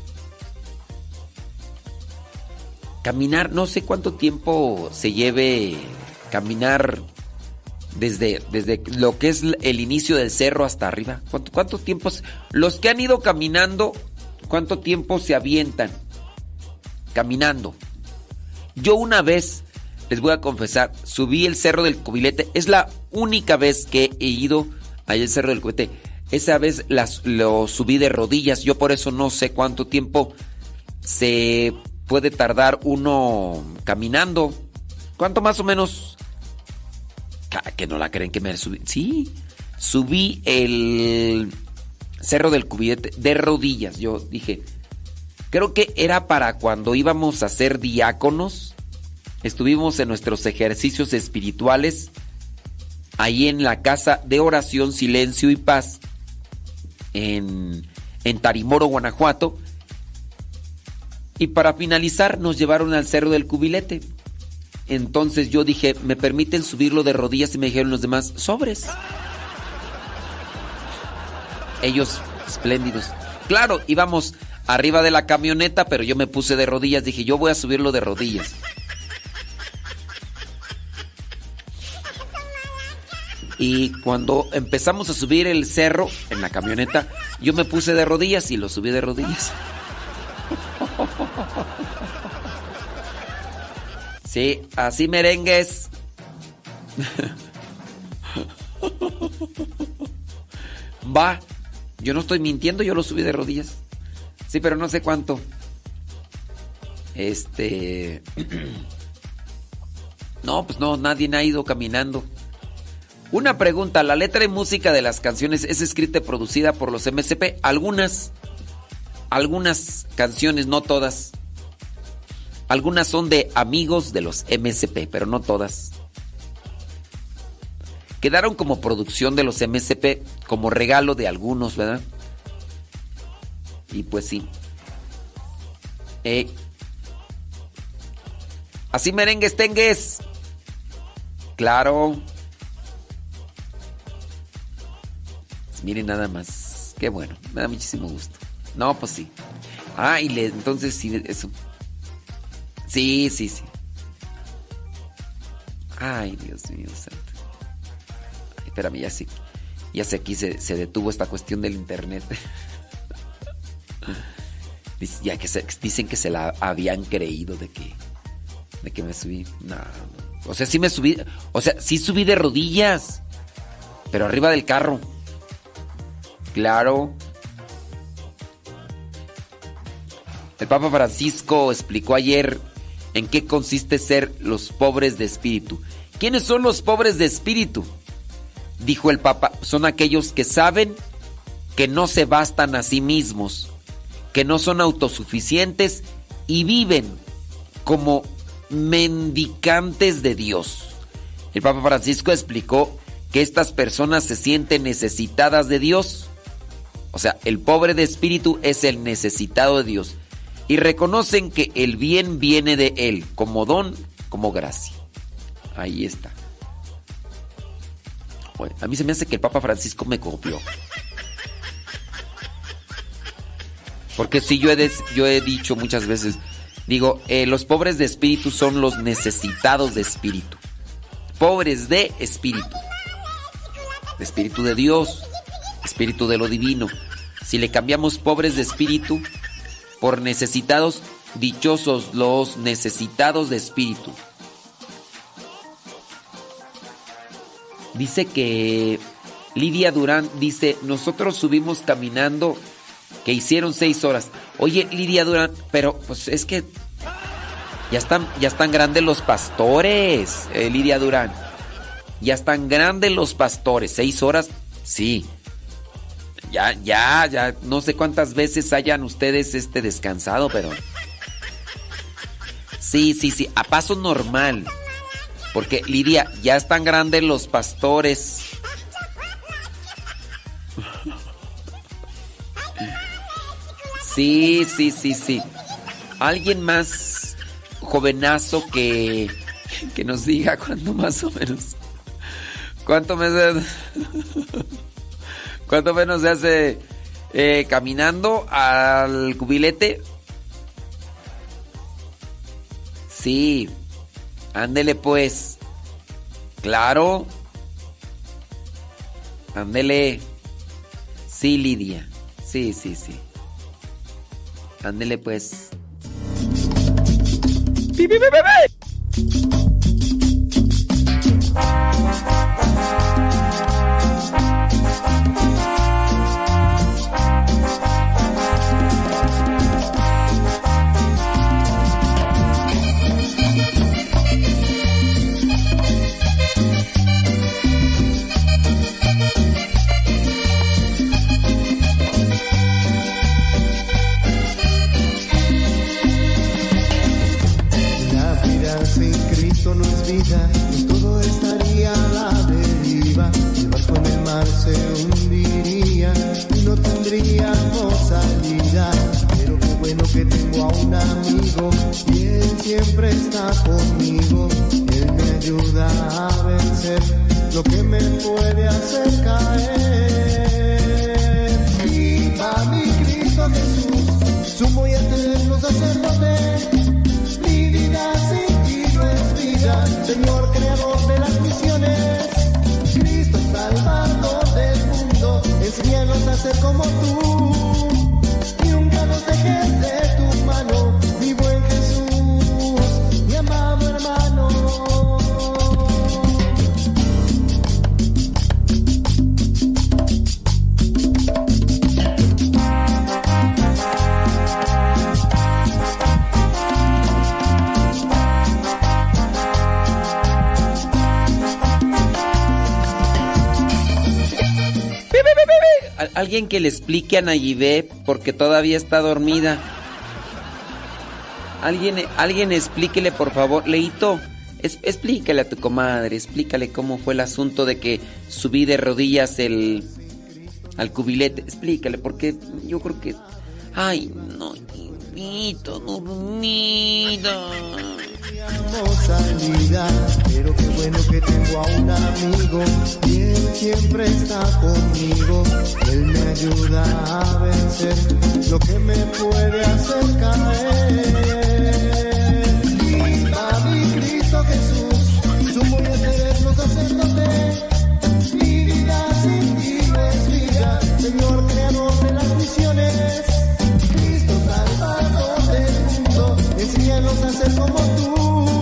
Caminar, no sé cuánto tiempo se lleve caminar desde, desde lo que es el inicio del cerro hasta arriba. ¿Cuánto, cuánto tiempo? Los que han ido caminando, ¿cuánto tiempo se avientan caminando? Yo una vez, les voy a confesar, subí el cerro del Cubilete. Es la única vez que he ido allá al cerro del Cubilete. Esa vez las, lo subí de rodillas. Yo por eso no sé cuánto tiempo se puede tardar uno caminando. ¿Cuánto más o menos? Que no la creen que me subí. Sí, subí el cerro del Cubilete de rodillas. Yo dije, creo que era para cuando íbamos a ser diáconos. Estuvimos en nuestros ejercicios espirituales ahí en la casa de oración, silencio y paz en, en Tarimoro, Guanajuato. Y para finalizar nos llevaron al cerro del Cubilete. Entonces yo dije, ¿me permiten subirlo de rodillas? Y me dijeron los demás, sobres. Ellos espléndidos. Claro, íbamos arriba de la camioneta, pero yo me puse de rodillas. Dije, yo voy a subirlo de rodillas. Y cuando empezamos a subir el cerro en la camioneta, yo me puse de rodillas y lo subí de rodillas. Sí, así merengues. Va, yo no estoy mintiendo, yo lo subí de rodillas. Sí, pero no sé cuánto. Este... No, pues no, nadie ha ido caminando. Una pregunta, ¿la letra y música de las canciones es escrita y producida por los M S P? Algunas, algunas canciones, no todas. Algunas son de amigos de los M S P, pero no todas. Quedaron como producción de los M S P, como regalo de algunos, ¿verdad? Y pues sí. Eh. Así merengues tengues. Claro. Miren nada más. Qué bueno. Me da muchísimo gusto. No, pues sí. Ah, y le, entonces sí, eso. Sí, sí, sí. Ay, Dios mío santo. Ay, espérame, ya sí. Ya sé, aquí se, se detuvo esta cuestión del internet. Ya que se, dicen que se la habían creído de que de que me subí. No, no. O sea, sí me subí. O sea, sí subí de rodillas. Pero arriba del carro. Claro. El Papa Francisco explicó ayer en qué consiste ser los pobres de espíritu. ¿Quiénes son los pobres de espíritu? Dijo el Papa, son aquellos que saben que no se bastan a sí mismos, que no son autosuficientes y viven como mendicantes de Dios. El Papa Francisco explicó que estas personas se sienten necesitadas de Dios. O sea, el pobre de espíritu es el necesitado de Dios. Y reconocen que el bien viene de Él, como don, como gracia. Ahí está. Bueno, a mí se me hace que el Papa Francisco me copió. Porque sí, yo he, des, yo he dicho muchas veces, digo, eh, los pobres de espíritu son los necesitados de espíritu. Pobres de espíritu. De espíritu de Dios. Espíritu de lo divino. Si le cambiamos pobres de espíritu por necesitados, dichosos los necesitados de espíritu. Dice que Lidia Durán dice, nosotros subimos caminando que hicieron seis horas. Oye, Lidia Durán, pero pues es que ya están, ya están grandes los pastores, eh, Lidia Durán. Ya están grandes los pastores. Seis horas, sí. Ya, ya, ya, no sé cuántas veces hayan ustedes este descansado, pero... Sí, sí, sí, a paso normal. Porque, Lidia, ya están grandes los pastores. Sí, sí, sí, sí. Alguien más jovenazo que, que nos diga cuánto más o menos. ¿Cuánto me... ¿Cuánto menos se hace eh, caminando al cubilete? Sí. Ándele pues. Claro. Ándele. Sí, Lidia. Sí, sí, sí. Ándele pues. ¡Pi, pi, pi, pi, pi! No es vida, y todo estaría a la deriva. El barco en el mar se hundiría y no tendríamos salida. Pero qué bueno que tengo a un amigo y él siempre está conmigo. Él me ayuda a vencer lo que me puede hacer caer. Viva mi Cristo Jesús, sumo y eterno sacerdote. Mi vida sin Señor creador de las misiones, Cristo salvador del mundo, enséñanos a ser como tú, y nunca nos dejes de tu mano, mi buen Jesús, mi amado hermano. Alguien que le explique a Nayibé porque todavía está dormida. Alguien, alguien explíquele por favor. Leito, es, explícale a tu comadre, explícale cómo fue el asunto de que subí de rodillas el al cubilete. Explícale porque yo creo que... Ay, no, Nayibito, dormida. Salida, pero qué bueno que tengo a un amigo y él siempre está conmigo. Él me ayuda a vencer lo que me puede hacer caer. Viva mi Cristo Jesús, sumo y eterno sacerdote. Mi vida sin ti no es vida, Señor creador de las misiones. Cristo salvador del mundo, enséñanos a ser como tú.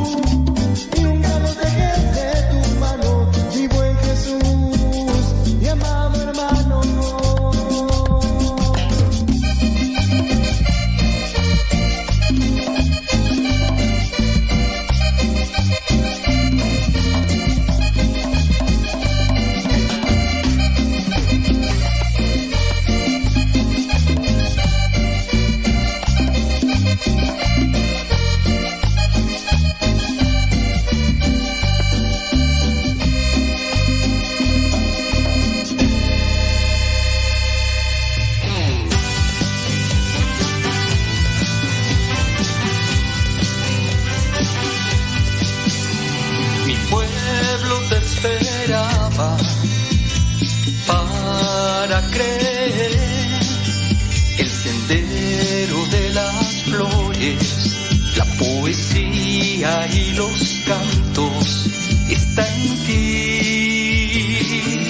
Para creer el sendero de las flores, la poesía y los cantos está en ti.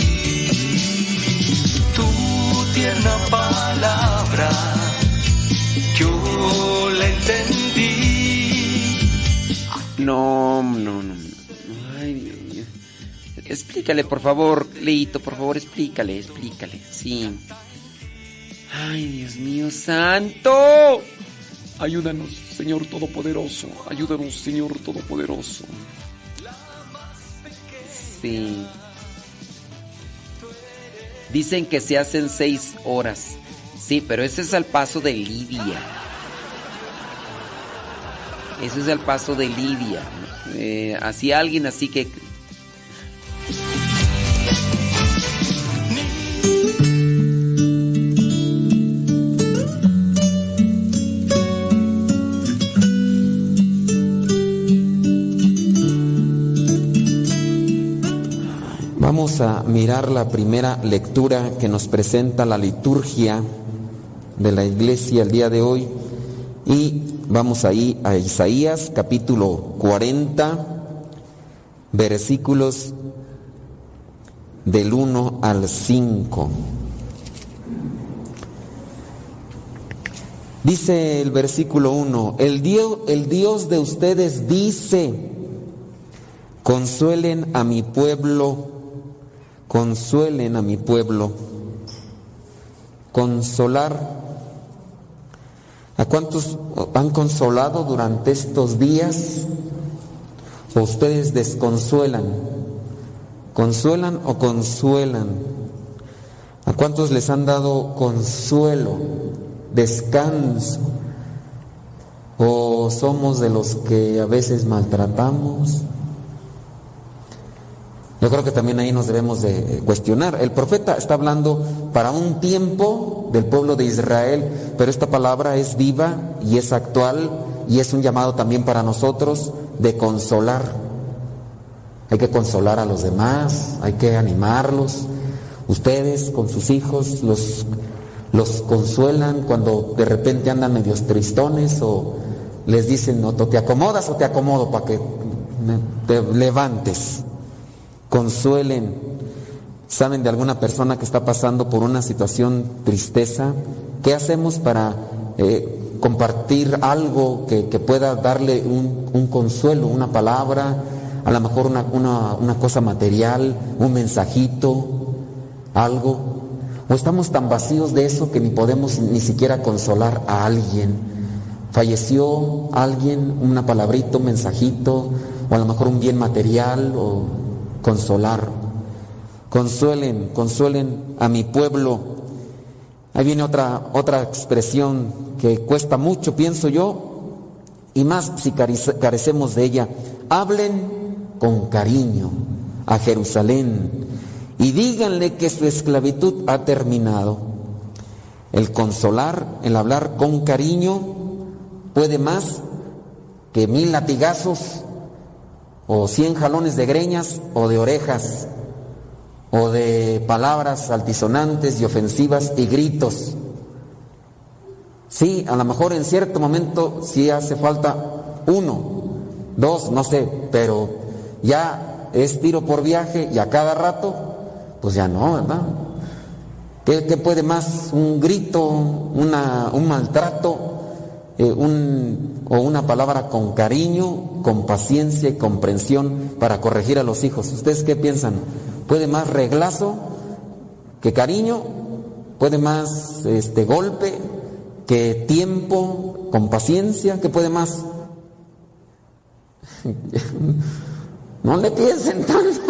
Tu tierna palabra yo la entendí. No, no, no. Ay, Dios mío. Explícale, por favor, Leito, por favor, explícale, explícale. Sí. Ay, Dios mío santo. Ayúdanos, Señor Todopoderoso. Ayúdanos, Señor Todopoderoso. Sí. Dicen que se hacen seis horas. Sí, pero ese es al paso de Lidia. Ese es el paso de Lidia. Eh, así alguien así que... Vamos a mirar la primera lectura que nos presenta la liturgia de la iglesia el día de hoy y vamos ahí a Isaías capítulo cuarenta, versículos del uno al cinco. Dice el versículo uno, el Dios, el Dios de ustedes dice, consuelen a mi pueblo, consuelen a mi pueblo. Consolar. ¿A cuántos han consolado durante estos días? ¿O ustedes desconsuelan? ¿Consuelan o consuelan? ¿A cuántos les han dado consuelo, descanso? ¿O somos de los que a veces maltratamos? Yo creo que también ahí nos debemos de cuestionar. El profeta está hablando para un tiempo del pueblo de Israel, pero esta palabra es viva y es actual y es un llamado también para nosotros de consolar. Hay que consolar a los demás, hay que animarlos. Ustedes con sus hijos los, los consuelan cuando de repente andan medios tristones o les dicen, no, te acomodas o te acomodo para que te levantes. Consuelen. ¿Saben de alguna persona que está pasando por una situación tristeza? ¿Qué hacemos para eh, compartir algo que, que pueda darle un, un consuelo, una palabra, a lo mejor una, una, una cosa material, un mensajito, algo? ¿O estamos tan vacíos de eso que ni podemos ni siquiera consolar a alguien? ¿Falleció alguien? Una palabrita, un mensajito, o a lo mejor un bien material, o consolar. Consuelen, consuelen a mi pueblo. Ahí viene otra, otra expresión que cuesta mucho, pienso yo, y más si carecemos de ella. Hablen con cariño a Jerusalén y díganle que su esclavitud ha terminado. El consolar, el hablar con cariño, puede más que mil latigazos o cien jalones de greñas o de orejas o de palabras altisonantes y ofensivas y gritos. Sí, a lo mejor en cierto momento sí hace falta uno, dos, no sé, pero ya es tiro por viaje y a cada rato, pues ya no, ¿verdad? ¿Qué, qué puede más? Un grito, una, un maltrato, eh, un, o una palabra con cariño, con paciencia y comprensión para corregir a los hijos. ¿Ustedes qué piensan? ¿Puede más reglazo que cariño? ¿Puede más este golpe que tiempo con paciencia? ¿Qué puede más? No le piensen tanto,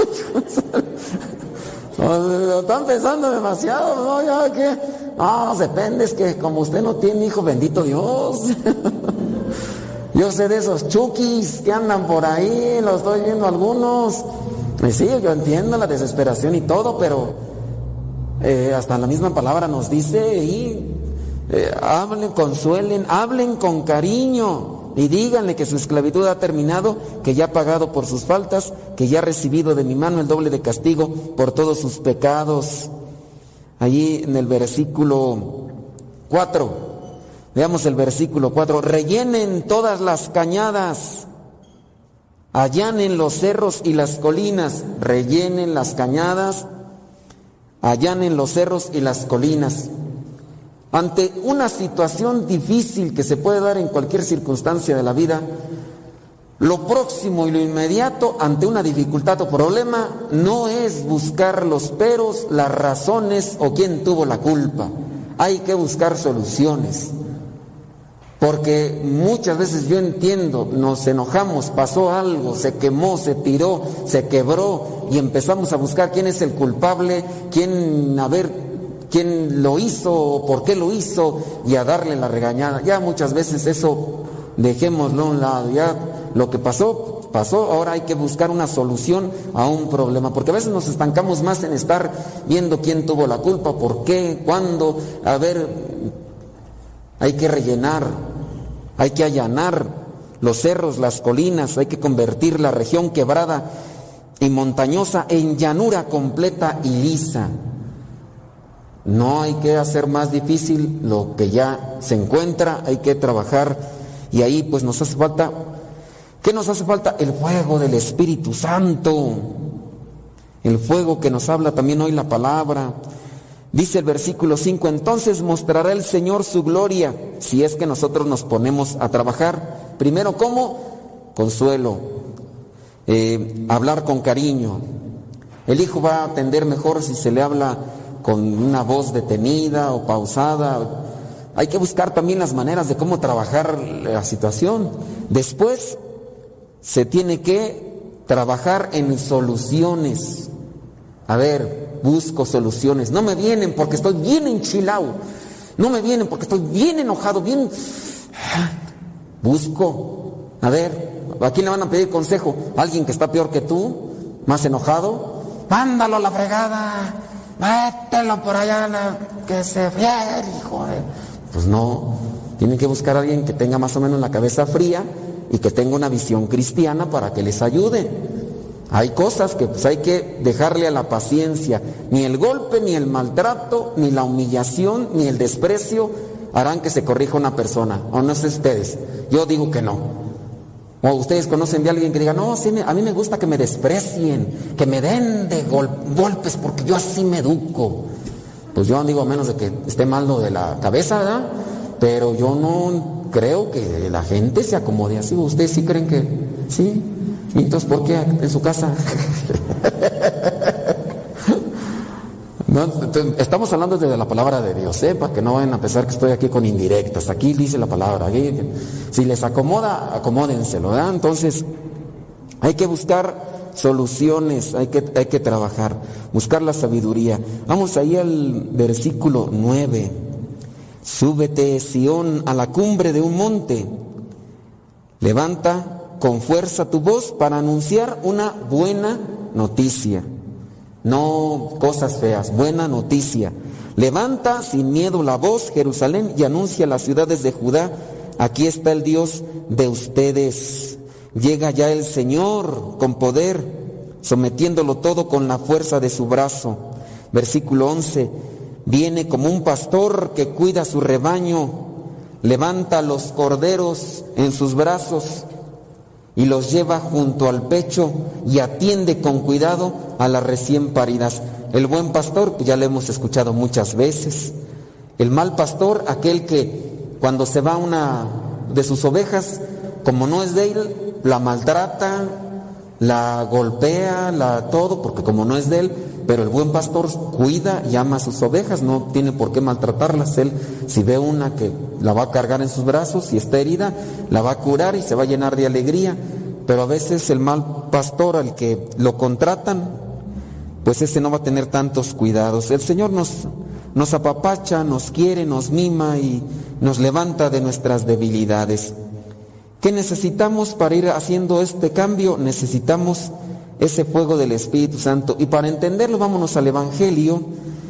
no, están pensando demasiado, ¿no? Ya que, no, depende, es que como usted no tiene hijo, bendito Dios. Yo sé de esos chukis que andan por ahí, los estoy viendo algunos. Y sí, yo entiendo la desesperación y todo, pero eh, hasta la misma palabra nos dice, y, eh, hablen, consuelen, hablen con cariño. Y díganle que su esclavitud ha terminado, que ya ha pagado por sus faltas, que ya ha recibido de mi mano el doble de castigo por todos sus pecados. Allí en el versículo cuatro, veamos el versículo cuatro. Rellenen todas las cañadas, allanen los cerros y las colinas. Rellenen las cañadas, allanen los cerros y las colinas. Ante una situación difícil que se puede dar en cualquier circunstancia de la vida, lo próximo y lo inmediato ante una dificultad o problema no es buscar los peros, las razones o quién tuvo la culpa. Hay que buscar soluciones. Porque muchas veces yo entiendo, nos enojamos, pasó algo, se quemó, se tiró, se quebró y empezamos a buscar quién es el culpable, quién, a ver, quién lo hizo, por qué lo hizo y a darle la regañada. Ya muchas veces eso dejémoslo a un lado, ya lo que pasó, pasó, ahora hay que buscar una solución a un problema, porque a veces nos estancamos más en estar viendo quién tuvo la culpa, por qué, cuándo, a ver, hay que rellenar, hay que allanar los cerros, las colinas, hay que convertir la región quebrada y montañosa, en llanura completa y lisa. No hay que hacer más difícil lo que ya se encuentra, hay que trabajar, y ahí pues nos hace falta, ¿qué nos hace falta? El fuego del Espíritu Santo, el fuego que nos habla también hoy la palabra. Dice el versículo cinco, entonces mostrará el Señor su gloria, si es que nosotros nos ponemos a trabajar. Primero, ¿cómo? Consuelo, eh, hablar con cariño. El hijo va a atender mejor si se le habla con una voz detenida o pausada. Hay que buscar también las maneras de cómo trabajar la situación. Después, se tiene que trabajar en soluciones. A ver, busco soluciones. No me vienen porque estoy bien enchilado. No me vienen porque estoy bien enojado, bien... Busco. A ver, ¿a quién le van a pedir consejo? ¿A alguien que está peor que tú? ¿Más enojado? ¡Mándalo a la fregada! ¡Mételo por allá, la... que se friegue, hijo! Pues no. Tienen que buscar a alguien que tenga más o menos la cabeza fría y que tenga una visión cristiana para que les ayude. Hay cosas que pues hay que dejarle a la paciencia. Ni el golpe, ni el maltrato, ni la humillación, ni el desprecio harán que se corrija una persona. ¿O no sé ustedes? Yo digo que no. O ustedes conocen de alguien que diga, no, sí, a mí me gusta que me desprecien, que me den de gol- golpes porque yo así me educo. Pues yo digo, a menos de que esté mal lo de la cabeza, ¿verdad? Pero yo no creo que la gente se acomode así. ¿Ustedes sí creen que sí? ¿Y entonces por qué en su casa? No, estamos hablando de la palabra de Dios, ¿eh? Para que no vayan a pensar que estoy aquí con indirectas. Aquí dice la palabra. Aquí, si les acomoda, acomódenselo, ¿verdad? Entonces, hay que buscar soluciones, hay que, hay que trabajar, buscar la sabiduría. Vamos ahí al versículo nueve. Súbete, Sión, a la cumbre de un monte. Levanta con fuerza tu voz para anunciar una buena noticia. No cosas feas, buena noticia. Levanta sin miedo la voz, Jerusalén, y anuncia a las ciudades de Judá, aquí está el Dios de ustedes. Llega ya el Señor con poder, sometiéndolo todo con la fuerza de su brazo. Versículo once, viene como un pastor que cuida su rebaño, levanta los corderos en sus brazos y los lleva junto al pecho y atiende con cuidado a las recién paridas. El buen pastor, pues ya lo hemos escuchado muchas veces. El mal pastor, aquel que cuando se va una de sus ovejas, como no es de él, la maltrata, la golpea, la todo, porque como no es de él. Pero el buen pastor cuida y ama a sus ovejas, no tiene por qué maltratarlas. Él, si ve una que la va a cargar en sus brazos, si está herida, la va a curar y se va a llenar de alegría. Pero a veces el mal pastor, al que lo contratan, pues ese no va a tener tantos cuidados. El Señor nos, nos apapacha, nos quiere, nos mima y nos levanta de nuestras debilidades. ¿Qué necesitamos para ir haciendo este cambio? Necesitamos ese fuego del Espíritu Santo. Y para entenderlo, vámonos al Evangelio.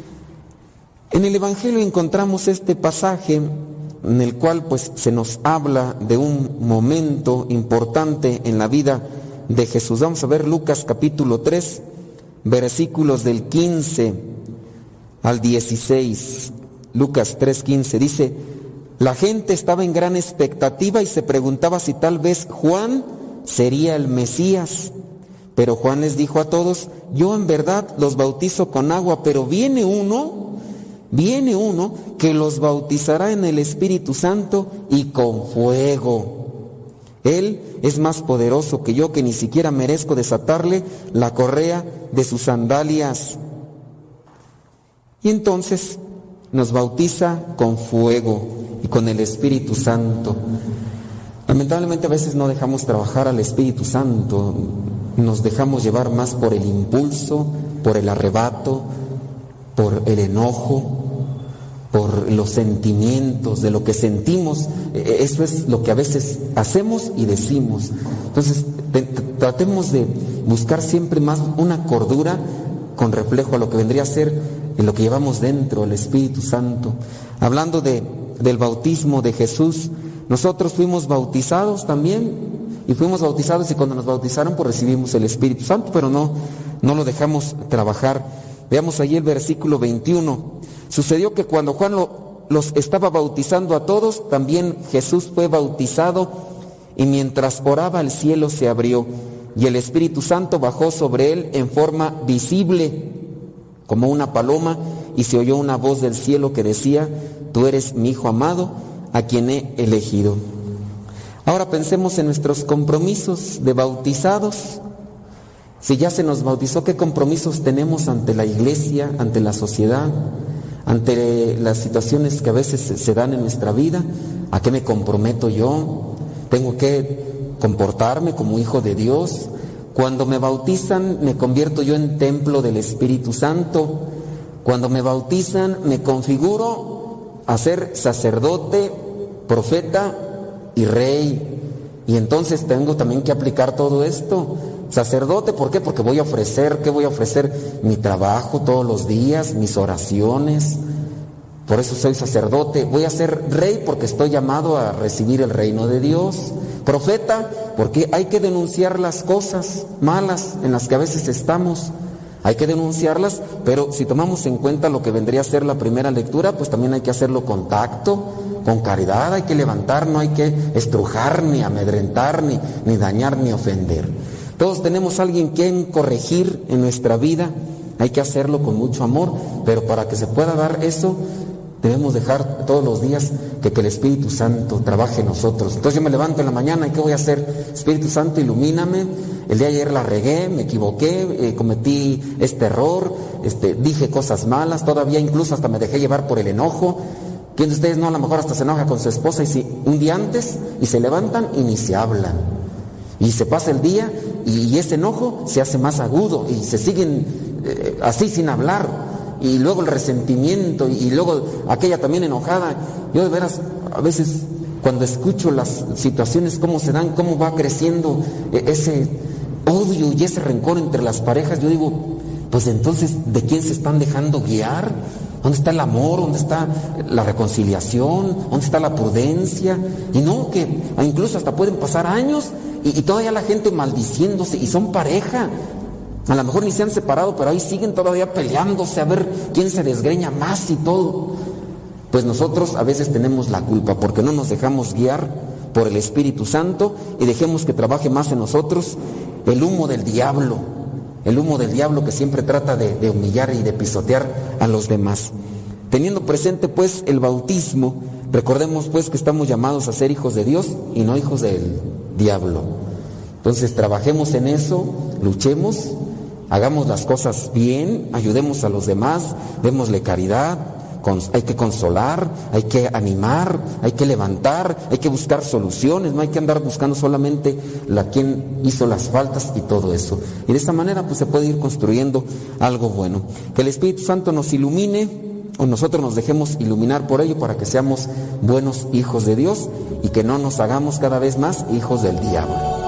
En el Evangelio encontramos este pasaje en el cual pues se nos habla de un momento importante en la vida de Jesús. Vamos a ver Lucas capítulo tres, versículos del quince al dieciséis. Lucas tres quince dice: la gente estaba en gran expectativa y se preguntaba si tal vez Juan sería el Mesías. Pero Juan les dijo a todos: yo en verdad los bautizo con agua, pero viene uno, viene uno que los bautizará en el Espíritu Santo y con fuego. Él es más poderoso que yo, que ni siquiera merezco desatarle la correa de sus sandalias. Y entonces nos bautiza con fuego y con el Espíritu Santo. Lamentablemente a veces no dejamos trabajar al Espíritu Santo. Nos dejamos llevar más por el impulso, por el arrebato, por el enojo, por los sentimientos, de lo que sentimos. Eso es lo que a veces hacemos y decimos. Entonces, tratemos de buscar siempre más una cordura con reflejo a lo que vendría a ser en lo que llevamos dentro, el Espíritu Santo. Hablando de, del bautismo de Jesús, nosotros fuimos bautizados también. y fuimos bautizados, y cuando nos bautizaron pues recibimos el Espíritu Santo, pero no, no lo dejamos trabajar. Veamos allí el versículo veintiuno. Sucedió que cuando Juan lo, los estaba bautizando a todos, también Jesús fue bautizado, y mientras oraba el cielo se abrió, y el Espíritu Santo bajó sobre él en forma visible, como una paloma, y se oyó una voz del cielo que decía: tú eres mi Hijo amado, a quien he elegido. Ahora pensemos en nuestros compromisos de bautizados. Si ya se nos bautizó, ¿qué compromisos tenemos ante la iglesia, ante la sociedad, ante las situaciones que a veces se dan en nuestra vida? ¿A qué me comprometo yo? ¿Tengo que comportarme como hijo de Dios? Cuando me bautizan, me convierto yo en templo del Espíritu Santo. Cuando me bautizan, me configuro a ser sacerdote, profeta y rey. Y entonces tengo también que aplicar todo esto. Sacerdote, ¿por qué? Porque voy a ofrecer, ¿qué voy a ofrecer? Mi trabajo todos los días, mis oraciones. Por eso soy sacerdote. Voy a ser rey porque estoy llamado a recibir el reino de Dios. Profeta, porque hay que denunciar las cosas malas en las que a veces estamos. Hay que denunciarlas, pero si tomamos en cuenta lo que vendría a ser la primera lectura, pues también hay que hacerlo con tacto, con caridad, hay que levantar, no hay que estrujar, ni amedrentar, ni, ni dañar, ni ofender. Todos tenemos a alguien que corregir en nuestra vida, hay que hacerlo con mucho amor, pero para que se pueda dar eso, debemos dejar todos los días que, que el Espíritu Santo trabaje en nosotros. Entonces yo me levanto en la mañana, ¿y qué voy a hacer? Espíritu Santo, ilumíname. El día de ayer la regué, me equivoqué, eh, cometí este error, este, dije cosas malas, todavía incluso hasta me dejé llevar por el enojo. ¿Quién de ustedes no a lo mejor hasta se enoja con su esposa y si, un día antes y se levantan y ni se hablan? Y se pasa el día y, y ese enojo se hace más agudo y se siguen eh, así sin hablar. Y luego el resentimiento, y luego aquella también enojada. Yo de veras, a veces cuando escucho las situaciones, cómo se dan, cómo va creciendo ese odio y ese rencor entre las parejas, yo digo, pues entonces, ¿de quién se están dejando guiar? ¿Dónde está el amor? ¿Dónde está la reconciliación? ¿Dónde está la prudencia? Y no, que incluso hasta pueden pasar años y, y todavía la gente maldiciéndose, y son pareja. A lo mejor ni se han separado, pero ahí siguen todavía peleándose a ver quién se desgreña más y todo. Pues nosotros a veces tenemos la culpa porque no nos dejamos guiar por el Espíritu Santo y dejemos que trabaje más en nosotros el humo del diablo, el humo del diablo que siempre trata de, de humillar y de pisotear a los demás. Teniendo presente pues el bautismo, recordemos pues que estamos llamados a ser hijos de Dios y no hijos del diablo. Entonces trabajemos en eso, luchemos, hagamos las cosas bien, ayudemos a los demás, démosle caridad, hay que consolar, hay que animar, hay que levantar, hay que buscar soluciones, no hay que andar buscando solamente la quien hizo las faltas y todo eso. Y de esta manera pues se puede ir construyendo algo bueno. Que el Espíritu Santo nos ilumine o nosotros nos dejemos iluminar por ello para que seamos buenos hijos de Dios y que no nos hagamos cada vez más hijos del diablo.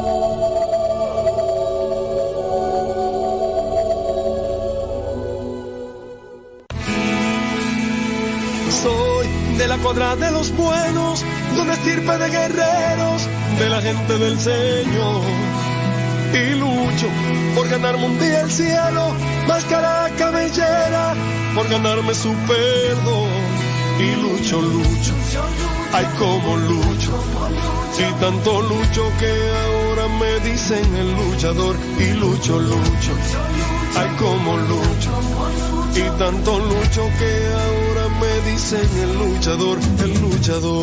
De la cuadra de los buenos, de una estirpe de guerreros, de la gente del Señor. Y lucho por ganarme un día el cielo, máscara cabellera, por ganarme su perdón. Y lucho, lucho, ay como lucho, y tanto lucho que ahora me dicen el luchador. Y lucho, lucho, ay como lucho, y tanto lucho que ahora me dicen el luchador, el luchador.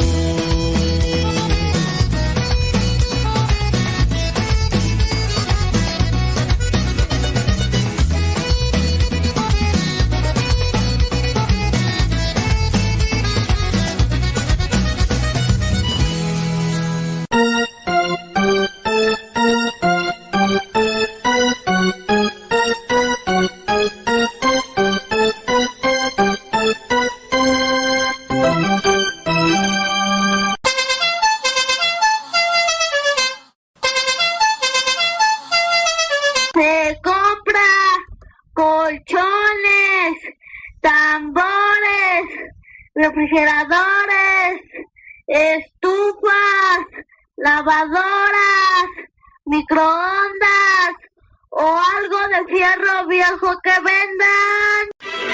refrigeradores, estufas, lavadoras, microondas o algo de fierro viejo que vendan.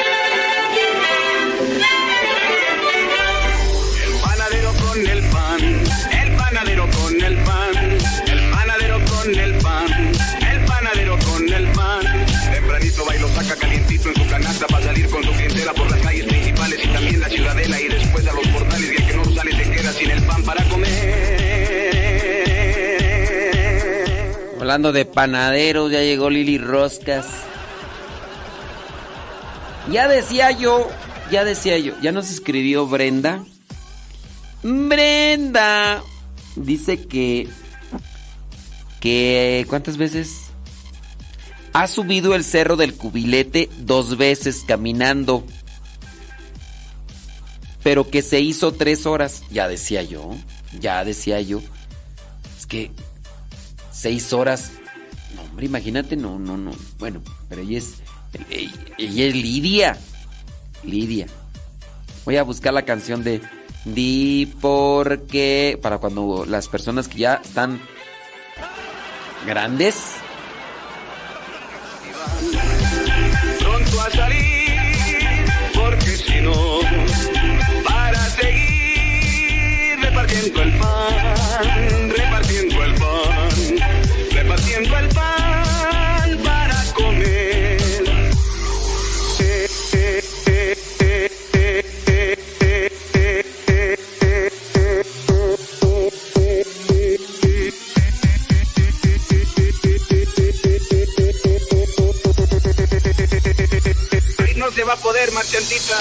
El panadero con el pan, el panadero con el pan, el panadero con el pan, el panadero con el pan. Tempranito va y lo saca calientito en su canasta para salir con su clientela por las calles principales y también la ciudadela y después a los portales, y el que no sale se queda sin el pan para comer. Hablando de panaderos, ya llegó Lili Roscas. Ya decía yo, ya decía yo, ya nos escribió Brenda. Brenda dice que que ¿cuántas veces? Ha subido el cerro del Cubilete dos veces caminando, pero que se hizo tres horas. Ya decía yo, ya decía yo. Es que seis horas. No, hombre, imagínate, no, no, no. Bueno, pero ella es, ella, ella es Lidia. Lidia. Voy a buscar la canción de Di porque para cuando las personas que ya están grandes. Pronto a salir, porque si no, para seguir repartiendo el pan, repartiendo el pan, repartiendo el pan para comer. Eh, eh, eh, eh, eh, eh, eh, eh, no se va a poder, marchantita.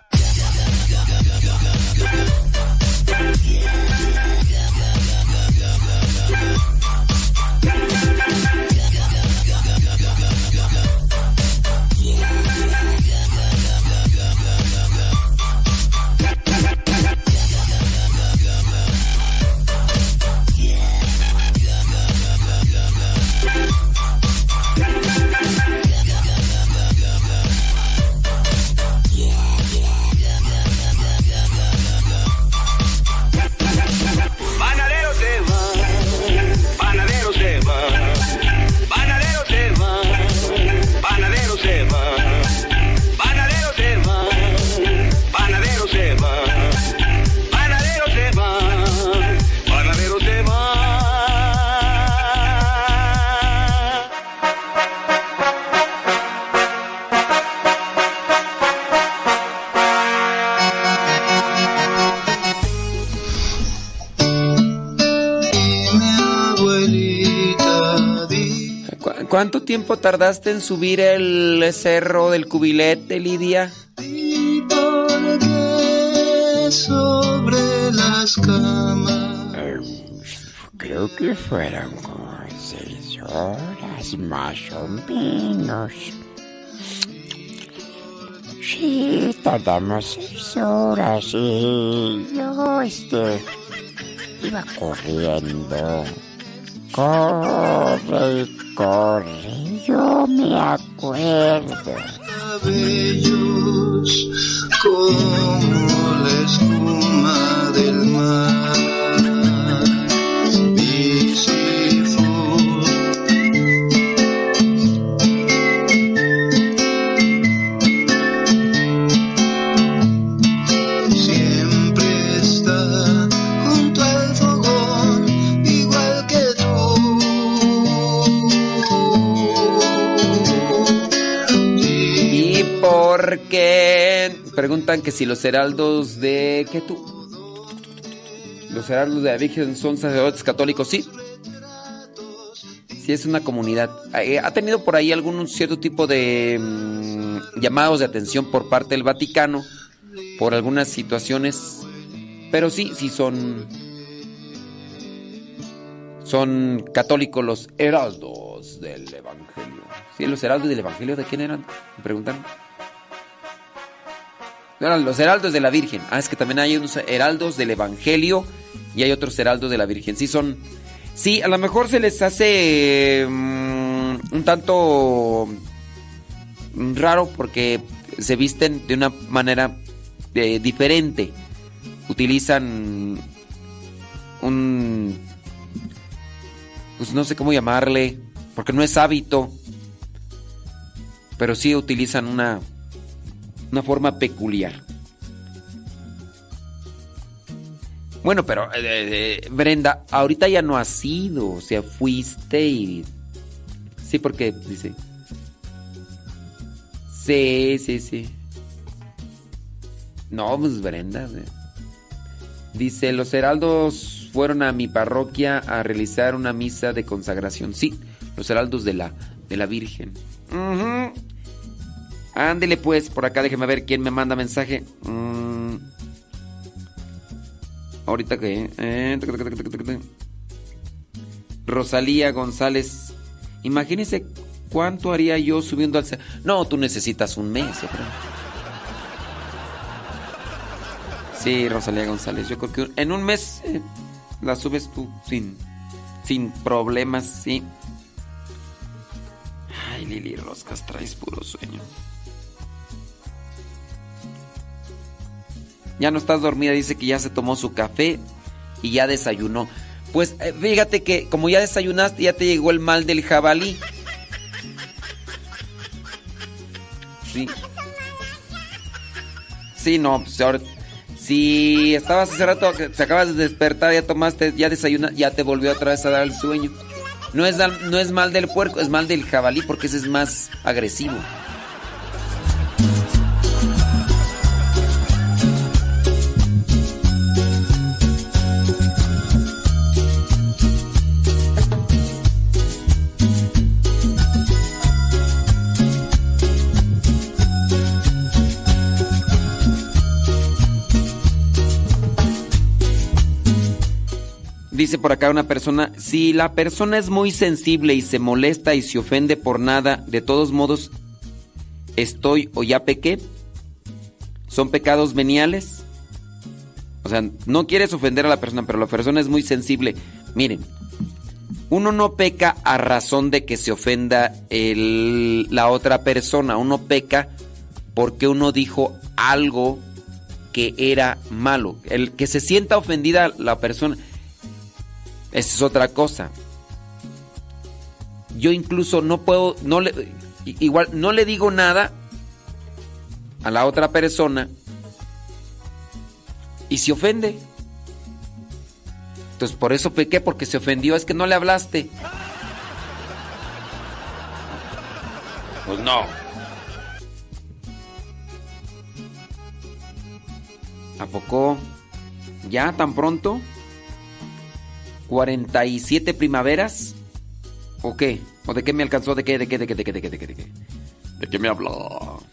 ¿Cuánto tiempo tardaste en subir el cerro del Cubilete, Lidia? Y porque sobre las camas. Creo que fueron como seis horas más o menos. Sí, tardamos seis horas y yo este iba corriendo. Corre y corre, yo me acuerdo. Cabellos como la espuma del mar. Siempre está junto al fogón, igual que tú. ¿Y por qué? Preguntan que si los heraldos de... ¿Qué tú? Los heraldos de la Virgen son sacerdotes católicos, sí. Sí, es una comunidad. Ha tenido por ahí algún cierto tipo de mmm, llamados de atención por parte del Vaticano por algunas situaciones, pero sí, sí son son católicos los heraldos del Evangelio. Sí, los heraldos del Evangelio, ¿de quién eran? Me preguntan. Eran los heraldos de la Virgen. Ah, es que también hay unos heraldos del Evangelio y hay otros heraldos de la Virgen. Sí, son... Sí, a lo mejor se les hace um, un tanto raro porque se visten de una manera eh, diferente. Utilizan un pues no sé cómo llamarle, porque no es hábito, pero sí utilizan una, una forma peculiar. Bueno, pero eh, eh, Brenda, ahorita ya no has ido, o sea, fuiste y... Sí, porque dice... Sí, sí, sí. No, pues Brenda. eh. Dice, los heraldos fueron a mi parroquia a realizar una misa de consagración. Sí, los heraldos de la, de la Virgen. Uh-huh. Ándele pues, por acá déjeme ver quién me manda mensaje. Mm. Ahorita que... Eh, tac, tac, tac, tac, tac. Rosalía González. Imagínese cuánto haría yo subiendo al... No, tú necesitas un mes, yo creo. Sí, Rosalía González. Yo creo que en un mes eh, la subes tú sin, sin problemas, sí. Ay, Lili Roscas, traes puro sueño. Ya no estás dormida, dice que ya se tomó su café y ya desayunó. Pues eh, fíjate que como ya desayunaste, ya te llegó el mal del jabalí. Sí. Sí, no, pues ahora... Si estabas hace rato, se acabas de despertar, ya tomaste, ya desayunaste, ya te volvió otra vez a dar el sueño. No es, no es mal del puerco, es mal del jabalí porque ese es más agresivo. Dice por acá una persona, si la persona es muy sensible y se molesta y se ofende por nada, de todos modos, ¿estoy o ya pequé? ¿Son pecados veniales? O sea, no quieres ofender a la persona, pero la persona es muy sensible. Miren, uno no peca a razón de que se ofenda el, la otra persona. Uno peca porque uno dijo algo que era malo. El que se sienta ofendida la persona... Esa es otra cosa. Yo incluso no puedo, no le, igual no le digo nada a la otra persona y se ofende. Entonces por eso pequé, porque se ofendió, es que no le hablaste. Pues no. ¿A poco? ¿Ya tan pronto? ¿cuarenta y siete primaveras? ¿O qué? ¿O de qué me alcanzó? ¿De qué? ¿De qué? ¿De qué? ¿De qué? ¿De qué? ¿De qué? ¿De qué? ¿De qué me habló?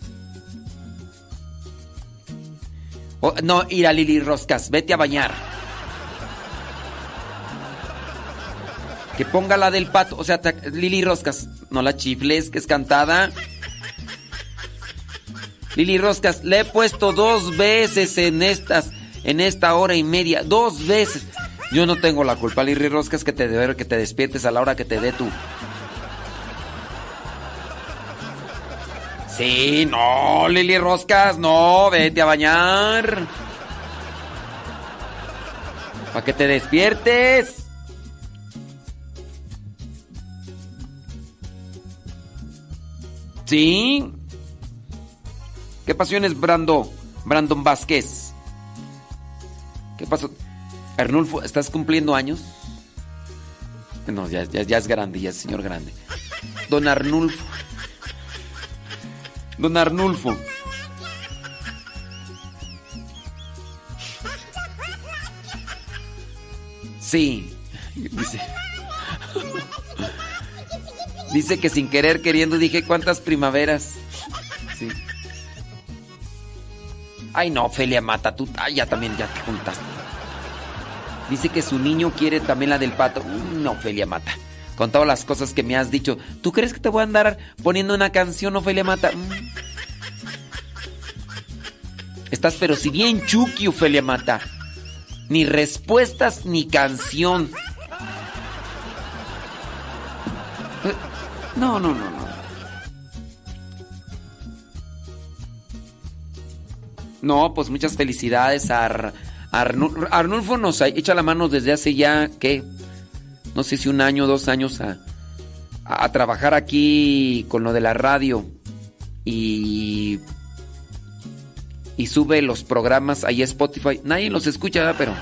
Oh, no, ir a Lili Roscas, vete a bañar. Que ponga la del pato. O sea, Lili Roscas, no la chifles, que es cantada. Lili Roscas, le he puesto dos veces en estas, en esta hora y media. Dos veces. Yo no tengo la culpa, Lili Roscas, que te debe, que te despiertes a la hora que te dé tú. Sí, no, Lili Roscas, no, vete a bañar. Para que te despiertes. ¿Sí? ¿Qué pasiones, Brando? Brandon Vázquez. ¿Qué pasó? Arnulfo, ¿estás cumpliendo años? No, ya, ya, ya es grande, ya es señor grande. Don Arnulfo. Don Arnulfo. Sí. Dice, dice que sin querer queriendo dije cuántas primaveras. Sí. Ay no, Ofelia Mata, tú ay, ya también ya te juntaste. Dice que su niño quiere también la del pato. No, Ofelia Mata. Con todas las cosas que me has dicho. ¿Tú crees que te voy a andar poniendo una canción, Ofelia Mata? Mm. Estás pero si bien chuki, Ofelia Mata. Ni respuestas ni canción. No, no, no, no. No, pues muchas felicidades a Ar- Arnul- Arnulfo nos echa la mano desde hace ya, ¿qué? no sé si un año o dos años a, a, a trabajar aquí con lo de la radio y, y sube los programas ahí a Spotify. Nadie los escucha, ¿verdad? pero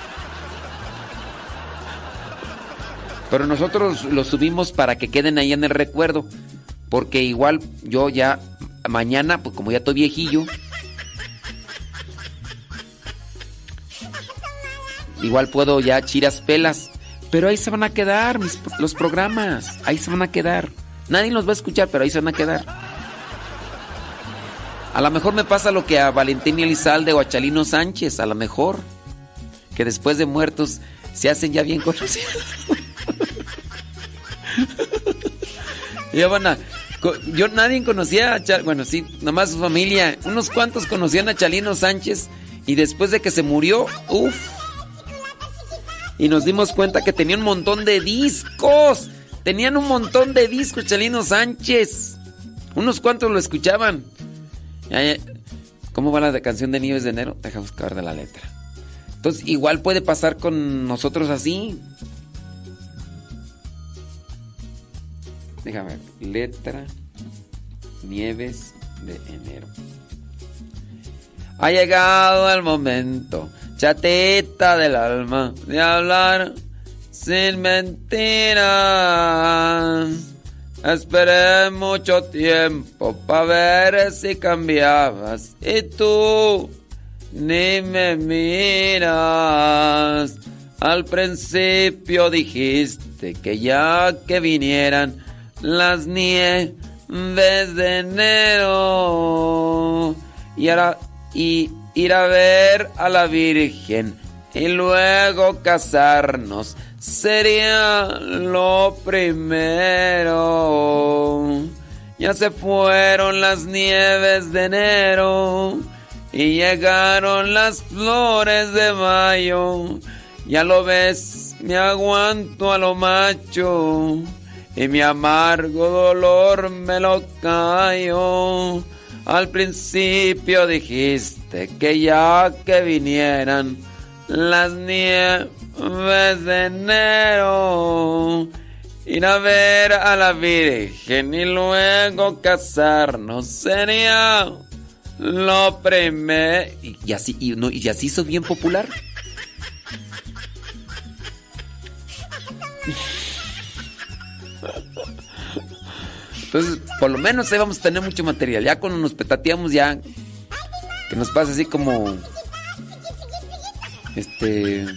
pero nosotros los subimos para que queden ahí en el recuerdo, porque igual yo ya mañana, pues como ya estoy viejillo, igual puedo ya chiras pelas, pero ahí se van a quedar mis, los programas, ahí se van a quedar. Nadie los va a escuchar, pero ahí se van a quedar. A lo mejor me pasa lo que a Valentín Elizalde o a Chalino Sánchez, a lo mejor, que después de muertos se hacen ya bien conocidos. Ya van a... Yo nadie conocía a Chal, bueno, sí, nomás su familia, unos cuantos conocían a Chalino Sánchez y después de que se murió, uff, y nos dimos cuenta que tenía un montón de discos, tenían un montón de discos Chalino Sánchez, unos cuantos lo escuchaban. ¿Cómo va la de canción de Nieves de Enero? Deja buscar de la letra. Entonces igual puede pasar con nosotros así. Déjame ver. Letra Nieves de Enero. Ha llegado el momento, chatita del alma, de hablar sin mentiras. Esperé mucho tiempo pa' ver si cambiabas y tú ni me miras. Al principio dijiste que ya que vinieran las nieves de enero y ahora y ir a ver a la Virgen y luego casarnos sería lo primero. Ya se fueron las nieves de enero y llegaron las flores de mayo. Ya lo ves, me aguanto a lo macho y mi amargo dolor me lo callo. Al principio dijiste que ya que vinieran las nieves de enero, ir a ver a la Virgen y luego casarnos sería lo primero. Y, y así y, no, y así hizo bien popular. Entonces, por lo menos ahí vamos a tener mucho material. Ya cuando nos petateamos, ya que nos pasa así como este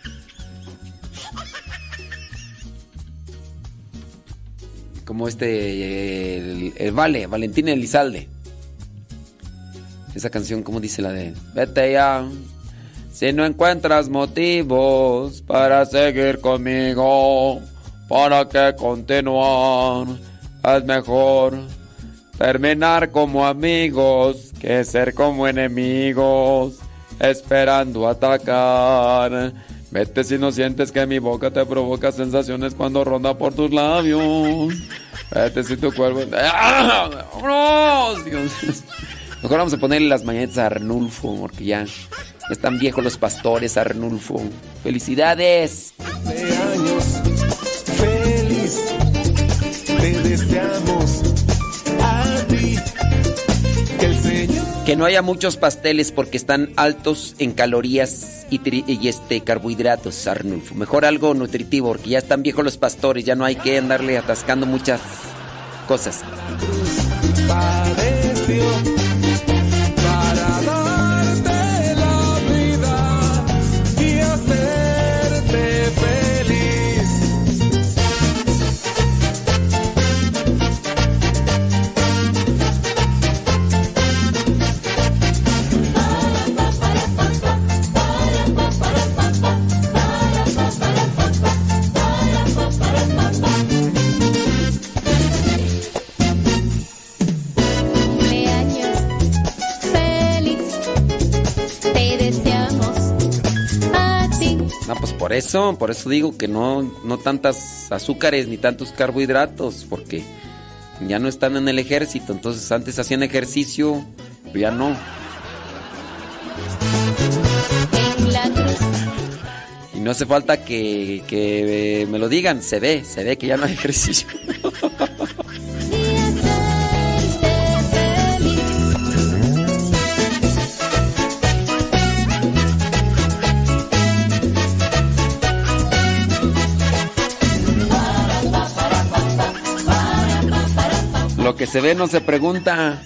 como este el, el Vale, Valentín Elizalde. Esa canción, como dice la de vete ya, si no encuentras motivos para seguir conmigo, ¿para qué continuar? Es mejor terminar como amigos que ser como enemigos, esperando atacar. Vete si no sientes que mi boca te provoca sensaciones cuando ronda por tus labios. Vete si tu cuerpo... ¡Ah! ¡Vámonos! Mejor vamos a ponerle las mañanitas a Arnulfo, porque ya están viejos los pastores, Arnulfo. ¡Felicidades! De años, feliz, te deseamos a ti, que el Señor... Que no haya muchos pasteles porque están altos en calorías y, tri- y este carbohidratos, Arnulfo. Mejor algo nutritivo, porque ya están viejos los pastores, ya no hay que andarle atascando muchas cosas. Padeció para darte la vida y hacerte feliz. Cumpleaños feliz, te deseamos a ti. No, pues por eso, por eso digo que no, no tantas azúcares ni tantos carbohidratos, porque ya no están en el ejército. Entonces antes hacían ejercicio, pero ya no. En la cruz Y no hace falta que, que eh, me lo digan, se ve, se ve que ya no hay ejercicio. Lo que se ve no se pregunta.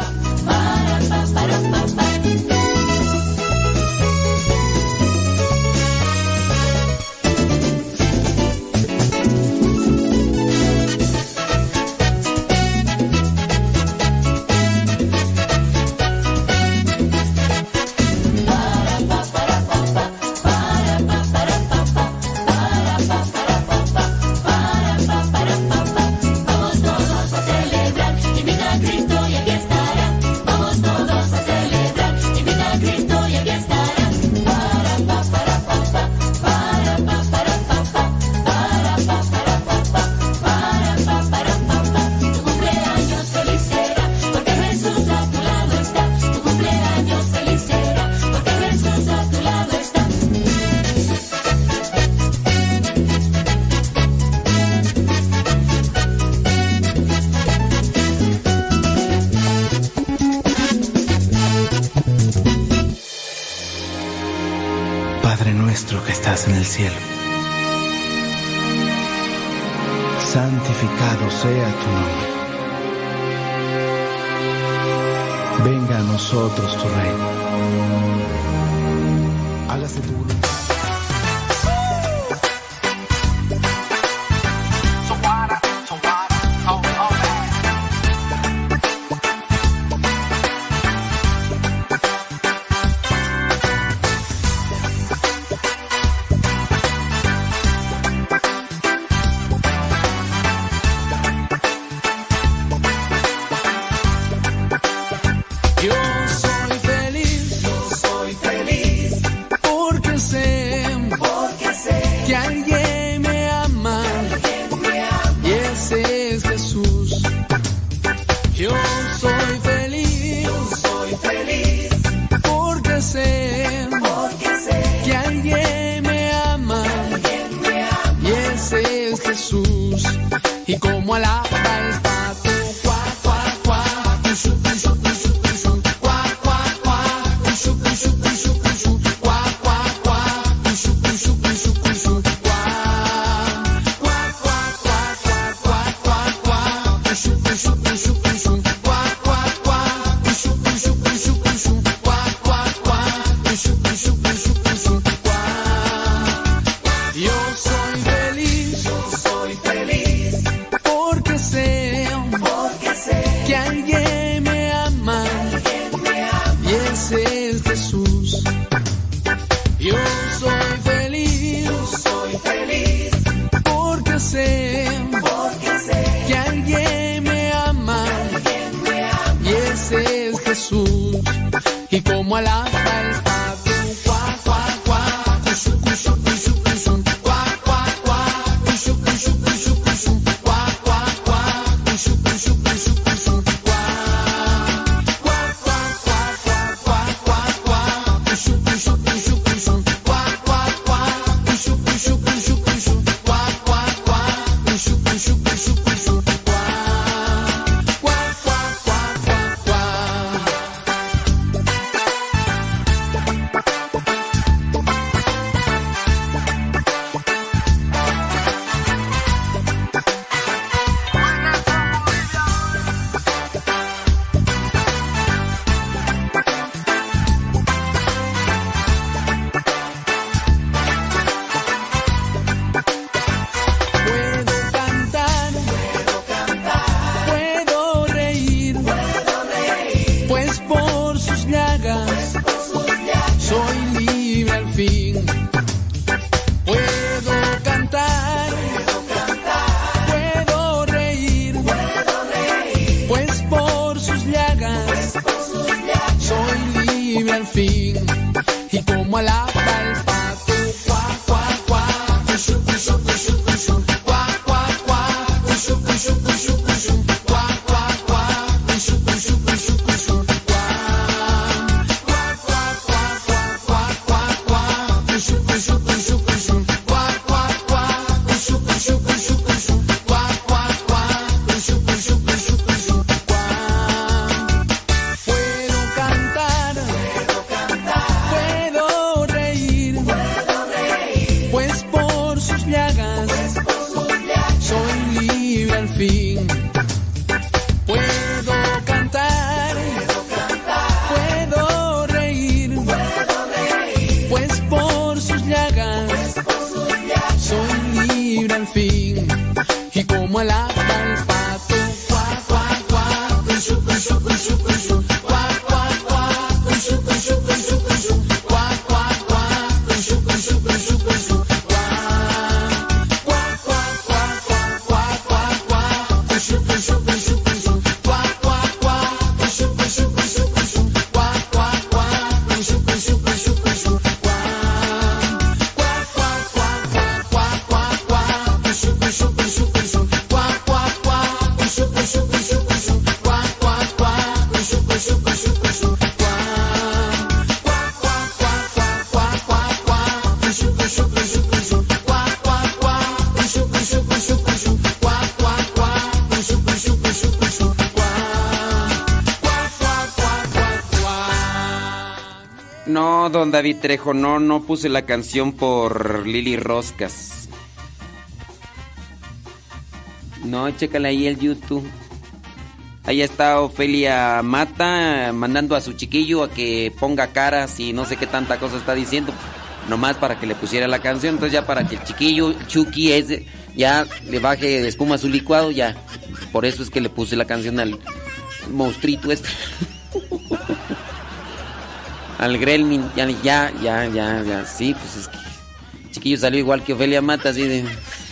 En el cielo, santificado sea tu nombre. Venga a nosotros tu reino. Hágase tu voluntad. Shoo, shoo, shoo, shoo, shoo. No, don David Trejo, no, no puse la canción por Lili Roscas. No, chécale ahí el YouTube. Ahí está Ofelia Mata mandando a su chiquillo a que ponga caras y no sé qué tanta cosa está diciendo. Nomás para que le pusiera la canción. Entonces ya para que el chiquillo, Chucky, ese, ya le baje de espuma a su licuado, ya. Por eso es que le puse la canción al monstruito este. Al Gremlin, ya, ya, ya, ya, ya. Sí, pues es que el chiquillo salió igual que Ofelia Mata, así de...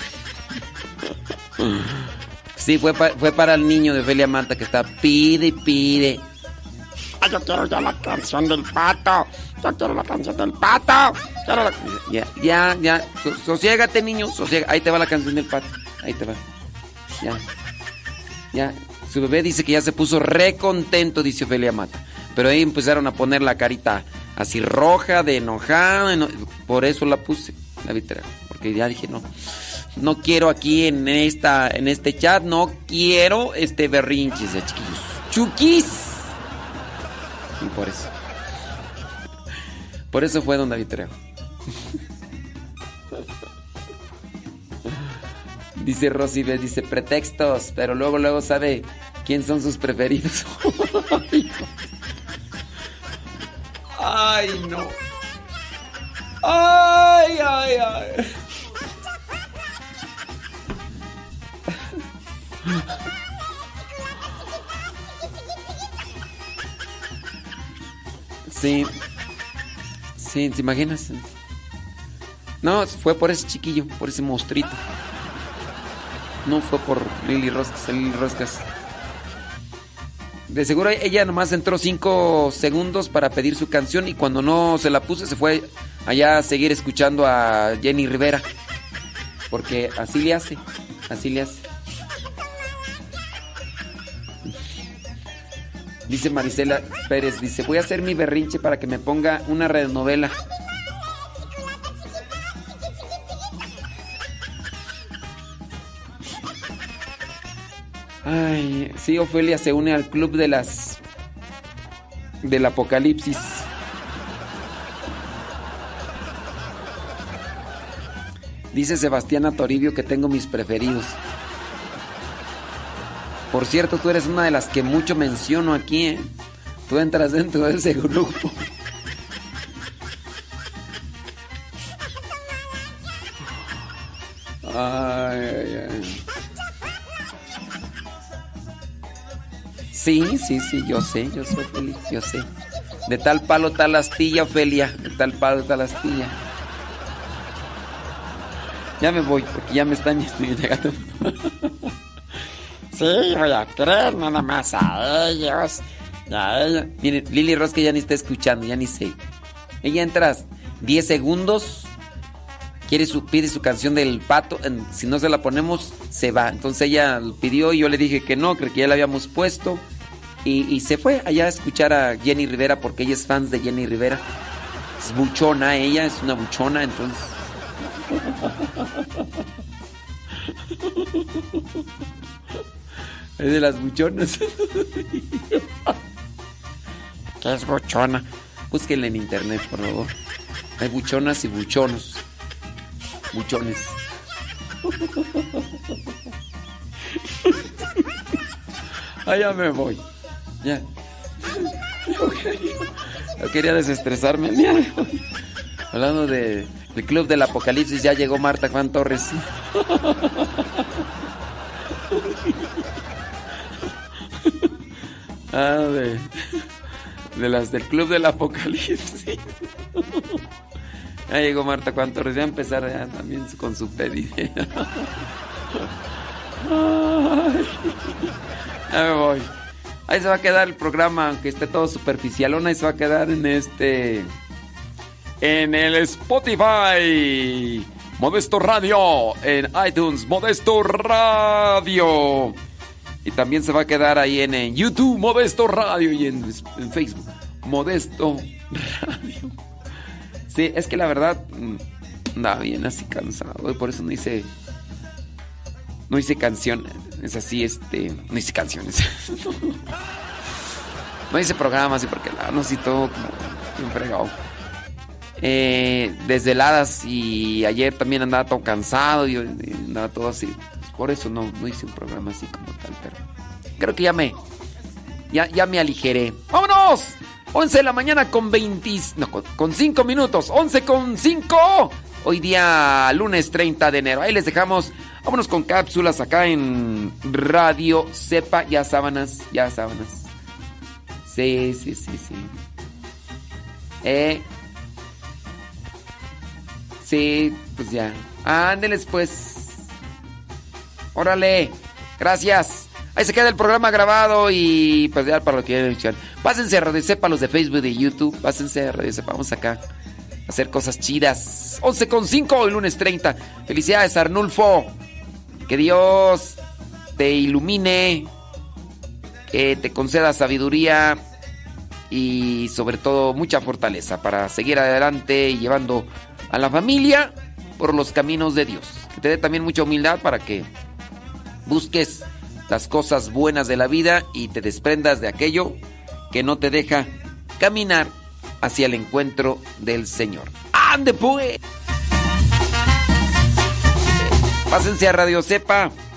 Sí, fue, pa, fue para el niño de Ofelia Mata que está pide y pide. Ay, yo quiero ya la canción del pato. Yo quiero la canción del pato. Quiero la... Ya, ya, ya. So, sosiégate, niño, sosiega. Ahí te va la canción del pato. Ahí te va. Ya. Ya. Su bebé dice que ya se puso re contento, dice Ofelia Mata. Pero ahí empezaron a poner la carita así roja, de enojada. No, por eso la puse, la vitera. Porque ya dije, no. No quiero aquí en esta en este chat, no quiero este berrinches de chiquillos. ¡Chuquis! Y por eso. Por eso fue don David Trejo. Dice Rosy, dice pretextos, pero luego, luego sabe quién son sus preferidos. Ay, no. Ay, ay, ay. Sí. Sí, ¿te imaginas? No, fue por ese chiquillo, por ese monstruito. No fue por Lili Roscas, Lili Roscas. De seguro ella nomás entró cinco segundos para pedir su canción y cuando no se la puse se fue allá a seguir escuchando a Jenny Rivera. Porque así le hace, así le hace. Dice Marisela Pérez, dice, voy a hacer mi berrinche para que me ponga una radionovela. Ay, sí, Ofelia se une al club de las... del apocalipsis. Dice Sebastiana Toribio que tengo mis preferidos. Por cierto, tú eres una de las que mucho menciono aquí, ¿eh? Tú entras dentro de ese grupo. Ay, ay, ay. Sí, sí, sí, yo sé, yo soy feliz, yo sé. De tal palo, tal astilla, Ofelia. De tal palo, tal astilla. Ya me voy, porque ya me están llegando. Sí, voy a creer nada más a ellos. A ella. Miren, Lili Rosca ya ni está escuchando, ya ni sé. Ella entra diez segundos, quiere su, pide su canción del pato. En, si no se la ponemos, se va. Entonces ella lo pidió y yo le dije que no, creo que ya la habíamos puesto. Y, y se fue allá a escuchar a Jenny Rivera porque ella es fan de Jenny Rivera. Es buchona ella, es una buchona, entonces. Es de las buchonas. ¿Qué es buchona? Búsquenla en internet, por favor. Hay buchonas y buchonos. Buchones. Ah, ya me voy. Ya. Yo quería, yo quería desestresarme. Mira, hablando de, del Club del Apocalipsis, ya llegó Marta Juan Torres. Ah, de, de las del Club del Apocalipsis. Ya llegó Marta Cuantorres, ya a empezar ya también con su pedido. Ay, ya me voy. Ahí se va a quedar el programa, aunque esté todo superficialón, ahí se va a quedar en este... En el Spotify Modesto Radio, en iTunes Modesto Radio. Y también se va a quedar ahí en, en YouTube Modesto Radio y en, en Facebook Modesto Radio. Sí, es que la verdad andaba bien así cansado y por eso no hice no hice canciones, es así, este, no hice canciones. No hice programas y porque la no sí todo como bien fregado. Eh, desveladas y ayer también andaba todo cansado y, y andaba todo así. Por eso no, no hice un programa así como tal, pero creo que ya me ya, ya me aligeré. ¡Vámonos! once de la mañana con veinte, no, con, con cinco minutos, once con cinco. Hoy día lunes treinta de enero. Ahí les dejamos. Vámonos con cápsulas acá en Radio Cepa. Ya sábanas, ya sábanas. Sí, sí, sí, sí. Eh. Sí, pues ya. Ándeles pues. Órale. Gracias. Ahí se queda el programa grabado y pues ya para lo que quieran escuchar. Pásense a Radio Cepa, los de Facebook y de YouTube. Pásense a Radio Cepa. Vamos acá a hacer cosas chidas. once con cinco, hoy lunes treinta. Felicidades, Arnulfo. Que Dios te ilumine. Que te conceda sabiduría. Y sobre todo mucha fortaleza para seguir adelante y llevando a la familia por los caminos de Dios. Que te dé también mucha humildad para que busques las cosas buenas de la vida y te desprendas de aquello que no te deja caminar hacia el encuentro del Señor. ¡Ande pues! Pásense a Radio Cepa.